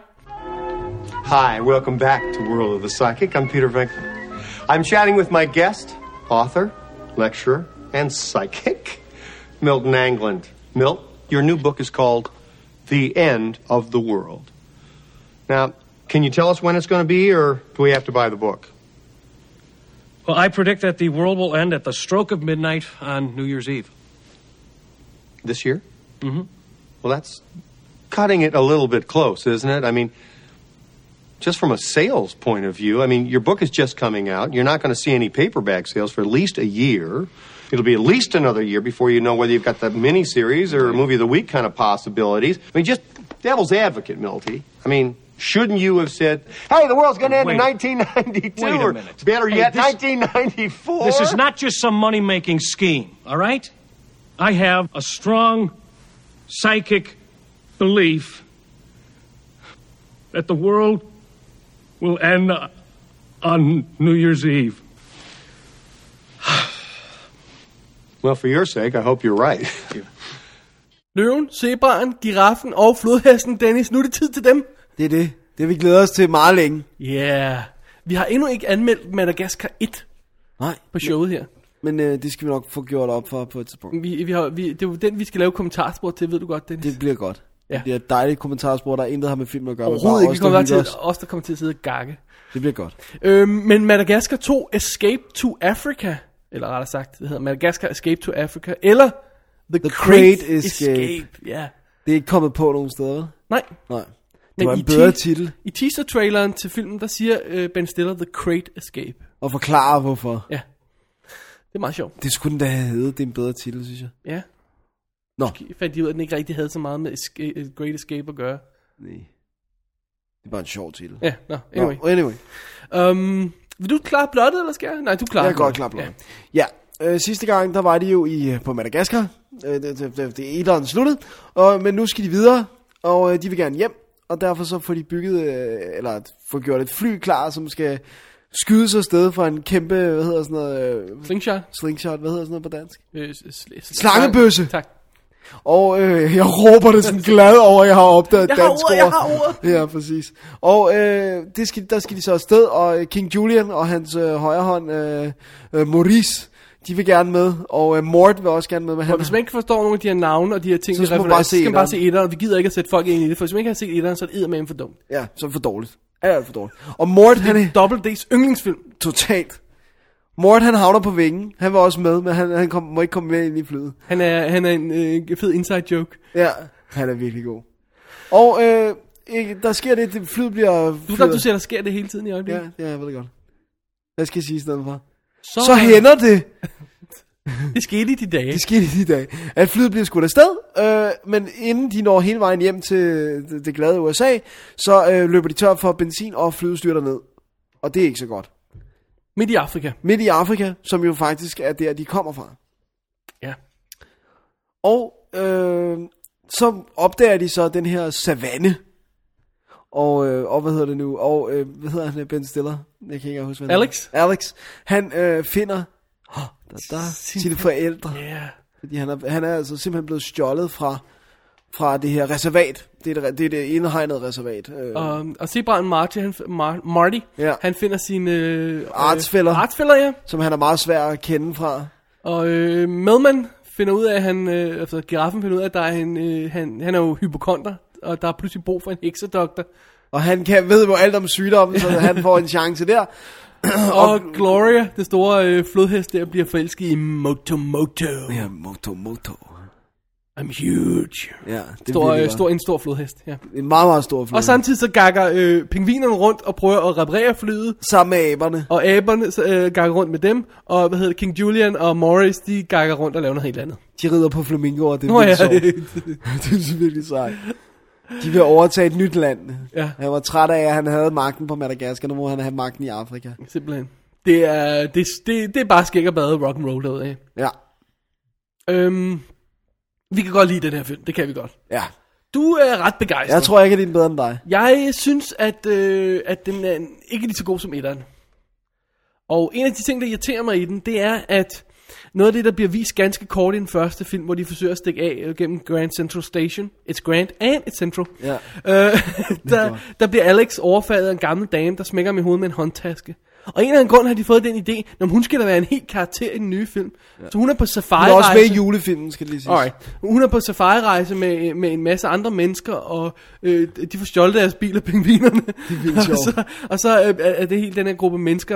Hi, welcome back to World of the Psychic. I'm Peter Venkman. I'm chatting with my guest, author, lecturer, and psychic, Milton Angland. Milt, your new book is called The End of the World. Now, can you tell us when it's going to be, or do we have to buy the book? Well, I predict that the world will end at the stroke of midnight on New Year's Eve. This year? Mm-hmm. Well, that's cutting it a little bit close, isn't it? I mean, just from a sales point of view, I mean, your book is just coming out. You're not going to see any paperback sales for at least a year. It'll be at least another year before you know whether you've got the miniseries or movie of the week kind of possibilities. I mean, just devil's advocate, Milty. I mean, shouldn't you have said, hey, the world's going to end in 1992, Wait a or minute. better yet, Hey, 1994? This is not just some money-making scheme, all right? I have a strong psychic belief that the world will end on New Year's Eve. Well, for your sake, I hope you're right. Løven, zebraen, giraffen og flodhesten, Dennis. Nu er det tid til dem. Det er det. Det vi glæder os til meget længe. Ja. Yeah. Vi har endnu ikke anmeldt Madagascar 1 Nej. på showet her. Men det skal vi nok få gjort op for på et tidspunkt. Det er jo den, vi skal lave kommentarspor til, ved du godt, Dennis. Det bliver godt. Ja. Det bliver et dejligt kommentarspor, der intet har med filmen at gøre. Overhovedet ikke. Vi kommer til os. os, der kommer til at sidde og gakke. Det bliver godt. Men Madagascar 2 Escape to Africa, eller rettere sagt, det hedder Madagascar Escape to Africa, eller The Great Escape. Ja. Det er ikke kommet på nogen steder. Nej. Det Men var en bedre titel. I teaser-traileren til filmen, der siger Ben Stiller The Great Escape. Og forklare hvorfor. Ja. Det er meget sjovt. Det skulle den da have heddet. Det er en bedre titel, synes jeg. Ja. Nå. Måske fandt de ud af, at den ikke rigtig havde så meget med Great Escape at gøre. Nej. Det er bare en sjov titel. Ja, anyway. Anyway. Vil du klare plottet, eller skal jeg? Nej, du klarer Jeg er godt klar plottet. Ja. Sidste gang, der var de jo på Madagaskar. Det er etteren sluttet. Men nu skal de videre, og de vil gerne hjem. Og derfor så får de bygget, eller får gjort et fly klar, som skal skyde sig afsted fra en kæmpe, hvad hedder sådan noget? Slingshot, hvad hedder sådan noget på dansk? Slangebøsse. Tak. Og jeg råber det sådan glad over, at jeg har opdaget dansk ord. Jeg har ordet. Ja, præcis. Og der skal de så afsted, og King Julian og hans højre hånd, Maurice, de vil gerne med, og Mort vil også gerne med. Og hvis man ikke forstår nogle af de her navne og de her ting, så skal man bare se etteren, og vi gider ikke at sætte folk ind i det, for hvis man ikke har set etteren, så er det eddermame for dumt. Ja, så er det for dårligt. Alt for dårligt. Og Mort, han er Double D's yndlingsfilm. Totalt. Mort, han havner på vingen. Han var også med, men han må ikke komme med ind i flyet. Han er en fed inside joke. Ja, han er virkelig god. Og der sker det flyet bliver... Du siger, der sker det hele tiden i øjeblikket. Ja, jeg ved det godt. Hvad skal jeg sige i stedet for? Så hænder det. Det skete i de dage. At flyet bliver skudt afsted, men inden de når hele vejen hjem til det glade USA, så løber de tør for benzin, og flyet styrter ned. Og det er ikke så godt. Midt i Afrika, som jo faktisk er der, de kommer fra. Ja. Og så opdager de så den her savanne. Og hvad hedder det nu? Og hvad hedder han, Ben Stiller? Jeg kan ikke huske, hvad Alex. Han finder sine forældre. Yeah. Fordi han er altså simpelthen blevet stjålet fra det her reservat. Det er det indhegnede reservat. Og zebraen Marty, han finder sine artsfæller, ja. Som han er meget svær at kende fra. Og Melman finder ud af, giraffen finder ud af, at der er han er jo hypokonter, og der er pludselig brug for en heksedoktor. Og han ved jo alt om sygdommen, så han får en chance der. Og Gloria, det store flodhest der, bliver forelsket i Moto. Ja, Moto. I'm huge. Ja, det en stor flodhest. Ja. En meget, meget stor flodhest. Og samtidig så gakker pingvinerne rundt og prøver at reparere flyet. Sammen med aberne. Og aberne gakker rundt med dem. Og King Julian og Morris, de gakker rundt og laver noget helt andet. De rider på flamingoer, det er virkelig sjovt. Det er virkelig sejt. De vil overtage et nyt land. Ja. Han var træt af, at han havde magten på Madagaskar. Nu må han have magten i Afrika. Simpelthen. Det er bare skæg og bade rock and roll derude af. Ja. Vi kan godt lide den her film. Det kan vi godt. Ja. Du er ret begejstret. Jeg tror ikke, at det er bedre end dig. Jeg synes, at den er ikke lige så god som etteren. Og en af de ting, der irriterer mig i den, det er, at noget af det, der bliver vist ganske kort i den første film, hvor de forsøger at stikke af gennem Grand Central Station. It's Grand and it's Central. Ja. Der bliver Alex overfaldet af en gammel dame, der smækker ham i hovedet med en håndtaske. Og en eller anden grund har de fået den idé, når hun skal da være en helt karakter i den nye film. Ja. Så hun er på safari-rejse. Hun er også med i julefilmen, skal det lige sige. Alright. Hun er på safari-rejse med en masse andre mennesker, og de får stjålet deres bil af pingvinerne. Det er vildt sjovt. og så er det helt den her gruppe mennesker,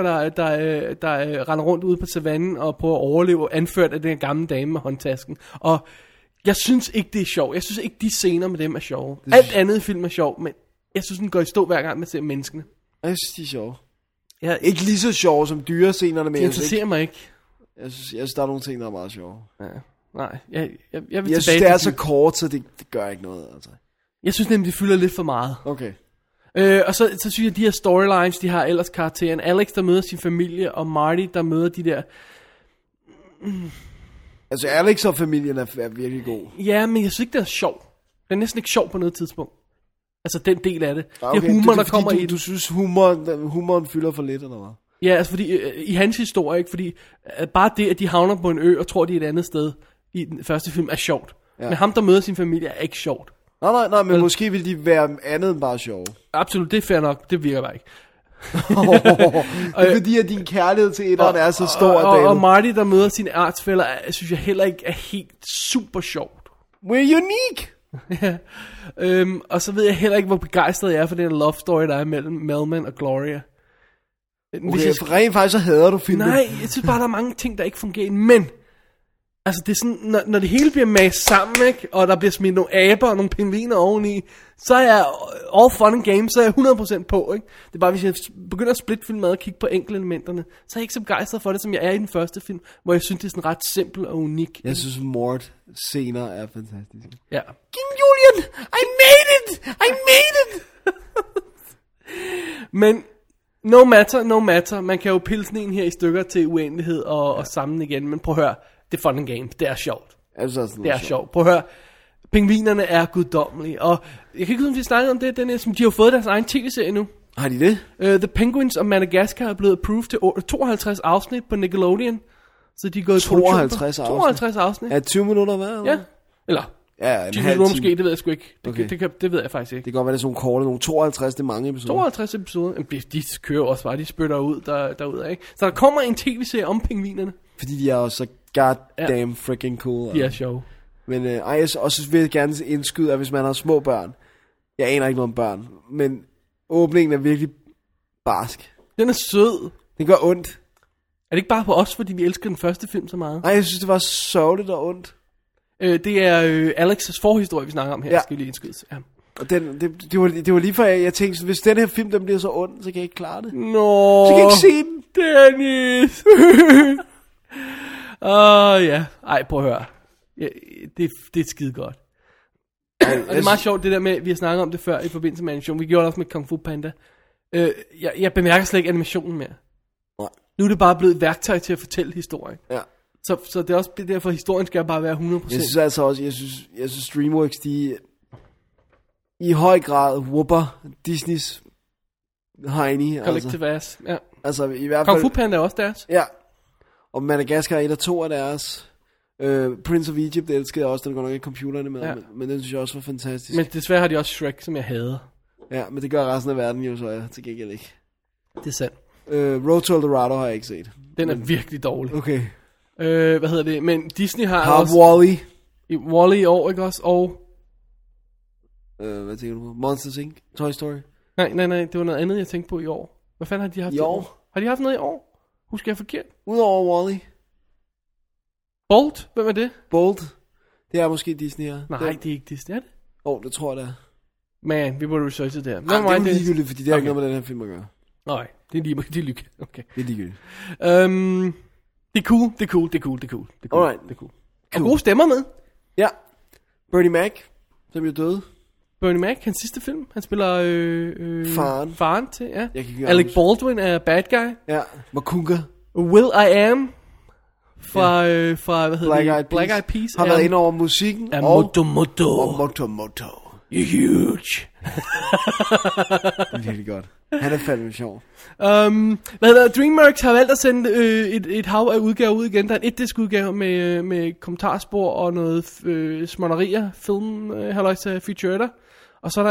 der render rundt ude på savannen og prøver at overleve, anført af den gamle dame med håndtasken. Og Jeg synes ikke, det er sjovt. Jeg synes ikke, de scener med dem er sjove. Alt andet i film er sjov, men jeg synes, den går i stå hver gang, man ser menneskene. Jeg synes, de er sjove. Ikke lige så sjove som dyrescenerne, men det interesserer mig ikke. Jeg synes, der er nogle ting, der er meget sjove. Ja. Nej, jeg vil jeg synes, det er så kort, så det gør ikke noget. Altså. Jeg synes nemlig, det fylder lidt for meget. Okay. Og så synes jeg, de her storylines, de har ellers karakteren. Alex, der møder sin familie, og Marty, der møder de der... Altså, Alex og familien er virkelig god. Ja, men jeg synes ikke, det er sjov. Det er næsten ikke sjov på noget tidspunkt. Altså, den del af det. Okay, det er humor, der kommer i du synes, humoren fylder for lidt, eller hvad? Ja, altså fordi i hans historie, ikke? Fordi bare det, at de havner på en ø og tror, de er et andet sted i den første film, er sjovt. Ja. Men ham, der møder sin familie, er ikke sjovt. Nej, men måske vil de være andet end bare sjove. Absolut, det er fair nok. Det virker bare ikke. Det er fordi, at din kærlighed til etteren er så stor. Og Marty, der møder sine artsfæller, synes jeg heller ikke er helt super sjovt. We're unique! Ja. Og så ved jeg heller ikke, hvor begejstret jeg er for den love story, der er mellem Melman og Gloria. Okay, for rent faktisk så hader du filmen. Nej, jeg synes bare, der er mange ting, der ikke fungerer. Men, altså det er sådan, når det hele bliver mast sammen, ikke? Og der bliver smidt nogle aber og nogle pingviner oveni, så er jeg all fun and games, så er jeg 100% på, ikke? Det er bare, hvis jeg begynder at splitte filmen og kigge på enkelte elementerne, så er jeg ikke så begejstret for det, som jeg er i den første film, hvor jeg synes, det er sådan ret simpel og unik. Jeg synes, Mort scener er fantastiske. Ja. King Julian, I made it! Men no matter, man kan jo pille sådan en her i stykker til uendelighed og sammen igen, men prøv at høre, det er fun and game, det er sjovt. Det er sjovt. Prøv at høre, pingvinerne er guddommelige, og jeg kan ikke huske, om de snakkede om det, som de har fået deres egen tv-serie nu. Har de det? The Penguins of Madagascar er blevet approved til 52 afsnit på Nickelodeon, så de er gået 52 afsnit. Er 20 minutter hvad? Ja, eller... Ja, 10 minutter måske, det ved jeg sgu ikke. Det ved jeg faktisk ikke. Det kan godt være, det er sådan nogle korte, nogle 52, det er mange episoder. 52 episoder, de kører også bare, de spytter ud derudad, ikke? Så der kommer en tv-serie om pingvinerne. Fordi de er også så goddamn freaking cool. De er sjove. Men også vil jeg gerne indskyde, at hvis man har små børn, jeg aner ikke noget om børn, men åbningen er virkelig barsk. Den er sød. Den gør ondt. Er det ikke bare på os, fordi vi elsker den første film så meget? Nej, jeg synes, det var sørgeligt og ondt. Det er Alex's forhistorie, vi snakker om her, ja. Skal vi lige indskydes. Ja. Og det var lige før, jeg tænkte, hvis den her film den bliver så ond, så kan jeg ikke klare det. Nå, så kan jeg ikke se den. Dennis. Ja. Ej, prøv at høre. Ja, det er skide godt. Og det er meget sjovt, det der med, vi har snakket om det før i forbindelse med animation. Vi gjorde det også med Kung Fu Panda. Jeg bemærker slet ikke animationen mere. Nej. Nu er det bare blevet et værktøj til at fortælle historien. Ja. Så det er også derfor, historien skal bare være 100%. Jeg synes altså også, jeg synes DreamWorks, de i høj grad whooper Disneys Heine. Collective ass, ja. Altså i hvert fald... Kung Fu Panda er også deres. Ja. Og Madagascar 1 og 2 er deres. Prince of Egypt elskede jeg også, den går nok ikke computerne med, men den synes jeg også var fantastisk. Men desværre har de også Shrek, som jeg hader. Ja, men det gør resten af verden jo, så jeg til gengæld ikke. Det er sandt. Road to Eldorado har jeg ikke set. Den er virkelig dårlig. Okay. Hvad hedder det? Men Disney har også... Wall-E. Wall-E i år, ikke også? Og... hvad tænker du på? Monsters Inc? Toy Story? Nej, det var noget andet, jeg tænkte på i år. Hvad fanden har de haft i år? Har de haft noget i år? Husker jeg forkert? Udover Wall-E. Bolt? Hvem er det? Bolt. Det er måske Disney her. Nej, det er ikke Disney, er det? Det tror jeg, det er. Man, vi burde researche det her. Det er jo ligegyldigt, fordi det har ikke noget med den her film at gøre. Nej, det er ligegyldigt. Okay. Det er ligegyldigt. Det er cool. Alright. Det er cool. Og gode stemmer med. Ja. Bernie Mac, som jo døde. Bernie Mac, hans sidste film. Han spiller faren til, ja. Alec Baldwin er bad guy. Ja, Makunga. Will I Am fra hvad hedder det? Black Eyed Peas. Har været inde over musikken. Og Moto. You're huge. Det er virkelig godt. Han er fandme sjov. Hvad hedder DreamWorks har valgt at sende et hav af udgaver ud igen. Der er en 1-disk udgave med kommentarspor og noget smånerier, film, halløjsa, featuretter. Og så er der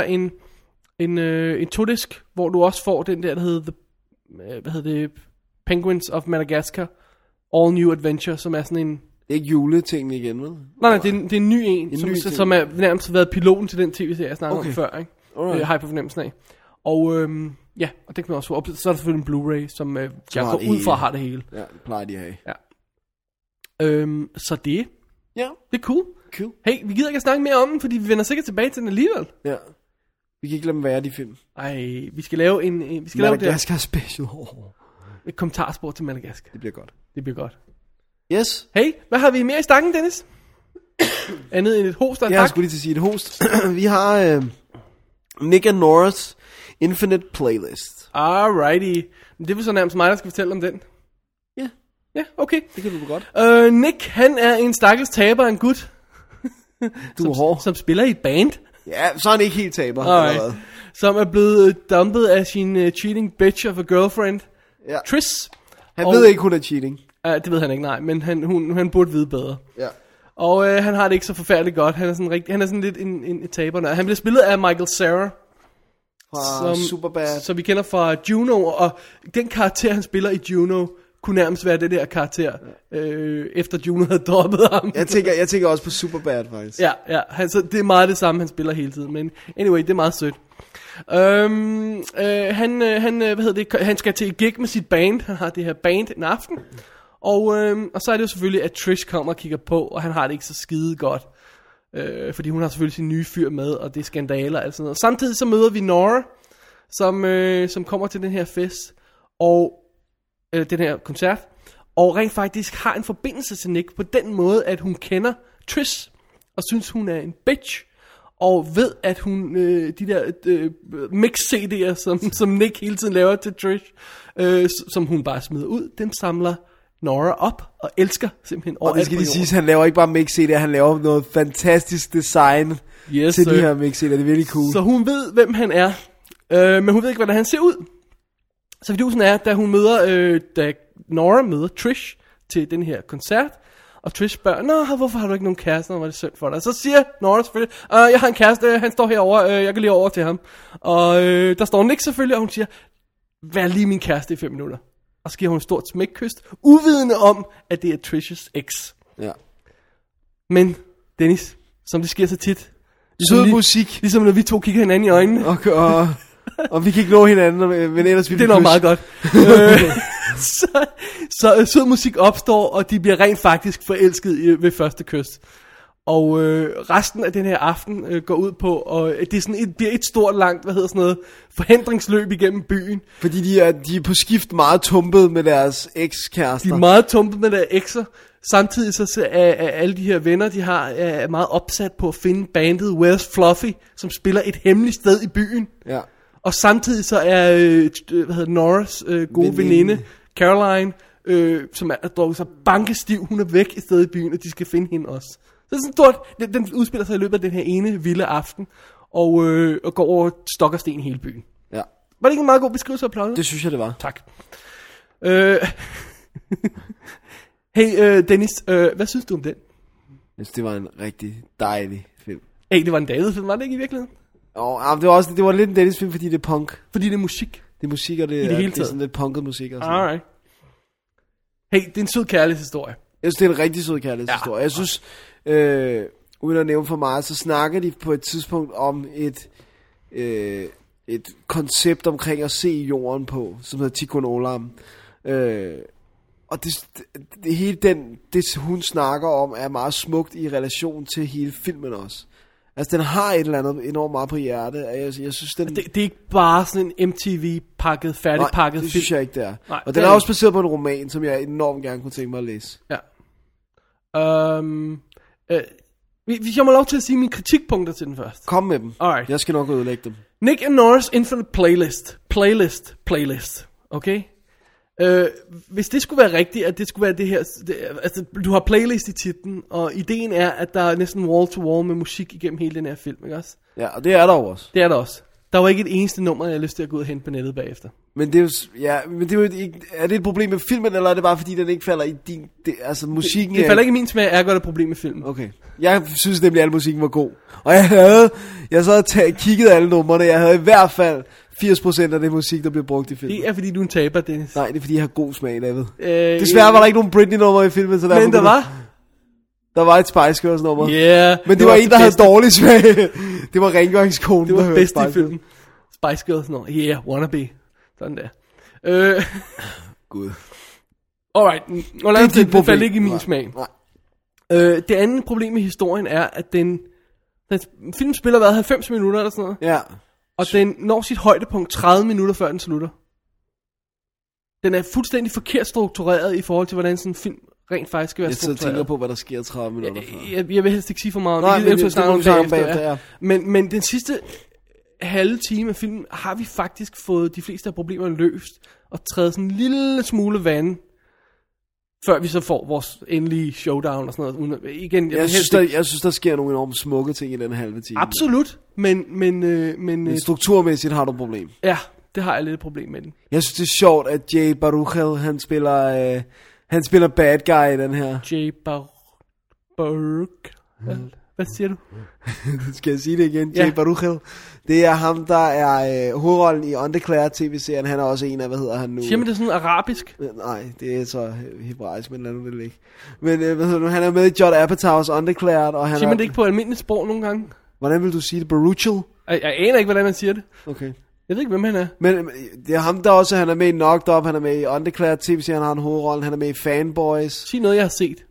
en 2-disk, hvor du også får den der hedder Penguins of Madagascar All New Adventure, som er sådan en... Det er ikke juleting igen, vel? Nej, det er en ny en, som er nærmest været piloten til den tv-serie, jeg snakkede om før, ikke? Har jeg på fornemmelsen af. Og ja, og det kan man også få op. Så er der selvfølgelig en Blu-ray, som jeg går ud fra har det hele. Ja, det plejer de at have. Ja. Så det. Ja. Det er cool. Cool. Hey, vi gider ikke at snakke mere om den, fordi vi vender sikkert tilbage til den alligevel. Ja. Vi kan ikke lade dem være, de film. Ej, vi skal lave vi skal lave Madagascar special. et kommentarspor til Madagascar. Det bliver godt. Det bliver godt. Yes. Hey, hvad har vi mere i stakken, Dennis? Andet end et host og en Jeg hak? skulle lige til at sige et host. Vi har Nick and Nora's Infinite Playlist. Alrighty. Men det er så nærmest mig, der skal fortælle om den. Ja. Ja, okay. Det kan du godt. Nick, han er en stakkels taber, en gut. Du er hård. Som spiller i et band. Ja, så er han ikke helt taber. Alright. Som er blevet dumpet af sin cheating bitch of a girlfriend. Ja. Triss. Han ved ikke, hun er cheating. Det ved han ikke, nej. Men han burde vide bedre. Ja. Og han har det ikke så forfærdeligt godt. Han er sådan lidt en taber. Han bliver spillet af Michael Cera. Fra Superbad. Som vi kender fra Juno. Og den karakter, han spiller i Juno, kunne nærmest være det der karakter, efter Juno havde droppet ham. Jeg tænker også på Superbad, faktisk. Ja, så det er meget det samme, han spiller hele tiden. Men anyway, det er meget sødt. Han skal til et gig med sit band. Han har det her band en aften. Og så er det jo selvfølgelig, at Trish kommer og kigger på, og han har det ikke så skide godt. Fordi hun har selvfølgelig sin nye fyr med, og det er skandaler og alt sådan noget. Samtidig så møder vi Nora, som kommer til den her fest, og den her koncert, og rent faktisk har en forbindelse til Nick på den måde, at hun kender Trish, og synes hun er en bitch, og ved at hun, de der mix-CD'er, som Nick hele tiden laver til Trish, som hun bare smider ud, dem samler Nora op og elsker simpelthen over. Og det skal lige siges, han laver ikke bare mix-CD'er, han laver noget fantastisk design til de her mix-CD'er, det er virkelig cool. Så hun ved, hvem han er, men hun ved ikke, hvordan han ser ud. Så fidusen er, da Nora møder Trish til den her koncert, og Trish spørger, hvorfor har du ikke nogen kæreste, hvor var det synd for dig? Så siger Nora selvfølgelig, jeg har en kæreste, han står herovre, jeg kan lige over til ham. Og der står Nick selvfølgelig, og hun siger, vær lige min kæreste i 5 minutter. Og så giver hun et stort smækkyst, uvidende om, at det er Trish's eks. Ja. Men, Dennis, som det sker så tit, sød musik. Ligesom når vi to kigger hinanden i øjnene. Og vi kan ikke nå hinanden, men ellers vi det er nok meget godt. så sød musik opstår, og de bliver rent faktisk forelsket ved første kys. Og resten af den her aften går ud på, og det er sådan bliver et stort langt, forhindringsløb igennem byen. Fordi de er på skift meget tumpet med deres ekskærester. De er meget tumpet med deres ekser. Samtidig så er alle de her venner, de har, er meget opsat på at finde bandet Where's Fluffy, som spiller et hemmeligt sted i byen. Ja. Og samtidig så er Noras gode veninde, Caroline, som er drukket sig bankestiv, hun er væk i stedet i byen, og de skal finde hende også. Så det er sådan stort, den udspiller sig i løbet af den her ene vilde aften, og går over stok og sten i hele byen. Ja. Var det ikke en meget god beskrivelse af plottet? Det synes jeg, det var. Tak. Hey Dennis, hvad synes du om den? Jeg synes, det var en rigtig dejlig film. Hey, det var en David-film, var det ikke i virkeligheden? Det var lidt en Dennis-film, fordi det er punk. Fordi det er musik. Det er musik, og det er sådan lidt punket musik. Og sådan. Alright. Hey, det er en sød kærlighedshistorie. Jeg synes, det er en rigtig sød kærlighedshistorie. Jeg synes, uden at nævne for meget, så snakker de på et tidspunkt om et koncept omkring at se jorden på, som hedder Tikkun Olam. Og det hele det hun snakker om, er meget smukt i relation til hele filmen også. Altså, den har et eller andet enormt meget på hjertet. Jeg synes, den... Det er ikke bare sådan en MTV-pakket, færdigpakket film. det synes jeg ikke, det er. Nej, og den er også baseret på en roman, som jeg enormt gerne kunne tænke mig at læse. Ja. Hvis jeg må lov til at sige mine kritikpunkter til den først. Kom med dem. Alright. Jeg skal nok ødelægge dem. Nick and Nora's Infinite Playlist. Okay? Hvis det skulle være rigtigt, at det skulle være det her, altså du har playlist i titlen, og ideen er, at der er næsten wall to wall med musik igennem hele den her film, ikke også? Ja, og det er der jo også. Det er der også. Der var ikke et eneste nummer, jeg har lyst til at gå ud og hente på nettet bagefter. Men det er jo, ikke, er det et problem med filmen, eller er det bare fordi, den ikke falder i din, altså musikken... Det falder ikke i min smag, er godt et problem med filmen. Okay. Jeg synes nemlig, at al musikken var god. Og jeg så kigget alle numrene, jeg havde i hvert fald 80% af det musik, der blev brugt i filmen. Det er fordi, du er en taber, Dennis. Nej, det er fordi, jeg har god smag, David. Desværre var der ikke nogen Britney-nummer i filmen, så men der var... Der var et Spice Girls nummer. Yeah, men det var en, der havde dårlig smag. Det var rengøringskonen, det var bedst i filmen. Spice Girls nummer. Yeah, wannabe. Sådan der. Gud. Alright. Og lad os det falde ikke i min smag. Det andet problem med historien er, at den film spiller 90 minutter eller sådan noget. Ja. Og den når sit højdepunkt 30 minutter før den slutter. Den er fuldstændig forkert struktureret i forhold til, hvordan sådan en film rent faktisk skal være struktureret. Jeg tænker på, hvad der sker 30 minutter før. Jeg vil helst ikke sige for meget. Nej, men det må vi snakke om bagefter, ja. Men den sidste halve time af filmen har vi faktisk fået de fleste af problemerne løst. Og trædet sådan en lille smule vand, før vi så får vores endelige showdown og sådan noget. Igen, jeg synes, der sker nogle enormt smukke ting i den halve time. Absolut, men strukturmæssigt har du et problem. Ja, det har jeg lidt et problem med den. Jeg synes, det er sjovt, at Jay Baruchel, han spiller bad guy i den her. Jay Baruchel. Hvad siger du? Skal jeg sige det igen? Jay Baruchel. Det er ham, der er hovedrollen i Undeclared TV-serien. Han er også en af, hvad hedder han nu? Siger man det sådan arabisk? Nej, det er så hebraisk, men lad nu det ligge. Men hvad hedder nu? Han er med i Judd Apatow's Undeclared. Og han siger man det ikke på almindeligt sprog nogle gange? Hvordan vil du sige det? Baruchel? Jeg aner ikke, hvordan man siger det. Okay. Jeg ved ikke, hvem han er. Men det er ham, der også han er med i Knocked Up. Han er med i Undeclared TV-serien. Han har en hovedrollen. Han er med i Fanboys. Sig noget, jeg har set.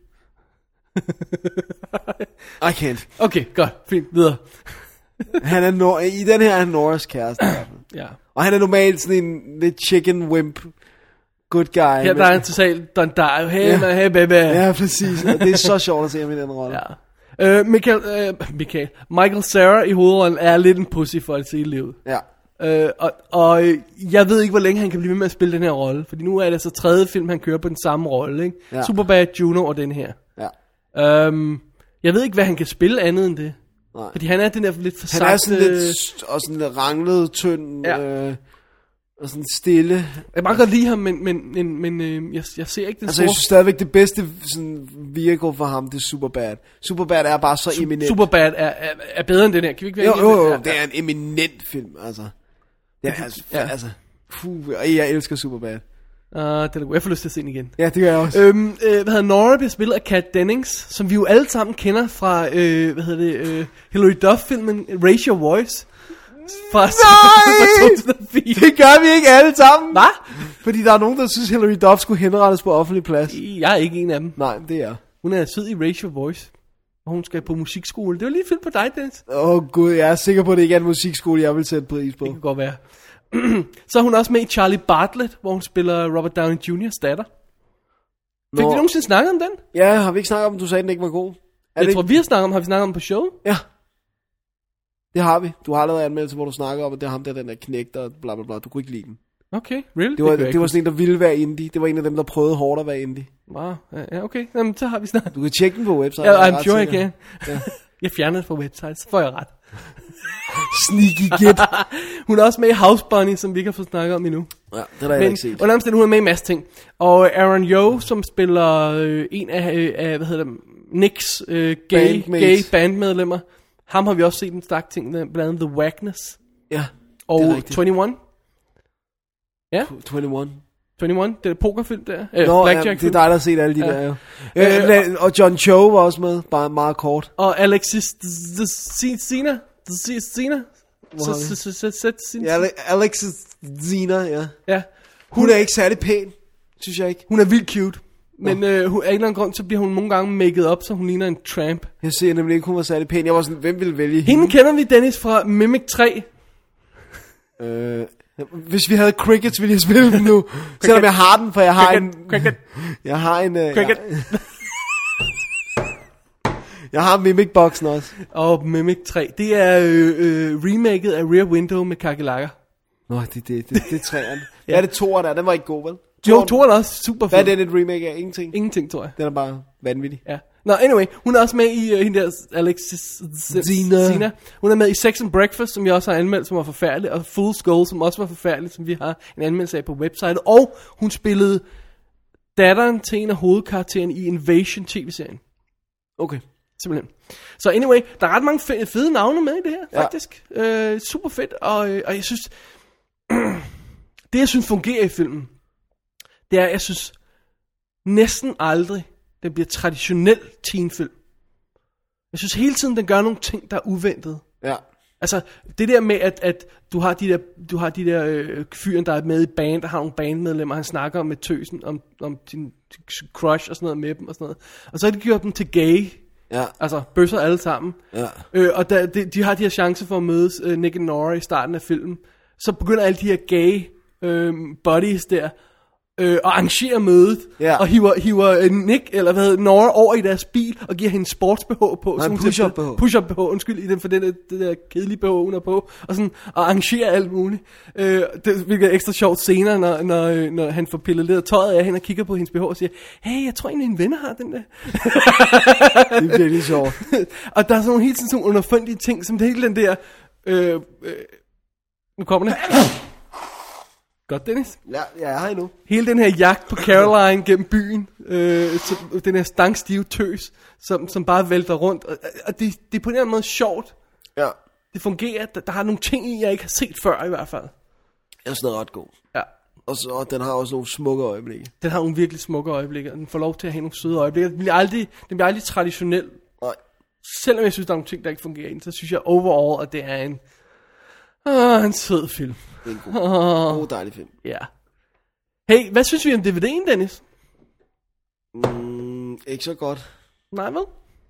I can't. Okay, godt. Fint. Videre. Han er i den her er han Noras kæreste. Ja. Og han er normalt sådan en lidt chicken wimp good guy. Her der er en totalt dondar. Hey, man, hey baby. Ja, præcis. Og det er så sjovt at se ham i den rolle. Ja. Michael Cera i hovedrollen er lidt en pussy for at se livet. Ja. Og jeg ved ikke, hvor længe han kan blive ved med at spille den her rolle. Fordi nu er det så tredje film, han kører på den samme rolle. Ikke? Ja. Superbad, Juno og den her. Ja. Jeg ved ikke, hvad han kan spille andet end det. Nej. Fordi han er den der lidt for han er sådan lidt og sådan lidt ranglet, tynd og sådan stille. Jeg kan meget godt lide ham, men jeg ser ikke den altså, jeg synes stadigvæk det bedste sådan vehicle for ham, det er Superbad. Superbad er bare så eminent. Superbad er bedre end den her. Kan vi ikke være jo, det er en eminent film, altså. Det er altså jeg elsker Superbad. Jeg får lyst til at se den igen. Ja, det gør jeg også. Nora bliver spillet af Kat Dennings, som vi jo alle sammen kender fra Hilary Duff-filmen Raise Your Voice. Fra 2004. Det gør vi ikke alle sammen. Hvad? Fordi der er nogen, der synes Hilary Duff skulle henrettes på offentlig plads. Jeg er ikke en af dem. Nej, det er. Hun er sød i Raise Your Voice, og hun skal på musikskole. Det var lige et film på dig, Dennis. Gud, jeg er sikker på, at det ikke er en musikskole, jeg vil sætte pris på. Det kan godt være. Så er hun også med i Charlie Bartlett, hvor hun spiller Robert Downey Jr.'s datter. Fik vi nogensinde snakket om den? Ja, har vi ikke snakket om, du sagde, den ikke var god? Jeg tror, vi har snakket om, har vi snakket om på show? Ja. Det har vi. Du har lavet anmeldelse, hvor du snakker om, at det er ham der, den der knægt og bla bla bla. Du kunne ikke lide den. Okay, really? Det var sådan en, der ville være indie. Det var en af dem, der prøvede hårdt at være indie. Wow, ja, okay. Jamen, så har vi snakket. Du kan tjekke den på website. Ja, I'm sure I can. Ja. Jeg fjerner det fra website, så får jeg ret. Sneaky kid. Hun er også med i House Bunny, som vi ikke har fået snakket om endnu. Ja, det har jeg ikke set. Og nærmest hun er med i en masse ting. Og Aaron Yo, som spiller en af hvad hedder det, Nicks gay bandmedlemmer. Ham har vi også set en stak ting, blandt andet The Wagness. Ja, og 21. Ja. 21, det er pokerfilm der. Blackjack film. Det er dig, der har set alle de der, jo. Og John Cho var også med, bare meget kort. Og Alexis Zena. Alexis Zena, ja. Hun er ikke særlig pæn, synes jeg ikke. Hun er vildt cute. Men af en eller anden grund, så bliver hun nogle gange maked up, så hun ligner en tramp. Jeg ser nemlig ikke, hun var særlig pæn. Jeg var sådan, hvem ville vælge hende? Kender vi, Dennis, fra Mimic 3. Hvis vi havde crickets, ville jeg spille dem nu. Selvom jeg har den, for jeg har cricket. Jeg har en... cricket. Jeg har Mimic-boksen også. Og Mimic 3, det er remaket af Rear Window med kakelakker. Nå, det er træerne. Ja, det toer der, den var ikke god, vel? Jo, toeren er også super fed. Hvad er den et remake af? Ingenting? Ingenting, tror jeg. Den er bare vanvittig. Ja. Nå, anyway, hun er også med i hende der Alexis Zena. Hun er med i Sex and Breakfast, som vi også har anmeldt, som var forfærdelig, og Fool's Gold, som også var forfærdelig, som vi har en anmeldelse af på website. Og hun spillede datteren til en af hovedkaraktererne i Invasion TV-serien. Okay. Simpelthen. Så anyway, der er ret mange fede navne med i det her, faktisk. Super fedt, og jeg synes, det jeg synes fungerer i filmen, det er, jeg synes næsten aldrig, den bliver traditionel teenfilm. Jeg synes hele tiden, den gør nogle ting, der er uventet. Ja. Altså, det der med, at du har de der fyren, der er med i band, der har nogle bandmedlemmer, han snakker med tøsen, om sin crush og sådan noget med dem og sådan noget. Og så har de gjort dem til gay. Ja. Altså, bøsser alle sammen. Ja. Og de har de her chancer for at mødes, Nick og Nora i starten af filmen. Så begynder alle de her gay buddies der, og arrangerer mødet, og hiver Nick, eller hvad hedder Nora, over i deres bil, og giver hende sports-BH på. Nej, push-up-BH. Push-up-BH, undskyld, i den for det der kedelige BH, hun er på, og sådan, og arrangerer alt muligt. Hvilket er ekstra sjovt senere, når han får pillet lidt af tøjet af hende, og kigger på hendes BH og siger, hey, jeg tror egentlig, en venner har den der. Det er virkelig sjovt. Og der er sådan nogle helt sådan underfundige ting, som det hele den der, nu kommer det. Godt, Dennis. Ja, jeg er her endnu. Hele den her jagt på Caroline gennem byen, den her stangstive tøs, som bare vælter rundt, og det er på en eller anden måde sjovt. Ja. Det fungerer, der har nogle ting i, jeg ikke har set før i hvert fald. Jeg er sådan ret god. Ja. Og den har også nogle smukke øjeblikke. Den har nogle virkelig smukke øjeblikke, og den får lov til at have nogle søde øjeblikke. Den bliver aldrig traditionel. Nej. Selvom jeg synes, der er nogle ting, der ikke fungerer i den, så synes jeg overall, at det er en sød film. Det er en god dejlig film. Ja. Hey, hvad synes vi om DVD'en, Dennis? Ikke så godt. Nej, vel?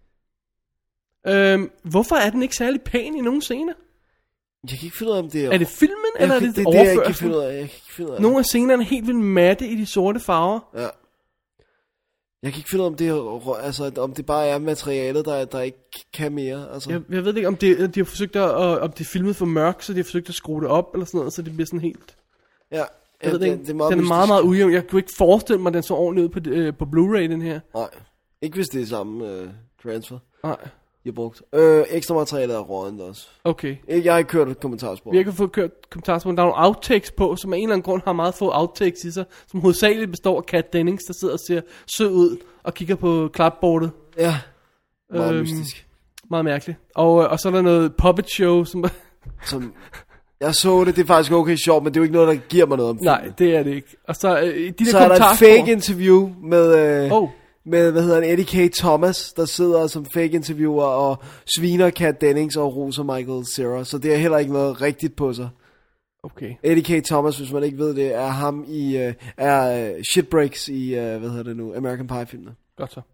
Hvorfor er den ikke særlig pæn i nogle scener? Jeg kan ikke finde ud af, om det er... Er det filmen, eller er det overførsel? Det jeg kan finde ud af. Nogle af scenerne er helt vildt matte i de sorte farver. Ja. Jeg kan ikke finde ud af, om det er, altså, om det bare er materialet, der ikke kan mere. Altså. Jeg ved ikke, om de har forsøgt om det er filmet for mørkt, så de har forsøgt at skrue det op, eller sådan noget, så det bliver sådan helt... Ja. Jeg ved ikke, den er meget, meget ujævn. Jeg kunne ikke forestille mig, at den så ordentligt ud på Blu-ray, den her. Nej, ikke hvis det er samme transfer. Nej. Jeg har brugt. Ekstra materialet er rådent også. Okay. Jeg har ikke kørt et kommentarspor. Vi har ikke fået kørt kommentarspor. Der er nogle outtakes på, som af en eller anden grund har meget få outtakes i sig, som hovedsageligt består af Kat Dennings, der sidder og ser sød ud og kigger på klapbordet. Ja, meget mystisk. Meget mærkeligt. Og så er der noget puppet show, som jeg så det er faktisk okay sjovt, men det er jo ikke noget, der giver mig noget om filmen. Nej, det er det ikke. Og så de der så er der et fake interview med... med, Eddie K. Thomas, der sidder som fake interviewer og sviner Kat Dennings og roser Michael Cera, så det er heller ikke noget rigtigt på sig. Okay. Eddie K. Thomas, hvis man ikke ved det, er ham i Shitbreaks i, American Pie-filmene. Godt så.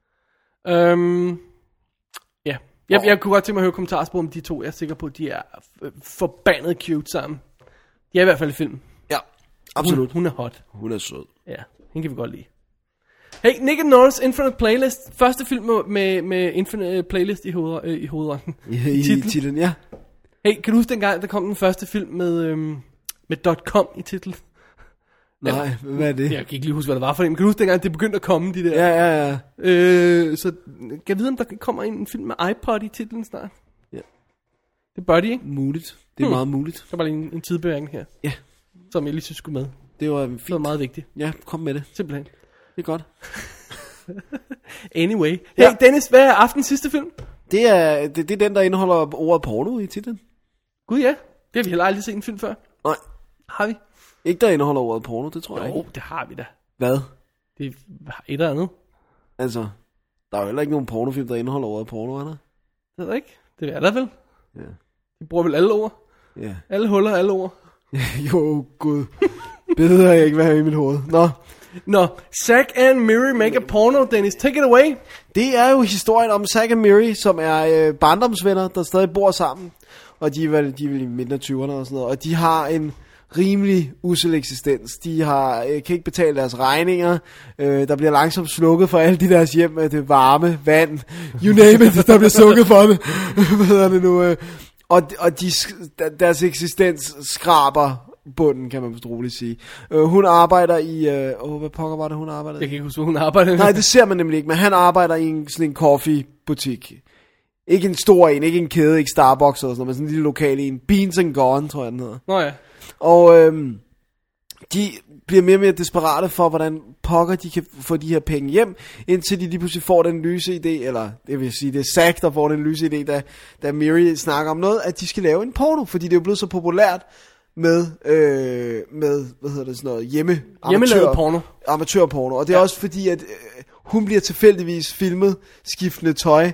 Ja. Jeg kunne godt tænke mig at høre kommentarspor om de to. Jeg er sikker på, at de er forbandet cute sammen. De er i hvert fald i filmen. Ja, absolut. Hun er hot. Hun er sød. Ja, hende kan vi godt lide. Hey, Nick and Nora's Infinite Playlist. Første film med Infinite Playlist i hovedånden. I titlen, ja. Hey, kan du huske dengang, der kom den første film med .com i titlen? Nej, hvad er det? Jeg kan ikke lige huske, hvad det var for en. Kan du huske dengang, det begyndte at komme, de der? Ja. Så kan jeg vide, om der kommer en film med iPod i titlen snart? Ja. Det bør de, ikke? Muligt. Det er meget muligt. Der var lige en tidbeværkning her. Ja. Som jeg lige synes skulle med. Det var fint. Det var meget vigtigt. Ja, kom med det. Simpelthen. Det er godt. Anyway. Hey, Dennis, hvad er aftens sidste film? Det er den, der indeholder ordet porno i titlen. Gud ja. Det har vi heller aldrig set en film før. Nej. Har vi? Ikke der indeholder ordet porno, det tror jeg ikke. Jo, det har vi da. Hvad? Det er et eller andet. Altså, der er jo heller ikke nogen pornofilm, der indeholder ordet porno, er der? Det ved jeg ikke. Det er der vel. Ja. Vi bruger vel alle ord. Ja. Alle huller, alle ord. Jo, gud. Bedre jeg ikke, hvad jeg i mit hoved. Nå, Zack and Miri make a porno, Dennis. Take it away. Det er jo historien om Zack og Miri, som er barndomsvenner, der stadig bor sammen. Og de er vel i midten af 20'erne og sådan noget. Og de har en rimelig usel eksistens. De kan ikke betale deres regninger. Der bliver langsomt slukket for alle de deres hjem med det varme, vand. You name it, der bliver slukket for det. Hvad hedder det nu? Og deres eksistens skraber bunden, kan man vist roligt sige. Hun arbejder i... hvad pokker var det, hun arbejdede i? Jeg kan ikke huske, hvor hun arbejder. Nej, det ser man nemlig ikke, men han arbejder i sådan en coffee-butik. Ikke en stor en, ikke en kæde, ikke Starbucks eller sådan noget, men sådan en lille lokal en. Beans and Gone, tror jeg, den hedder. Nå ja. Og de bliver mere og mere desperate for, hvordan pokker de kan få de her penge hjem, indtil de lige pludselig får den lyse idé, eller det vil sige, det er Zack, der får den lyse idé, da Miri snakker om noget, at de skal lave en porno, fordi det er jo blevet så populært med hvad hedder det, sådan noget, hjemmelavet porno. Amatørporno. Og det er også fordi, at hun bliver tilfældigvis filmet skiftende tøj,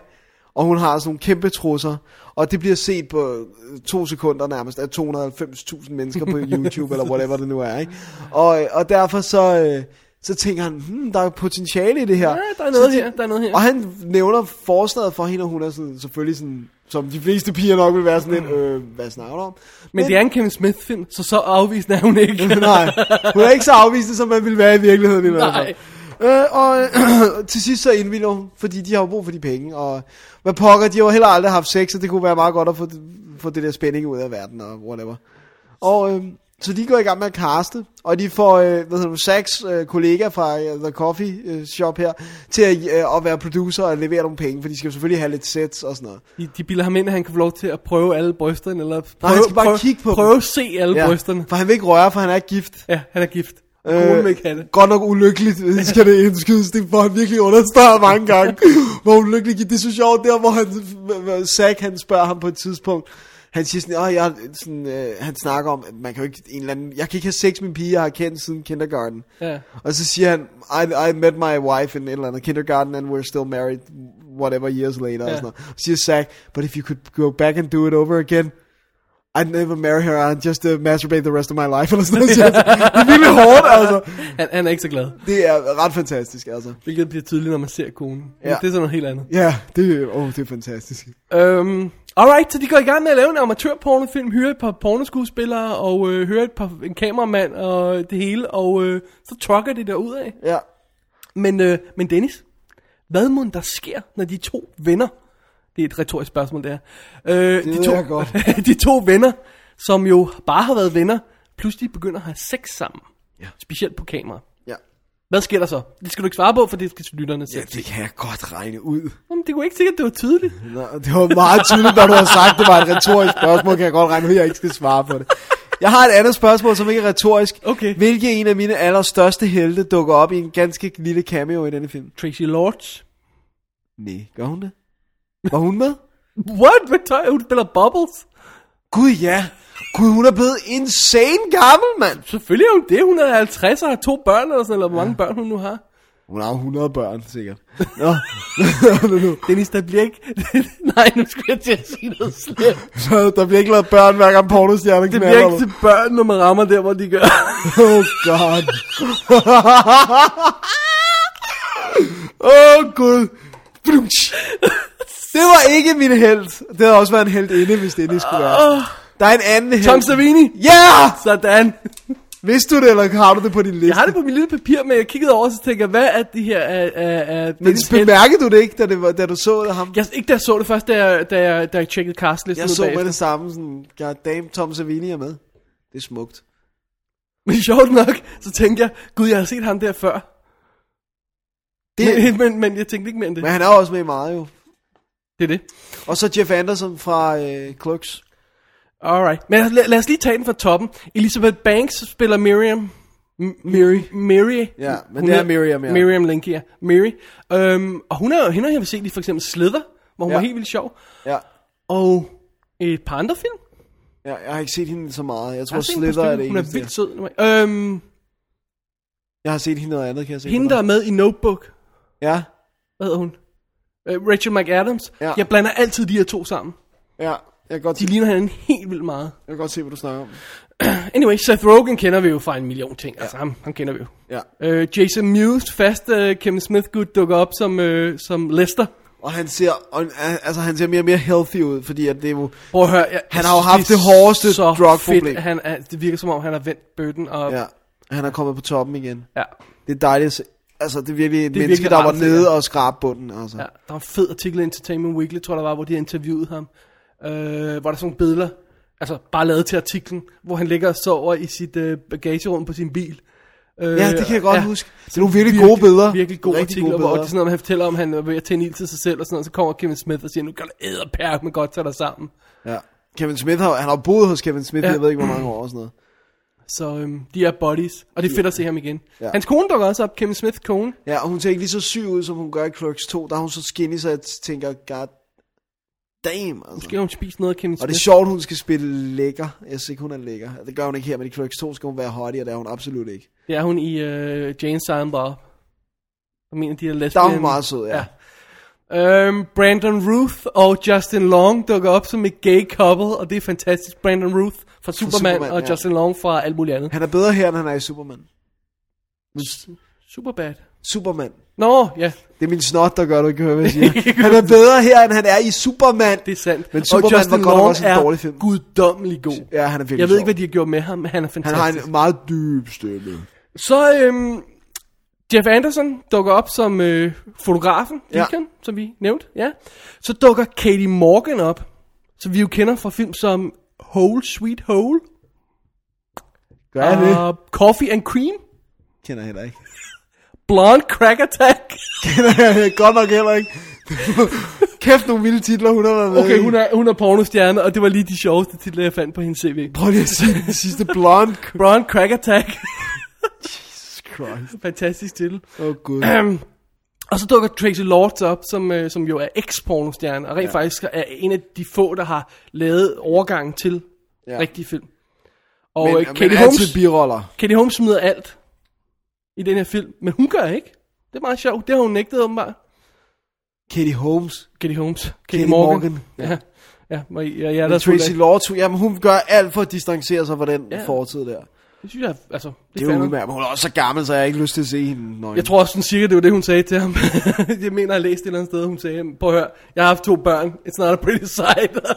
Og hun har sådan nogle kæmpe trusser. Og det bliver set på 2 sekunder nærmest af 290.000 mennesker på YouTube, eller whatever det nu er, ikke? Og derfor så tænker han, der er potentiale i det her. Ja, der er noget her. Og han nævner forslaget for hende, og hun er sådan, selvfølgelig sådan, som de fleste piger nok vil være sådan lidt, hvad snakker du om? Men det er en Kevin Smith-film, så afvisende er hun ikke. Nej, hun er ikke så afvisende, som man ville være i virkeligheden i hvert fald. Og til sidst så indvilder hun, fordi de har jo brug for de penge, og hvad pokker, de har jo heller aldrig haft sex, og det kunne være meget godt at få det der spænding ud af verden, og whatever. Og så de går i gang med at caste, og de får, Zachs kollega fra The Coffee Shop her, til at være producer og levere nogle penge, for de skal jo selvfølgelig have lidt sets og sådan noget. De bilder ham ind, at han kan få lov til at prøve alle brysterne, eller han skal bare kigge på prøve at se alle brysterne. For han vil ikke røre, for han er gift. Ja, han er gift. Konen vil ikke have det. Godt nok ulykkeligt, skal det indskydes, det får han virkelig understreget mange gange, hvor ulykkeligt. Det er så sjovt der, hvor Zach, han spørger ham på et tidspunkt, han siger sådan, han snakker om, at man kan jo ikke, jeg kan ikke have sex med en pige, jeg har kendt siden kindergarten. Ja. Og så siger han, I met my wife in et eller andet kindergarten, and we're still married, whatever years later. Og sådan noget. Og siger Zach, but if you could go back and do it over again, I'd never marry her, I'd just masturbate the rest of my life. Eller sådan noget. Det er virkelig hårdt, altså. Han er ikke så glad. Det er ret fantastisk, altså. Hvilket bliver tydeligt, når man ser konen. Ja. Det er sådan noget helt andet. Ja, det er fantastisk. Alright, så de går i gang med at lave en amatørpornofilm, hyre et par pornoskuespillere, og hyre en kameramand, og det hele, og så trucker de derudad. Ja. Men Dennis, hvad må der sker, når de 2 venner, det er et retorisk spørgsmål der, de 2 venner, som jo bare har været venner, pludselig begynder at have sex sammen, specielt på kamera. Ja. Hvad sker der så? Det skal du ikke svare på, for det skal lytterne selv. Ja, det kan jeg godt regne ud. Jamen, det kunne ikke sikkert, det var tydeligt. Nå, det var meget tydeligt, når du har sagt, det var et retorisk spørgsmål, kan jeg godt regne ud, at jeg ikke skal svare på det. Jeg har et andet spørgsmål, som ikke er retorisk. Okay. Hvilke en af mine allerstørste helte dukker op i en ganske lille cameo i denne film? Tracy Lords. Nej, gør hun det? Var hun med? What? Hvad tøj? Hun spiller Bubbles? Gud ja. Gud, hun er blevet insane gammel, mand. Selvfølgelig er hun det. Hun er 50 og har 2 børn eller sådan, eller hvor mange børn hun nu har. Hun har 100 børn, sikkert. Nå. Dennis, der bliver ikke... Nej, nu skal jeg til at sige noget slemt. Så der bliver ikke lavet børn, hver gang pornostjerner knalder. Det bliver ikke til børn, når man rammer der, hvor de gør. Oh god. Oh gud. Det var ikke min helt. Det havde også været en helt inde, hvis det ikke skulle være. Der er en anden helt. Tom Savini. Ja! Yeah! Sådan. Vidste du det, eller har du det på din liste? Jeg har det på min lille papir, men jeg kiggede over, så tænkte jeg, hvad er det her? Men bemærkede du det ikke, da du så det ham? Ikke da jeg så det først, da jeg tjekkede castlisten. Jeg så med det samme, sådan, god damn, Tom Savini er med. Det er smukt. Men sjovt nok, så tænkte jeg, gud, jeg har set ham der før. Men jeg tænkte ikke mere end det. Men han er også med i meget jo. Det er det. Og så Jeff Anderson fra Clerks. Alright, men lad os lige tage den fra toppen. Elizabeth Banks spiller Miriam. Miri. Ja, men det er Miriam, ja. Miriam Link, ja. Miri. Og hun er jo, hende har jeg set i for eksempel Slither, hvor hun var helt vildt sjov. Ja. Og et par andre film. Ja, jeg har ikke set hende så meget. Jeg tror Slither er det hun eneste. Hun er vildt sød. Jeg har set hende noget andet, kan jeg se. Hende, der er med i Notebook. Ja. Hvad hedder hun? Rachel McAdams. Ja. Jeg blander altid de her 2 sammen. Ja, jeg kan godt de ligner hinanden helt vildt meget. Jeg kan godt se, hvad du snakker om. Anyway, Seth Rogen kender vi jo fra en million ting. Ja. Altså, ham kender vi jo. Ja. Jason Mewes, fast Kevin Smith-gut, dukker op som Lester. Og han ser mere og mere healthy ud, fordi at det er jo... Prøv at høre, han har jo haft det hårdeste drug-problem. Det virker som om, han har vendt bøtten. Og... Ja, han er kommet på toppen igen. Ja. Det er dejligt. Altså, det er virkelig et menneske, der var nede og skrab bunden. Altså. Ja, der var en fed artikel i Entertainment Weekly, tror jeg, der var, hvor de interviewede ham. Hvor der er sådan nogle billeder, altså bare lavet til artiklen, hvor han ligger og sover i sit bagagerum på sin bil. Ja, det kan jeg godt huske. Det er nogle virkelig gode billeder. Virkelig gode artikler, hvor det er sådan noget, han fortæller om, han er ved at tænde ild til sig selv, og sådan noget, så kommer Kevin Smith og siger, nu kan du æderpærk, men godt tage dig sammen. Ja, Kevin Smith han har boet hos Kevin Smith, jeg ved ikke, hvor mange år og sådan noget. Så de er buddies, og det er fedt at se ham igen. Ja. Hans kone dukker også op, Kevin Smiths kone. Ja, og hun ser ikke lige så syg ud, som hun gør i Clerks 2. Der er hun så skinny, så jeg tænker, god damn. Altså. Måske har hun spist noget af Kevin Smith. Og det er sjovt, hun skal spille lækker. Jeg synes ikke, hun er lækker. Det gør hun ikke her, men i Clerks 2 skal hun være hottie, og det er hun absolut ikke. Det er hun i Jane Silent Bob. Jeg mener, de er lesbian. Der er hun meget sød, ja. Brandon Routh og Justin Long dukker op som et gay couple, og det er fantastisk. Brandon Routh fra Superman og ja. Justin Long fra alt muligt andet. Han er bedre her, end han er i Superman. Superbad. Superman. Nå, ja. Det er min snot, der gør, du ikke hører, hvad jeg siger. Han er bedre her, end han er i Superman. Det er sandt. Men Superman Justin var godt nok også en Long dårlig film. Guddommelig god. Ja, han er virkelig Jeg ved sjov. ikke, hvad de har gjort med ham, men han er fantastisk. Han har en meget dyb stemme. Så Jeff Anderson dukker op som fotografen, Deacon, som vi nævnte. Ja. Så dukker Katie Morgan op, som vi jo kender fra film som Hole Sweet Hole. Gør jeg det? Coffee and Cream. Kender jeg heller ikke. Blonde Crack Attack. Kender jeg godt nok heller ikke. Kæft nogle vilde titler, hun har været med. Okay, hun er pornostjerne, og det var lige de sjoveste titler, jeg fandt på hendes CV. Prøv lige at se den sidste Blonde Crack Attack. Jesus Christ. Fantastisk titel. Gud. Og så dukker Tracy Lords op, som jo er eks-pornostjerne, og rent faktisk er en af de få, der har lavet overgangen til rigtige film. Og Katie Holmes smider alt i den her film, men hun gør ikke. Det er meget sjovt. Det har hun nægtet åbenbart. Katie Holmes. Katie Morgan. Ja. Der Tracy Lords, jamen hun gør alt for at distancere sig fra den fortid der. Det synes jeg, altså... Det er jo udmærket, men hun er også så gammel, så jeg har ikke lyst til at se hende nøgen. Jeg tror også sådan cirka, det var det, hun sagde til ham. Jeg mener, jeg har læst et eller andet sted, hun sagde, prøv at høre, jeg har haft 2 børn. It's not a pretty sight. Det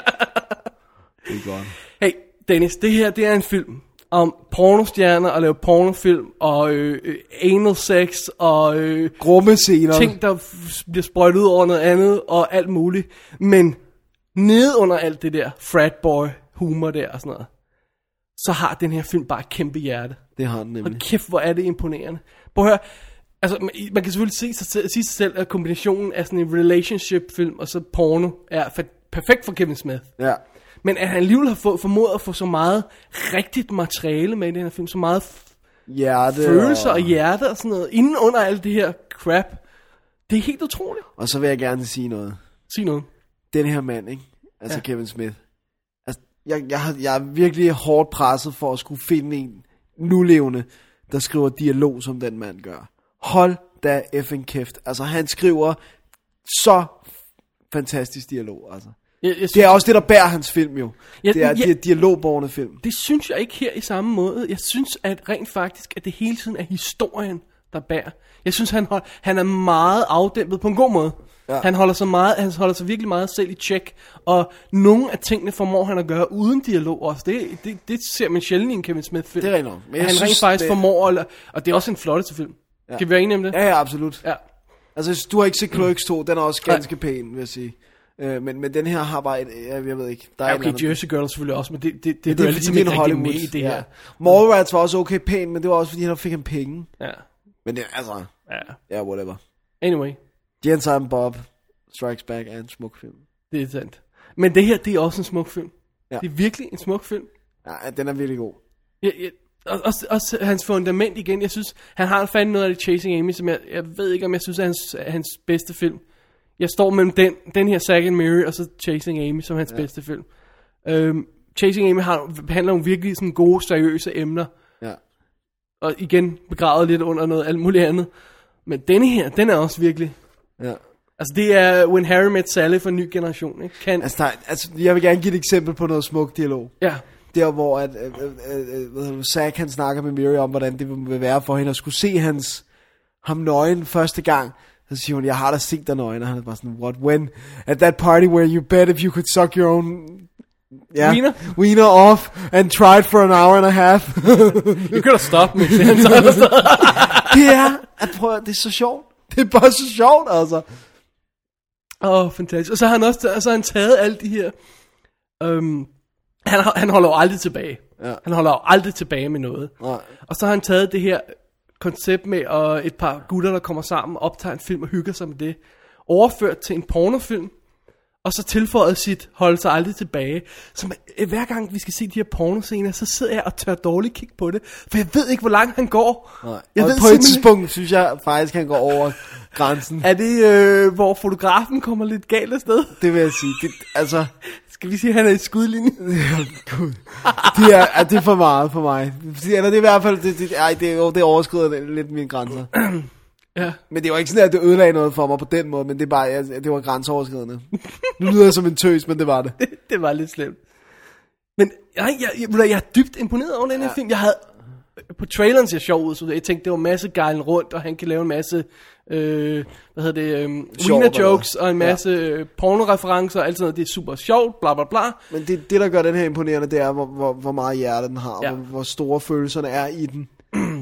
er godt. Hey, Dennis, det her, det er en film om pornostjerner og lave pornofilm og anal sex og grumme scener. Ting, der bliver sprøjtet ud over noget andet og alt muligt. Men nede under alt det der fratboy humor der og sådan noget, så har den her film bare et kæmpe hjerte. Det har den nemlig. Og kæft, hvor er det imponerende. Prøv at høre, altså man kan selvfølgelig sige sig selv, at kombinationen af sådan en relationship-film og så porno er perfekt for Kevin Smith. Ja. Men at han alligevel har formået at få så meget rigtigt materiale med i den her film, så meget følelser og hjerte og sådan noget, inden under alt det her crap, det er helt utroligt. Og så vil jeg gerne sige noget. Sig noget. Den her mand, ikke? Altså Kevin Smith. Altså, jeg er virkelig hårdt presset for at skulle finde en nulevende, der skriver dialog, som den mand gør. Hold da effing kæft. Altså, han skriver så fantastisk dialog, altså. Det er også det, der bærer hans film jo. Det er dialogborgende film. Det synes jeg ikke her i samme måde. Jeg synes at rent faktisk, at det hele tiden er historien, der bærer. Jeg synes, han er meget afdæmpet på en god måde. Ja. Han holder sig virkelig meget selv i check. Og nogle af tingene formår han at gøre uden dialog også. Det ser man sjældent i en Kevin Smith film. Det er rent nok. Han rent faktisk formår, og det er også en flotte film. Ja. Kan vi være enige om det? Ja, absolut. Ja. Altså, du har ikke set Clerks 2, den er også ganske pæn, vil jeg sige. Men den her har bare jeg ved ikke. Der er okay, Jersey Girl selvfølgelig også, men det er fordi ikke rigtig med i det her. Mallrats var også okay pæn, men det var også fordi han fik en penge. Ja. Men det altså, ja, whatever. Anyway. Jens and Bob Strikes Back er en smuk film. Det er sandt. Men det her, det er også en smuk film. Ja. Det er virkelig en smuk film. Ja, den er virkelig god. Også hans fundament igen. Jeg synes, han har fandt noget af det Chasing Amy, som jeg ved ikke, om jeg synes er hans bedste film. Jeg står mellem den her Zack and Miri og så Chasing Amy som hans bedste film. Chasing Amy handler om virkelig sådan gode, seriøse emner. Ja. Og igen begravet lidt under noget alt muligt andet. Men denne her, den er også virkelig... Ja. Altså det er When Harry Met Sally for en ny generation, ikke? Altså, jeg vil gerne give et eksempel på noget smuk dialog. Ja. Der hvor at Zack han snakker med Miri om, hvordan det vil være for hende at skulle se ham nøgen første gang. Så siger hun, jeg har da set dig nøgen, og han er bare sådan, what, when? At that party where you bet if you could suck your own wiener off and try it for an hour and a half. You could have stopped me. det er så sjovt. Det er bare så sjovt, altså. Fantastisk. Og så har han taget alle de her... Han holder jo aldrig tilbage. Ja. Han holder jo aldrig tilbage med noget. Nej. Og så har han taget det her koncept med et par gutter, der kommer sammen og optager en film og hygger sig med det, overført til en pornofilm, og så tilføjet sit holde sig aldrig tilbage. Så hver gang vi skal se de her pornoscener, så sidder jeg og tør dårligt kigge på det, for jeg ved ikke, hvor langt han går. Nej. Og på et tidspunkt synes jeg faktisk, han går over grænsen. Er det, hvor fotografen kommer lidt galt afsted? Det vil jeg sige. Altså... Skal vi sige, at han er i skudlinje? Gud. Det er for meget for mig. Eller det er i hvert fald, det overskrider lidt mine grænser. Ja. Men det var ikke sådan, at det ødelagde noget for mig på den måde, men det er bare, det var grænseoverskridende. Nu lyder jeg som en tøs, men det var det. Det var lidt slemt. Men jeg er dybt imponeret over den her film. Jeg havde på traileren ser sjov ud, så jeg tænkte, det var masse gejlen rundt, og han kan lave en masse wiener jokes og en masse pornoreferencer og alt sådan noget. Det er super sjovt, bla bla bla. Men det der gør den her imponerende, det er hvor meget hjerte den har, og hvor store følelserne er i den.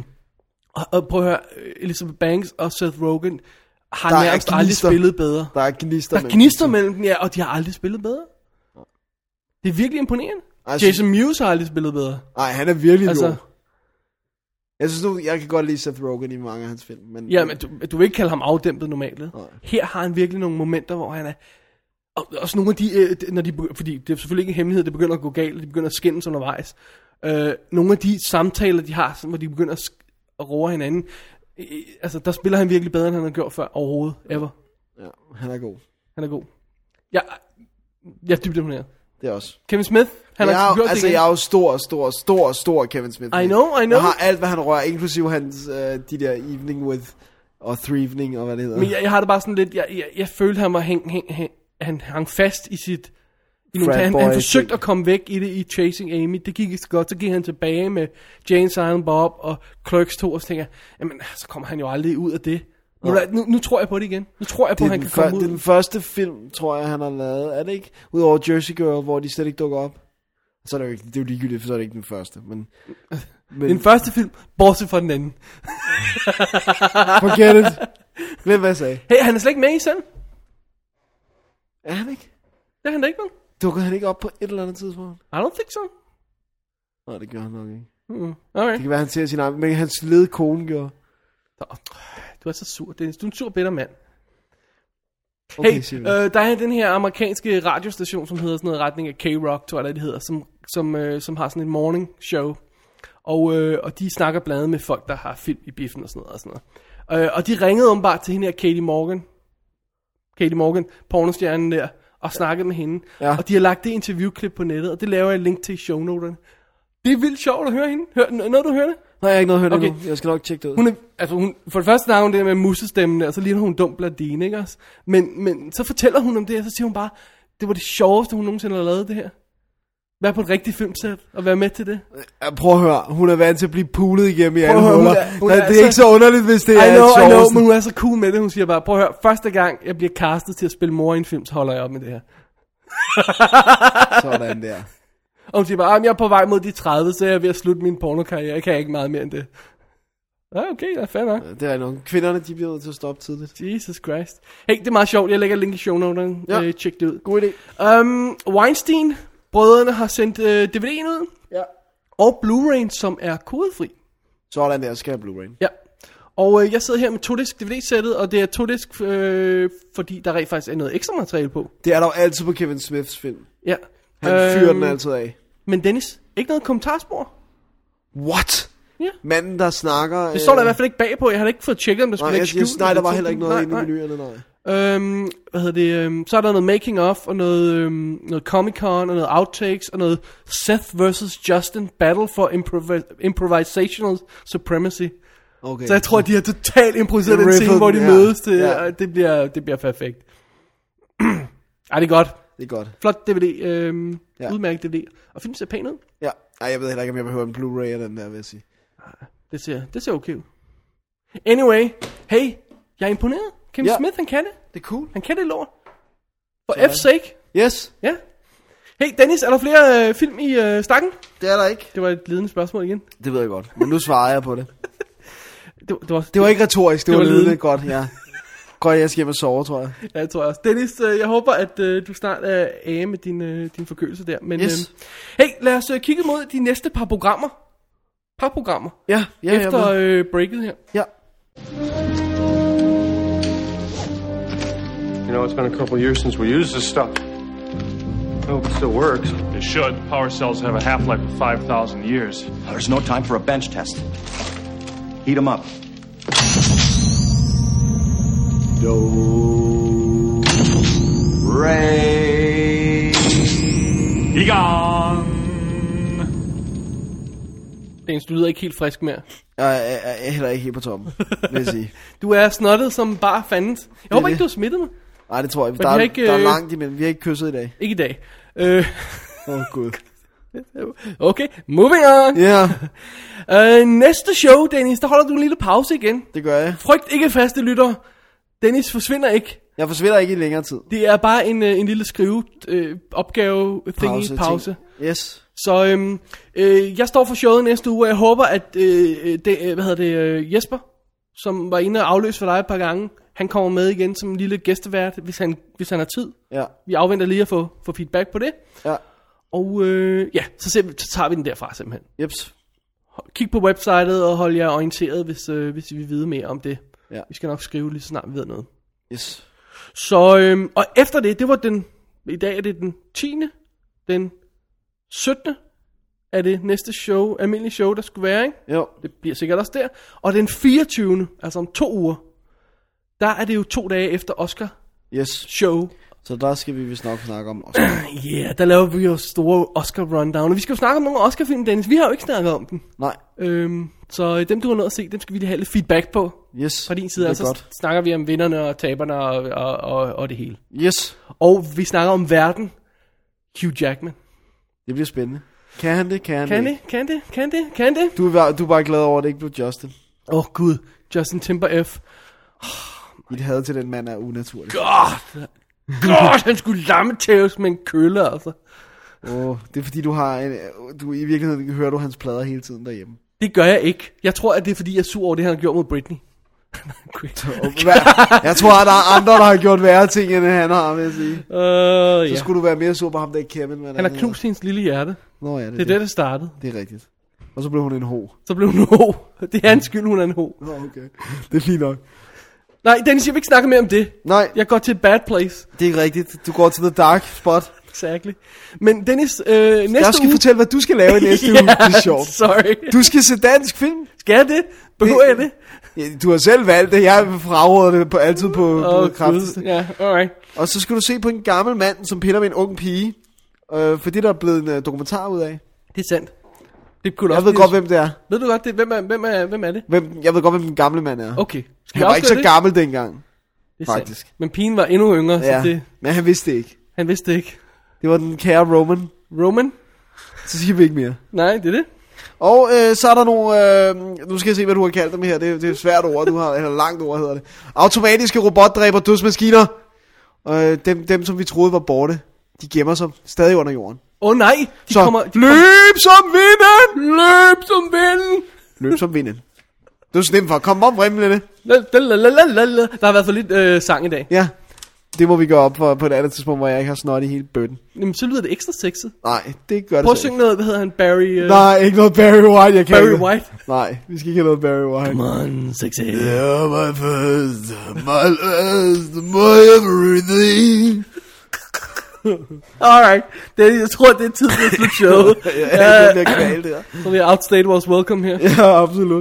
Og prøv at høre, Elizabeth Banks og Seth Rogen har nærmest aldrig spillet bedre. Der er gnister mellem dem, ja, og de har aldrig spillet bedre. Det er virkelig imponerende. Jason Mewes har aldrig spillet bedre. Nej, han er virkelig god. Jeg synes nu, jeg kan godt lide Seth Rogen i mange af hans film. Men, ja, men du vil ikke kalde ham afdæmpet normalt. Her har han virkelig nogle momenter, hvor han er... Og også nogle af de... fordi det er selvfølgelig ikke en hemmelighed, det begynder at gå galt, de begynder at skændes undervejs. Nogle af de samtaler, de har, hvor de begynder at roe hinanden, altså der spiller han virkelig bedre, end han har gjort før overhovedet, ever. Ja, han er god. Han er god. Jeg er dybt imponeret. Det er også. Kevin Smith, han har gjort det igen. Jeg er jo stor Kevin Smith. I know. Jeg har alt, hvad han rører, inklusive hans, de der Evening with, og Threevening, og hvad det hedder. Men jeg har det bare sådan lidt, jeg følte, han hang fast i sit... Han forsøgte at komme væk i det i Chasing Amy. Det gik ikke så godt. Så gik han tilbage med Jane Silent Bob og Clerks 2, og så tænker jeg, jamen, så kommer han jo aldrig ud af det. Nu tror jeg på det igen. Nu tror jeg på, at han kan komme ud. Det er den første film, tror jeg, han har lavet. Er det ikke? Udover Jersey Girl, hvor de slet ikke dukker op. Så er det jo ikke, det er jo ligegyldigt, for så er det ikke den første. Men den første film, bortset fra den anden. Forget it. Hvem hvad jeg sagde? Hey, han er slet ikke med i selv. Er han ikke? Det er han da ikke med. Dukker han ikke op på et eller andet tidspunkt? I don't think so. Nej, det gør han nok ikke. Okay. Det kan være, han ser sin egen, men hans lede kone gjorde. Du er så sur. Du er en sur bitter mand. Okay, hey, der er den her amerikanske radiostation, som hedder sådan noget retning af K-Rock, tror jeg det hedder, som har sådan en morning show. Og de snakker blandt andet med folk, der har film i biffen og sådan noget. Og de ringede åbenbart til hende her Katie Morgan, pornostjernen der, og snakkede med hende. Ja. Og de har lagt det interviewklip på nettet, og det laver jeg link til i shownoterne. Det er vildt sjovt at høre hende. Noget du hører det? Nej, jeg har ikke noget at høre det endnu. Jeg skal nok tjekke det ud. Hun for det første snakker hun det med musestemmen der, så ligner hun dum bladine, ikke også? Men så fortæller hun om det, og så siger hun bare, det var det sjoveste, hun nogensinde har lavet det her. Være på et rigtigt filmsæt og være med til det. Prøv at høre, hun er vant til at blive pulet igennem i alle huller. Det er ikke så underligt, hvis det er sjovest. I know, men hun er så cool med det. Hun siger bare, prøv at høre, første gang jeg bliver castet til at spille mor i en film, så holder jeg op med det her. Sådan der. Og hun siger bare, jeg er på vej mod de 30, så jeg er ved at slutte min pornokarriere. Jeg kan ikke meget mere end det. Ja, okay, det er fair nok. Det er nogle kvinderne, de bliver nødt til at stoppe tidligt. Jesus Christ. Hey, det er meget sjovt. Jeg lægger link i shownoterne. Ja. Tjek det ud. God idé. Weinstein-brødrene har sendt DVD'en ud. Ja. Og Blu-ray, som er kodefri. Sådan der, skal jeg Blu-ray. Ja. Og jeg sidder her med 2-disk DVD-sættet, og det er 2-disk, fordi der rent faktisk er noget ekstra materiale på. Det er der jo altid på Kevin Smiths film. Ja. Han fyrer den altid af. Men Dennis, ikke noget kommentarspor? What? Ja. Manden, der snakker... Det står der i hvert fald ikke bagpå. Jeg har ikke fået tjekket, om der skulle ikke skjult. Nej, der var heller ikke noget inde i menuerne, nej. Så er der noget making of, og noget Comic-Con, og noget outtakes, og noget Seth vs. Justin Battle for Improvisational Supremacy. Okay. Så jeg tror, de har totalt improviseret den scene, hvor de mødes til. Ja. Det bliver perfekt. Ej, det er godt. Det er godt. Flot DVD. Udmærket DVD. Og filmen ser pæn ud. Ja. Ej, jeg ved heller ikke, om jeg behøver en Blu-ray af den der, vil jeg sige. Det ser okay ud. Anyway, hey, jeg er imponeret. Kevin Smith, han kan det. Det er cool. Han kan det lort. For F's sake. Yes. Ja. Hey, Dennis, er der flere film i stakken? Det er der ikke. Det var et ledende spørgsmål igen. Det ved jeg godt, men nu svarer jeg på det. Det var ikke retorisk, det var ledende. Godt, ja. Godt, jeg skal hjem og sove, tror jeg. Ja, det tror jeg også. Dennis, jeg håber, at du snart er af med din forkølelse der. Men, yes. Hey, lad os kigge mod de næste par programmer. Ja. Efter breaket her. Ja. You know, it's been a couple years since we used this stuff. I hope it still works. It should. Power cells have a half-life of 5,000 years. There's no time for a bench test. Heat them up. Do, re, Egon! Det er Dennis, du lyder ikke helt frisk mere. Jeg er heller ikke helt på toppen, vil jeg sige. Du er snottet som bare fandens. Jeg håber ikke, du har smittet mig. Nej, det tror jeg. Men Der er langt imellem. Vi har ikke kysset i dag. Ikke i dag. Gud. Okay, moving on. Ja. Næste show, Dennis, der holder du en lille pause igen. Det gør jeg. Frygt ikke faste lytter. Dennis forsvinder ikke. Jeg forsvinder ikke i længere tid. Det er bare en lille opgave pause. Yes. Så jeg står for showet næste uge, og jeg håber, at Jesper, som var inde og afløse for dig et par gange, han kommer med igen som en lille gæstevært, hvis han har tid. Ja. Vi afventer lige at få feedback på det. Ja. Og så tager vi den derfra simpelthen. Jeps. Kig på websitet og hold jer orienteret, hvis vi vil vide mere om det. Ja. Vi skal nok skrive lige så snart vi ved noget. Yes. Så, og efter det var i dag er det den 10. Den 17. er det næste show, almindelige show, der skulle være, ikke? Jo. Det bliver sikkert også der. Og den 24. altså om 2 uger, der er det jo 2 dage efter Oscar show. Så der skal vi vist nok snakke om Oscar. Ja, der laver vi jo store Oscar rundown. Og vi skal jo snakke om nogle Oscar-film, Dennis. Vi har jo ikke snakket om dem. Nej. Så dem, du har nået at se, dem skal vi lige have lidt feedback på. Yes, fra din side. det er så godt. Snakker vi om vinderne og taberne og det hele. Yes. Og vi snakker om verden. Hugh Jackman. Det bliver spændende. Kan han det? Kan det? Du er bare glad over, at det ikke blev Justin. Gud. Justin Timber F. Mit had til den mand er unaturligt. God, han skulle lammetæves med en kølle, altså. Det er fordi, du i virkeligheden hører du hans plader hele tiden derhjemme. Det gør jeg ikke. Jeg tror, at det er fordi, jeg er sur over det, han har gjort mod Britney. Jeg tror, at der er andre, der har gjort værre ting, end han har, vil jeg sige. Så skulle du være mere sur på ham, der ikke Kevin. Han har knust hendes lille hjerte. Nå, ja, det er det, der startede. Det er rigtigt. Og så blev hun en ho. Det er hans skyld, hun er en ho. Okay. Det er fint nok. Nej, Dennis, jeg vil ikke snakke mere om det. Nej. Jeg går til et bad place. Det er ikke rigtigt. Du går til the dark spot. Exactly. Men Dennis, næste uge... Jeg skal fortælle, hvad du skal lave i næste uge. Det er sjovt. Sorry. Du skal se dansk film. Skal jeg det? Behøver jeg det? Ja, du har selv valgt det. Jeg fraråder det altid på kraftigste. Ja, alright. Og så skal du se på en gammel mand, som piller med en ung pige. For det der er blevet en dokumentar ud af. Det er sandt. Det jeg ved godt, hvem det er. Ved du godt det? Hvem er det? Jeg ved godt, hvem den gamle mand er. Okay. Han var ikke så gammel dengang. Det er faktisk. Sandt. Men pigen var endnu yngre. Ja, så det... men han vidste det ikke. Han vidste det ikke. Det var den kære Roman. Roman? Så siger vi ikke mere. Nej, det er det. Og så er der nogle... nu skal jeg se, hvad du har kaldt dem her. Det er et svært ord, du har. Eller langt ord hedder det. Automatiske robotdræber dødsmaskiner. Dem, som vi troede var borte, de gemmer sig stadig under jorden. Nej, de løb som vinden! Løb som vinden! Løb som vinden. Du er så nemt for. Kom op, Remlende. Der har været for lidt sang i dag. Ja, det må vi gøre op for på et andet tidspunkt, hvor jeg ikke har snot i hele bøtten. Jamen, så lyder det ekstra sexet. Nej, det gør det. Prøv at synge noget, hvad hedder han? Barry... Nej, ikke noget Barry White, jeg kan Barry ikke. White? Nej, vi skal ikke have noget Barry White. Come on, sexy. Yeah, my first, my last, my everything. Alright, jeg tror, det er tid til at slutte showet. Ja, det er knald der. Så vi har outstayed vores welcome her. Ja, absolut.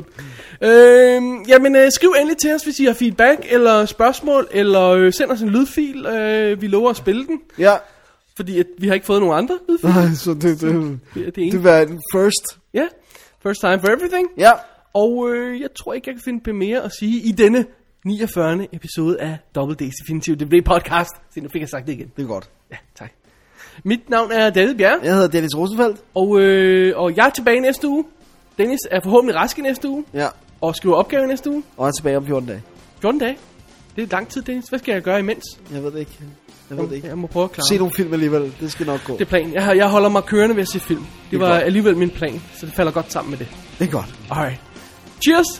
Jamen, skriv endelig til os, hvis I har feedback, eller spørgsmål, eller send os en lydfil. Vi lover at spille den. Ja. Fordi vi har ikke fået nogen andre lydfil. Nej, så det var en first. Ja, yeah. First time for everything. Ja. Og jeg tror ikke, jeg kan finde mere at sige i denne 49. episode af Double D's Definitive DVD podcast. Så nu fik jeg sagt det igen. Det er godt. Ja, tak. Mit navn er David Bjerre. Jeg hedder Dennis Rosenfeldt. Og jeg er tilbage næste uge. Dennis er forhåbentlig rask i næste uge. Ja. Og skriver opgave næste uge. Og er tilbage om 14 dage. 14 dage? Det er lang tid, Dennis. Hvad skal jeg gøre imens? Jeg ved det ikke. Jeg må prøve at klare. Se nogle film alligevel. Det skal nok gå. Det er planen. Jeg holder mig kørende ved at se film. Det var alligevel min plan. Så det falder godt sammen med det. Det er godt. Alright. Cheers.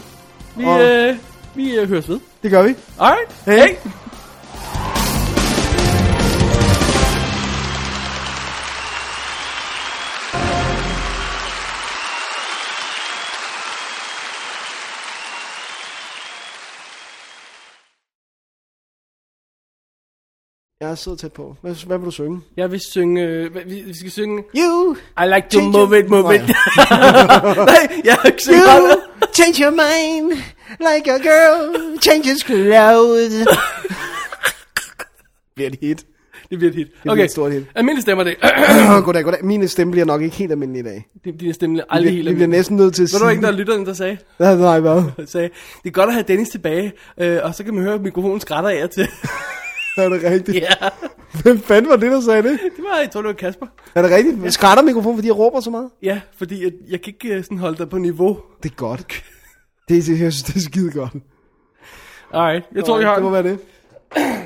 Vi høres ved. Det gør vi. Alright. Hey. Jeg er så tæt på. Hvad vil du synge? Jeg vil synge... Vi skal synge... You I like to move it. Nej, jeg har ikke synge You change your mind like a girl changes clothes. Bliver det hit? Det bliver et hit. Det bliver et stort hit. Almindelig stemmer det. Goddag. Mine stemme bliver nok ikke helt almindelig i dag. Din stemme aldrig helt Vi bliver næsten nødt til at sige... Var du ikke, der lytteren, der sagde? Nej, hvad? Sagde, det er godt at have Dennis tilbage, og så kan man høre, at mikrofonen skrætter af til. Er det rigtigt? Ja. Hvem fanden var det, der sagde det? Det var, jeg tror, det var Kasper. Er det rigtigt? Ja. Skrætter mikrofonen, fordi jeg råber så meget? Ja, fordi jeg kan ikke sådan holde dig på niveau. Det er godt. Jeg synes, det er skide godt. Alright, jeg tror, vi har det må være det.